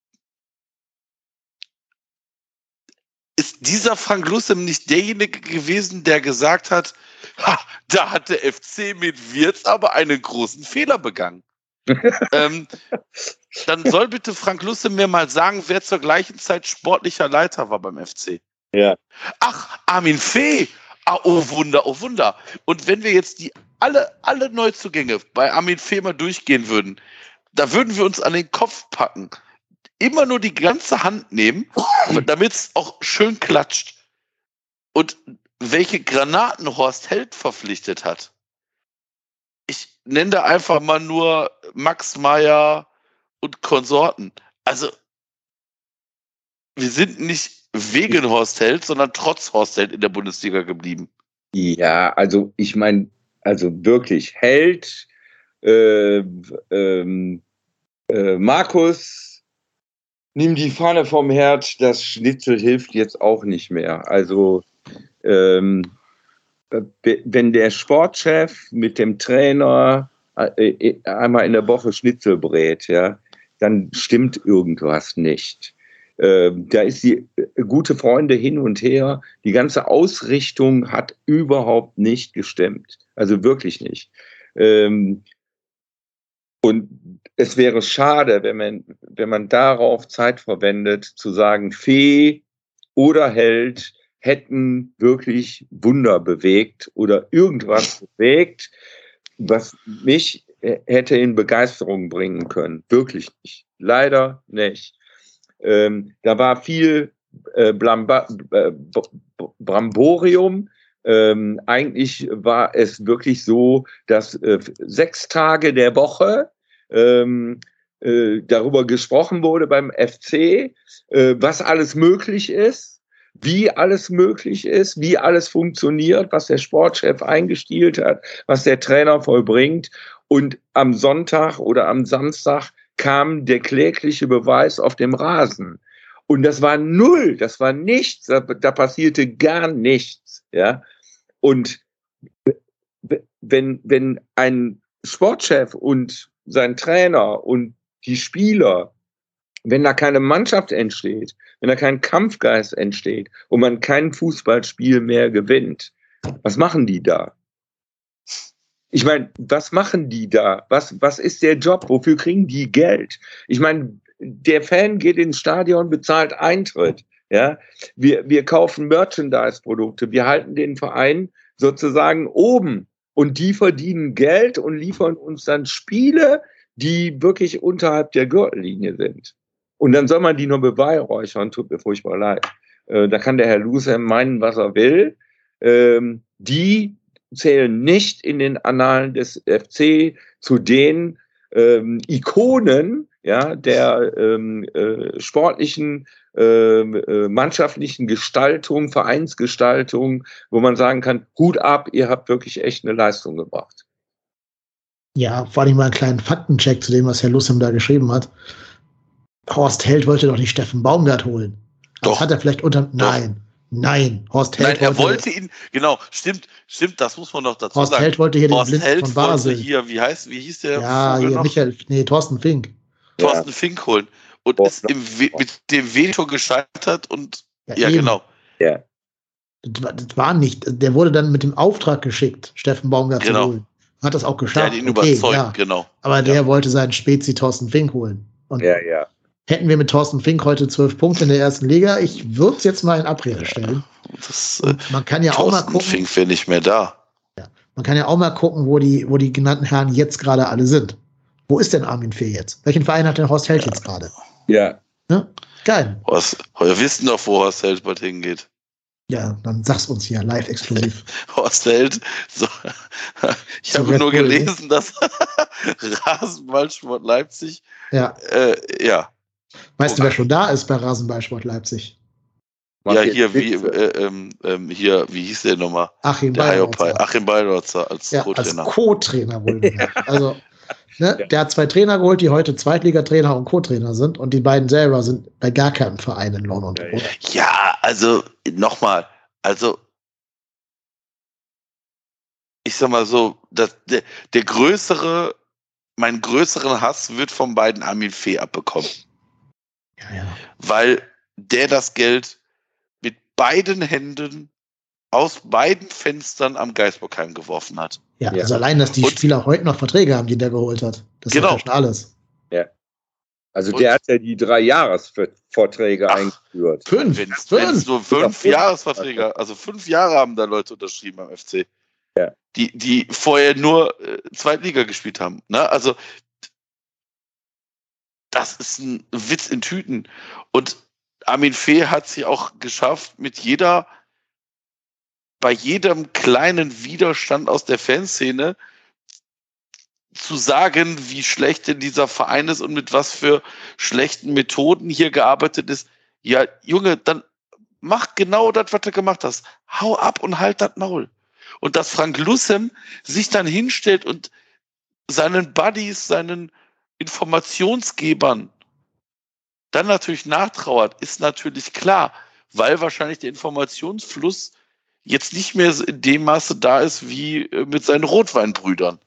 ist dieser Frank Lussem nicht derjenige gewesen, der gesagt hat, da hat der FC mit Wirtz aber einen großen Fehler begangen? Dann soll bitte Frank Lussem mir mal sagen, wer zur gleichen Zeit sportlicher Leiter war beim FC. Ja. Ach, Armin Fee. Oh Wunder, oh Wunder. Und wenn wir jetzt die alle Neuzugänge bei Armin Fee mal durchgehen würden, da würden wir uns an den Kopf packen. Immer nur die ganze Hand nehmen, damit es auch schön klatscht. Und welche Granaten Horst Held verpflichtet hat. Ich nenne da einfach mal nur Max Meyer und Konsorten. Also, wir sind nicht wegen Horst Held, sondern trotz Horst Held in der Bundesliga geblieben. Ja, also ich meine, also wirklich, Held, Markus, nimm die Fahne vom Herd, das Schnitzel hilft jetzt auch nicht mehr. Also wenn der Sportchef mit dem Trainer einmal in der Woche Schnitzel brät, ja, dann stimmt irgendwas nicht. Da ist die gute Freunde hin und her. Die ganze Ausrichtung hat überhaupt nicht gestimmt. Also wirklich nicht. Und es wäre schade, wenn man darauf Zeit verwendet, zu sagen, Fee oder Held hätten wirklich Wunder bewegt oder irgendwas bewegt, was mich hätte in Begeisterung bringen können. Wirklich nicht. Leider nicht. Da war viel Bramborium. Eigentlich war es wirklich so, dass 6 Tage der Woche darüber gesprochen wurde beim FC, was alles möglich ist, wie alles möglich ist, wie alles funktioniert, was der Sportchef eingestielt hat, was der Trainer vollbringt. Und am Sonntag oder am Samstag kam der klägliche Beweis auf dem Rasen. Und das war null, das war nichts, da passierte gar nichts. Ja? Und wenn ein Sportchef und sein Trainer und die Spieler, wenn da keine Mannschaft entsteht, wenn da kein Kampfgeist entsteht und man kein Fußballspiel mehr gewinnt, was machen die da? Ich meine, was machen die da? Was ist der Job? Wofür kriegen die Geld? Ich meine, der Fan geht ins Stadion, bezahlt Eintritt. Ja? Wir kaufen Merchandise-Produkte. Wir halten den Verein sozusagen oben. Und die verdienen Geld und liefern uns dann Spiele, die wirklich unterhalb der Gürtellinie sind. Und dann soll man die nur beweihräuchern, tut mir furchtbar leid. Da kann der Herr Lussem meinen, was er will. Die zählen nicht in den Annalen des FC zu den Ikonen, ja, der sportlichen, mannschaftlichen Gestaltung, Vereinsgestaltung, wo man sagen kann, Hut ab, ihr habt wirklich echt eine Leistung gebracht. Ja, vor allem mal einen kleinen Faktencheck zu dem, was Herr Lussem da geschrieben hat. Horst Held wollte doch nicht Steffen Baumgart holen. Doch. Das hat er vielleicht Nein, Horst Held. Nein, er wollte ihn, genau, stimmt, das muss man noch dazu Horst sagen. Held wollte hier Horst den Blitz Held von Basel. Wie hieß der? Ja, hier noch? Thorsten Fink. Thorsten Fink holen. Und ist mit dem Veto gescheitert und ja genau. Ja. Das war nicht, der wurde dann mit dem Auftrag geschickt, Steffen Baumgart zu holen. Hat das auch geschafft. Der hat ihn überzeugt, genau. Aber der wollte seinen Spezi Thorsten Fink holen. Und ja. hätten wir mit Thorsten Fink heute 12 Punkte in der ersten Liga. Ich würde es jetzt mal in Abrede stellen. Man kann ja auch mal gucken. Thorsten Fink wäre nicht mehr da. Man kann ja auch mal gucken, wo die genannten Herren jetzt gerade alle sind. Wo ist denn Armin Fee jetzt? Welchen Verein hat denn Horst Held jetzt gerade? Ja. Ne? Geil. Wir wissen doch, wo Horst Held bald hingeht. Ja, dann sag's uns hier, live exklusiv. Horst Held, ich habe nur gelesen, dass Rasenballsport Leipzig, ja. Weißt du, wer schon da ist bei Rasenballsport Leipzig? Ja, hier, wie hieß der nochmal? Achim Beilorzer als Co-Trainer. Als Co-Trainer wohl. Also, ne, der hat 2 Trainer geholt, die heute Zweitligatrainer und Co-Trainer sind, und die beiden selber sind bei gar keinem Verein in Lohn und Brot. Ja, also nochmal, ich sag mal so, meinen größeren Hass wird von beiden Armin Fee abbekommen. Ja. Weil der das Geld mit beiden Händen aus beiden Fenstern am Geisbockheim geworfen hat. Ja, also allein, dass die Spieler heute noch Verträge haben, die der geholt hat. Das ist ja schon alles. Ja. Also der hat ja die 3-Jahres-Verträge eingeführt. 5. Wenn es nur 5 Jahresverträge, also 5 Jahre haben da Leute unterschrieben am FC. Ja. Die vorher nur Zweitliga gespielt haben. Ne? Also das ist ein Witz in Tüten. Und Armin Fee hat sich auch geschafft, bei jedem kleinen Widerstand aus der Fanszene zu sagen, wie schlecht denn dieser Verein ist und mit was für schlechten Methoden hier gearbeitet ist. Ja, Junge, dann mach genau das, was du gemacht hast. Hau ab und halt das Maul. Und dass Frank Lussem sich dann hinstellt und seinen Buddies, seinen Informationsgebern dann natürlich nachtrauert, ist natürlich klar, weil wahrscheinlich der Informationsfluss jetzt nicht mehr in dem Maße da ist wie mit seinen Rotweinbrüdern.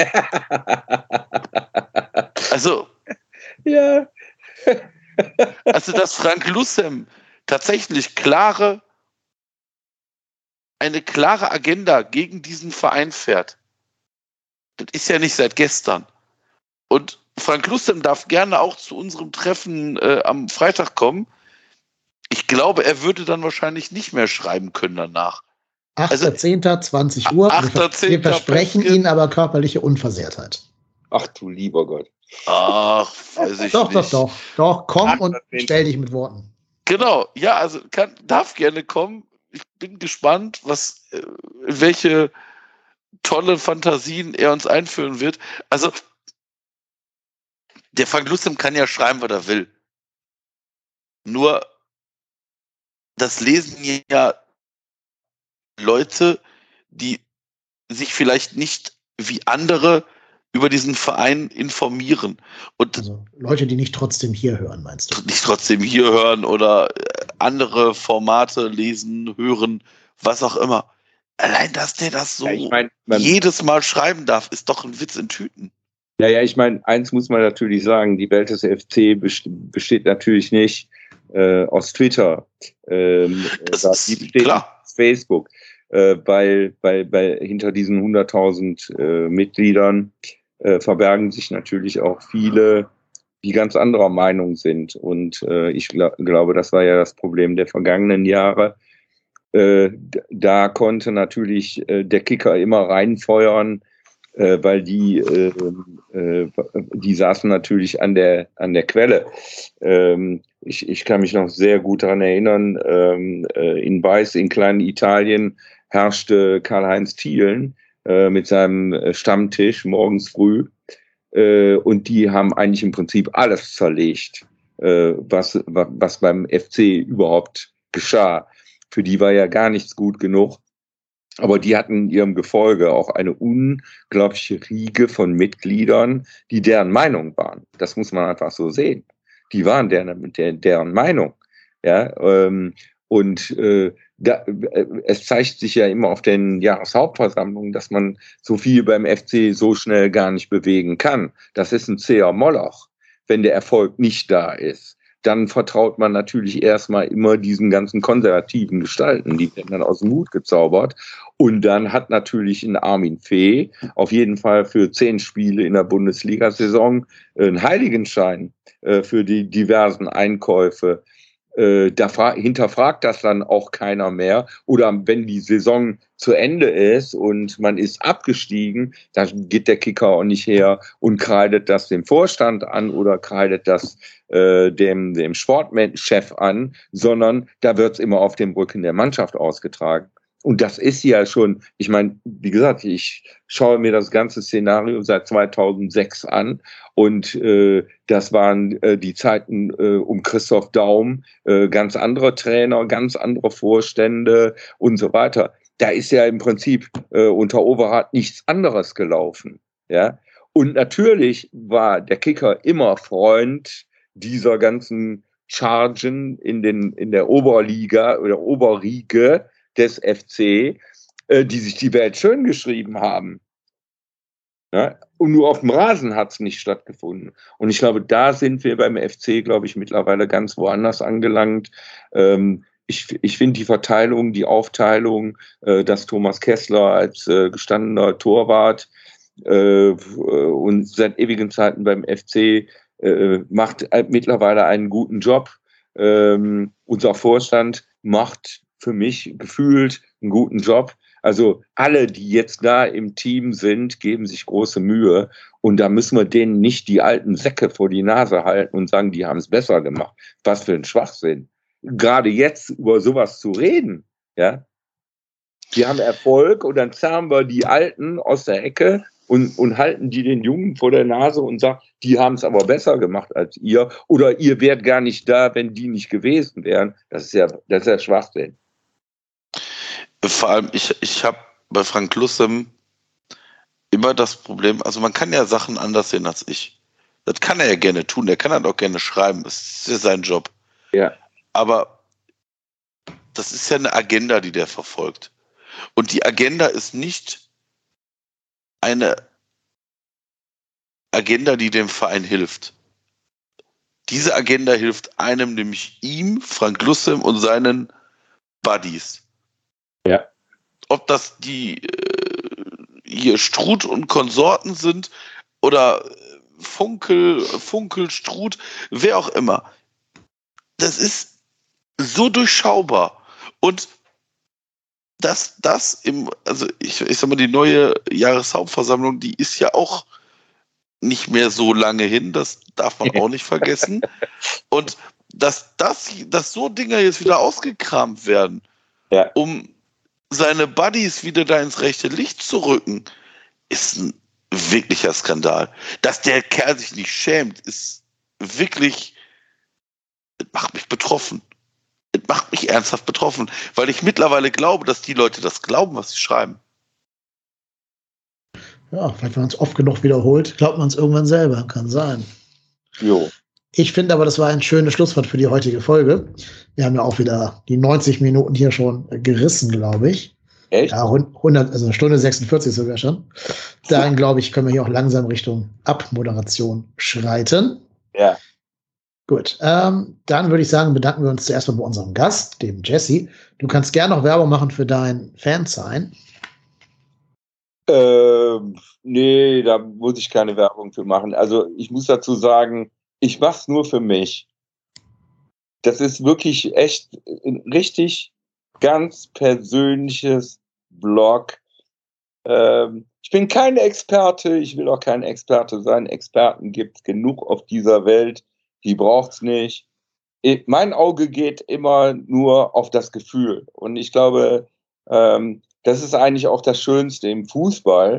Also, ja. Also, dass Frank Lussem tatsächlich eine klare Agenda gegen diesen Verein fährt, das ist ja nicht seit gestern. Und Frank Lussem darf gerne auch zu unserem Treffen am Freitag kommen. Ich glaube, er würde dann wahrscheinlich nicht mehr schreiben können danach. 8.10., 20 Uhr. 8.10. Wir versprechen Ihnen aber körperliche Unversehrtheit. Ach du lieber Gott. Ach, weiß ich nicht. Doch, komm und stell dich mit Worten. Genau, ja, also darf gerne kommen. Ich bin gespannt, welche tolle Fantasien er uns einführen wird. Also, der Frank Lussem kann ja schreiben, was er will. Nur, das lesen ja Leute, die sich vielleicht nicht wie andere über diesen Verein informieren. Und also Leute, die nicht trotzdem hier hören, meinst du? Nicht trotzdem hier hören oder andere Formate lesen, hören, was auch immer. Allein, dass der das so jedes Mal schreiben darf, ist doch ein Witz in Tüten. Ja, ich meine, eins muss man natürlich sagen, die Welt des FC besteht natürlich nicht aus Twitter. Das ist klar. Aus Facebook. Weil hinter diesen 100.000 Mitgliedern verbergen sich natürlich auch viele, die ganz anderer Meinung sind. Und ich glaube, das war ja das Problem der vergangenen Jahre. Da konnte natürlich der Kicker immer reinfeuern, weil die saßen natürlich an der Quelle. Ich kann mich noch sehr gut daran erinnern, in Weiß, in kleinen Italien, herrschte Karl-Heinz Thielen mit seinem Stammtisch morgens früh. Und die haben eigentlich im Prinzip alles zerlegt, was beim FC überhaupt geschah. Für die war ja gar nichts gut genug. Aber die hatten in ihrem Gefolge auch eine unglaubliche Riege von Mitgliedern, die deren Meinung waren. Das muss man einfach so sehen. Die waren deren Meinung. Ja, es zeigt sich ja immer auf den Jahreshauptversammlungen, dass man so viel beim FC so schnell gar nicht bewegen kann. Das ist ein zäher Moloch, wenn der Erfolg nicht da ist. dann vertraut man natürlich erstmal immer diesen ganzen konservativen Gestalten, die werden dann aus dem Hut gezaubert. Und dann hat natürlich ein Armin Fee auf jeden Fall für 10 Spiele in der Bundesliga-Saison einen Heiligenschein für die diversen Einkäufe. Da hinterfragt das dann auch keiner mehr. Oder wenn die Saison zu Ende ist und man ist abgestiegen, dann geht der Kicker auch nicht her und kreidet das dem Vorstand an oder kreidet das dem Sportchef an, sondern da wird es immer auf dem Rücken der Mannschaft ausgetragen. Und das ist ja schon, ich meine, wie gesagt, ich schaue mir das ganze Szenario seit 2006 an und das waren die Zeiten um Christoph Daum, ganz andere Trainer, ganz andere Vorstände und so weiter. Da ist ja im Prinzip unter Overath nichts anderes gelaufen. Ja? Und natürlich war der Kicker immer Freund dieser ganzen Chargen in der Oberliga oder Oberriege des FC, die sich die Welt schön geschrieben haben. Ja? Und nur auf dem Rasen hat es nicht stattgefunden. Und ich glaube, da sind wir beim FC, glaube ich, mittlerweile ganz woanders angelangt. Ich finde die Verteilung, die Aufteilung, dass Thomas Kessler als gestandener Torwart und seit ewigen Zeiten beim FC macht mittlerweile einen guten Job. Unser Vorstand macht für mich gefühlt einen guten Job. Also alle, die jetzt da im Team sind, geben sich große Mühe. Und da müssen wir denen nicht die alten Säcke vor die Nase halten und sagen, die haben es besser gemacht. Was für ein Schwachsinn. Gerade jetzt über sowas zu reden, ja. Wir haben Erfolg und dann zerren wir die Alten aus der Ecke und halten die den Jungen vor der Nase und sagen, die haben es aber besser gemacht als ihr. Oder ihr wärt gar nicht da, wenn die nicht gewesen wären. Das ist ja Schwachsinn. Vor allem, ich habe bei Frank Lussem immer das Problem, also man kann ja Sachen anders sehen als ich. Das kann er ja gerne tun, der kann halt auch gerne schreiben, das ist ja sein Job. Ja. Aber das ist ja eine Agenda, die der verfolgt. Und die Agenda ist nicht eine Agenda, die dem Verein hilft. Diese Agenda hilft einem, nämlich ihm, Frank Lussem und seinen Buddies. Ja. Ob das die hier Struth und Konsorten sind oder Funkel, Struth, wer auch immer. Das ist so durchschaubar. Und ich sag mal, die neue Jahreshauptversammlung, die ist ja auch nicht mehr so lange hin, das darf man auch nicht vergessen. Und dass so Dinge jetzt wieder ausgekramt werden, ja, um seine Buddies wieder da ins rechte Licht zu rücken, ist ein wirklicher Skandal. Dass der Kerl sich nicht schämt, ist wirklich, das macht mich betroffen. Das macht mich ernsthaft betroffen, weil ich mittlerweile glaube, dass die Leute das glauben, was sie schreiben. Ja, vielleicht, wenn man es oft genug wiederholt, glaubt man es irgendwann selber. Kann sein. Jo. Ich finde aber, das war ein schönes Schlusswort für die heutige Folge. Wir haben ja auch wieder die 90 Minuten hier schon gerissen, glaube ich. Echt? Ja, 100, also eine Stunde 46 sogar schon. Dann, glaube ich, können wir hier auch langsam Richtung Abmoderation schreiten. Ja. Gut, dann würde ich sagen, bedanken wir uns zuerst mal bei unserem Gast, dem Jesse. Du kannst gerne noch Werbung machen für dein Fansign. Nee, da muss ich keine Werbung für machen. Also ich muss dazu sagen, ich mache es nur für mich. Das ist wirklich echt ein richtig ganz persönliches Blog. Ich bin kein Experte, ich will auch kein Experte sein. Experten gibt es genug auf dieser Welt, die braucht es nicht. Mein Auge geht immer nur auf das Gefühl. Und ich glaube, das ist eigentlich auch das Schönste im Fußball.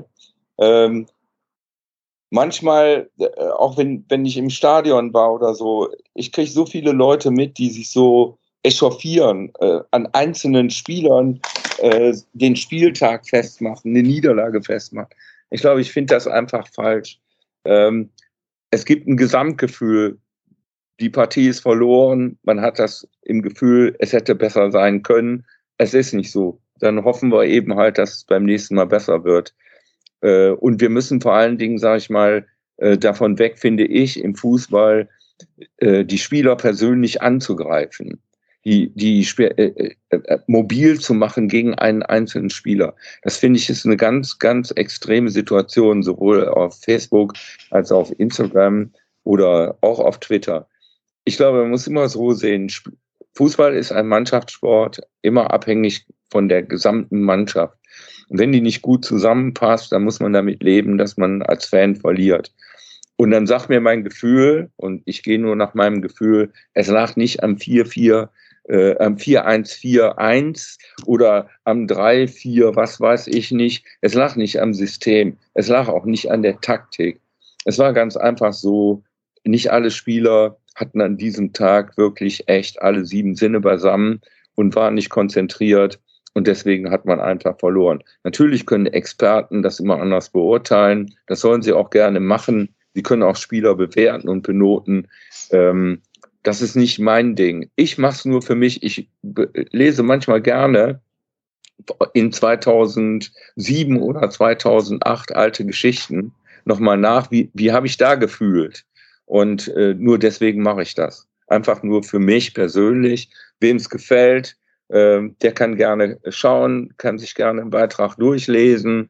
Manchmal, auch wenn ich im Stadion war oder so, ich kriege so viele Leute mit, die sich so echauffieren, an einzelnen Spielern den Spieltag festmachen, eine Niederlage festmachen. Ich glaube, ich finde das einfach falsch. Es gibt ein Gesamtgefühl, die Partie ist verloren, man hat das im Gefühl, es hätte besser sein können. Es ist nicht so. Dann hoffen wir eben halt, dass es beim nächsten Mal besser wird. Und wir müssen vor allen Dingen, sage ich mal, davon weg, finde ich, im Fußball die Spieler persönlich anzugreifen, die mobil zu machen gegen einen einzelnen Spieler. Das finde ich ist eine ganz, ganz extreme Situation, sowohl auf Facebook als auch auf Instagram oder auch auf Twitter. Ich glaube, man muss immer so sehen, Fußball ist ein Mannschaftssport, immer abhängig von der gesamten Mannschaft. Und wenn die nicht gut zusammenpasst, dann muss man damit leben, dass man als Fan verliert. Und dann sagt mir mein Gefühl, und ich gehe nur nach meinem Gefühl, es lag nicht am 4-4, am 4-1-4-1 oder am 3-4, was weiß ich nicht. Es lag nicht am System. Es lag auch nicht an der Taktik. Es war ganz einfach so, nicht alle Spieler hatten an diesem Tag wirklich echt alle 7 Sinne beisammen und waren nicht konzentriert. Und deswegen hat man einfach verloren. Natürlich können Experten das immer anders beurteilen. Das sollen sie auch gerne machen. Sie können auch Spieler bewerten und benoten. Das ist nicht mein Ding. Ich mache es nur für mich. Ich lese manchmal gerne in 2007 oder 2008 alte Geschichten nochmal nach. Wie habe ich da gefühlt? Und nur deswegen mache ich das. Einfach nur für mich persönlich. Wem es gefällt, der kann gerne schauen, kann sich gerne einen Beitrag durchlesen.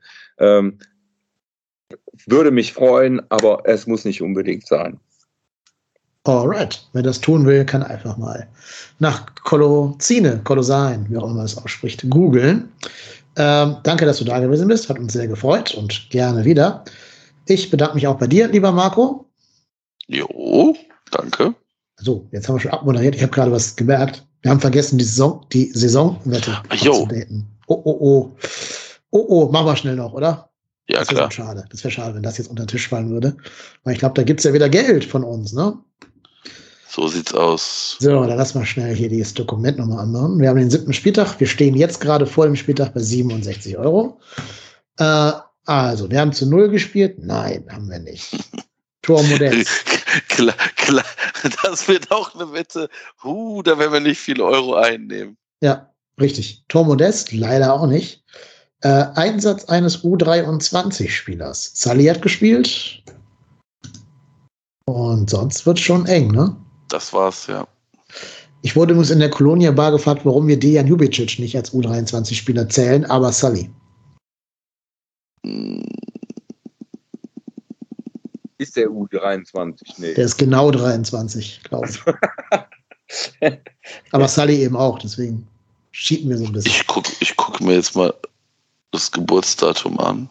Würde mich freuen, aber es muss nicht unbedingt sein. Alright, wer das tun will, kann einfach mal nach Kolosine, wie auch immer man es ausspricht, googeln. Danke, dass du da gewesen bist, hat uns sehr gefreut und gerne wieder. Ich bedanke mich auch bei dir, lieber Marco. Jo, danke. So, jetzt haben wir schon abmoderiert. Ich habe gerade was gemerkt. Wir haben vergessen, die Saisonwette zu daten. Oh, machen wir schnell noch, oder? Ja, das klar. Schade. Das wäre schade, wenn das jetzt unter den Tisch fallen würde. Weil ich glaube, da gibt es ja wieder Geld von uns, ne? So sieht's aus. So, dann lass mal schnell hier dieses Dokument nochmal anmachen. Wir haben den 7. Spieltag. Wir stehen jetzt gerade vor dem Spieltag bei 67 €. Also, wir haben zu 0 gespielt. Nein, haben wir nicht. Tormodell. Klar, das wird auch eine Wette. Da werden wir nicht viele Euro einnehmen. Ja, richtig. Tormodest, leider auch nicht. Einsatz eines U23-Spielers. Sully hat gespielt. Und sonst wird es schon eng, ne? Das war's, ja. Ich wurde übrigens in der Colonia Bar gefragt, warum wir Dejan Ljubicic nicht als U23-Spieler zählen, aber Sully. Ist der U23? Nee. Der ist genau 23, glaube ich. Aber Sully eben auch, deswegen schieben wir so ein bisschen. Ich guck mir jetzt mal das Geburtsdatum an.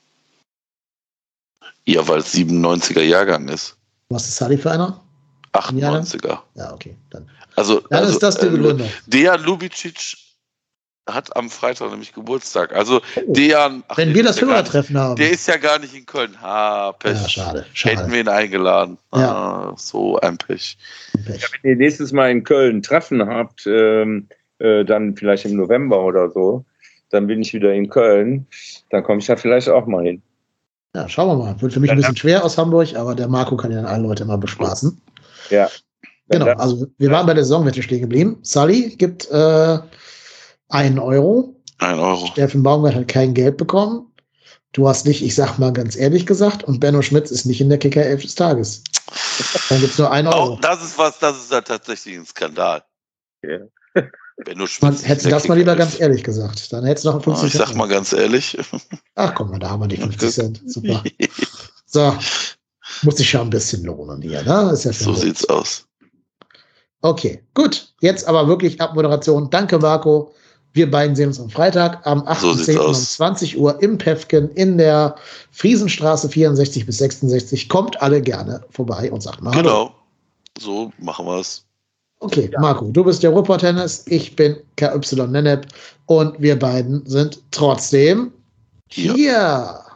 Ja, weil es 97er Jahrgang ist. Was ist Sully für einer? 98er. Ja, okay. Dann ist das die Begründung. Dejan Ljubicic hat am Freitag nämlich Geburtstag. Also Dejan... Wenn wir das Hörertreffen haben. Der ist ja gar nicht in Köln. Pech. Ja, schade. Hätten wir ihn eingeladen. Ja. So ein Pech. Ja, wenn ihr nächstes Mal in Köln Treffen habt, dann vielleicht im November oder so, dann bin ich wieder in Köln. Dann komme ich da vielleicht auch mal hin. Ja, schauen wir mal. Wird für mich ein bisschen schwer aus Hamburg, aber der Marco kann ja dann alle Leute immer bespaßen. Ja. Genau, also wir waren bei der Saisonwette stehen geblieben. Sully gibt 1 €. 1 €. Steffen Baumgart hat kein Geld bekommen. Du hast nicht, ich sag mal ganz ehrlich gesagt, und Benno Schmitz ist nicht in der Kicker 11 des Tages. Dann gibt es nur 1 €. Oh, das ist ja tatsächlich ein Skandal. Ja. Benno Schmitz. Hättest du das mal lieber ganz ehrlich gesagt. Dann hättest du noch 50 Cent. Ich sag mal ganz ehrlich. Ach komm, da haben wir die 50 Cent. Super. So, muss sich schon ein bisschen lohnen hier, ne? Ist ja schon so gut. Sieht's aus. Okay, gut. Jetzt aber wirklich Abmoderation. Danke, Marco. Wir beiden sehen uns am Freitag am 8.10. um 20 Uhr im Päffken in der Friesenstraße 64 bis 66. Kommt alle gerne vorbei und sagt mal Genau. Hallo. So machen wir es. Okay, Marco, du bist der Ruhrpott-Tennis, ich bin KY Nennep und wir beiden sind trotzdem hier.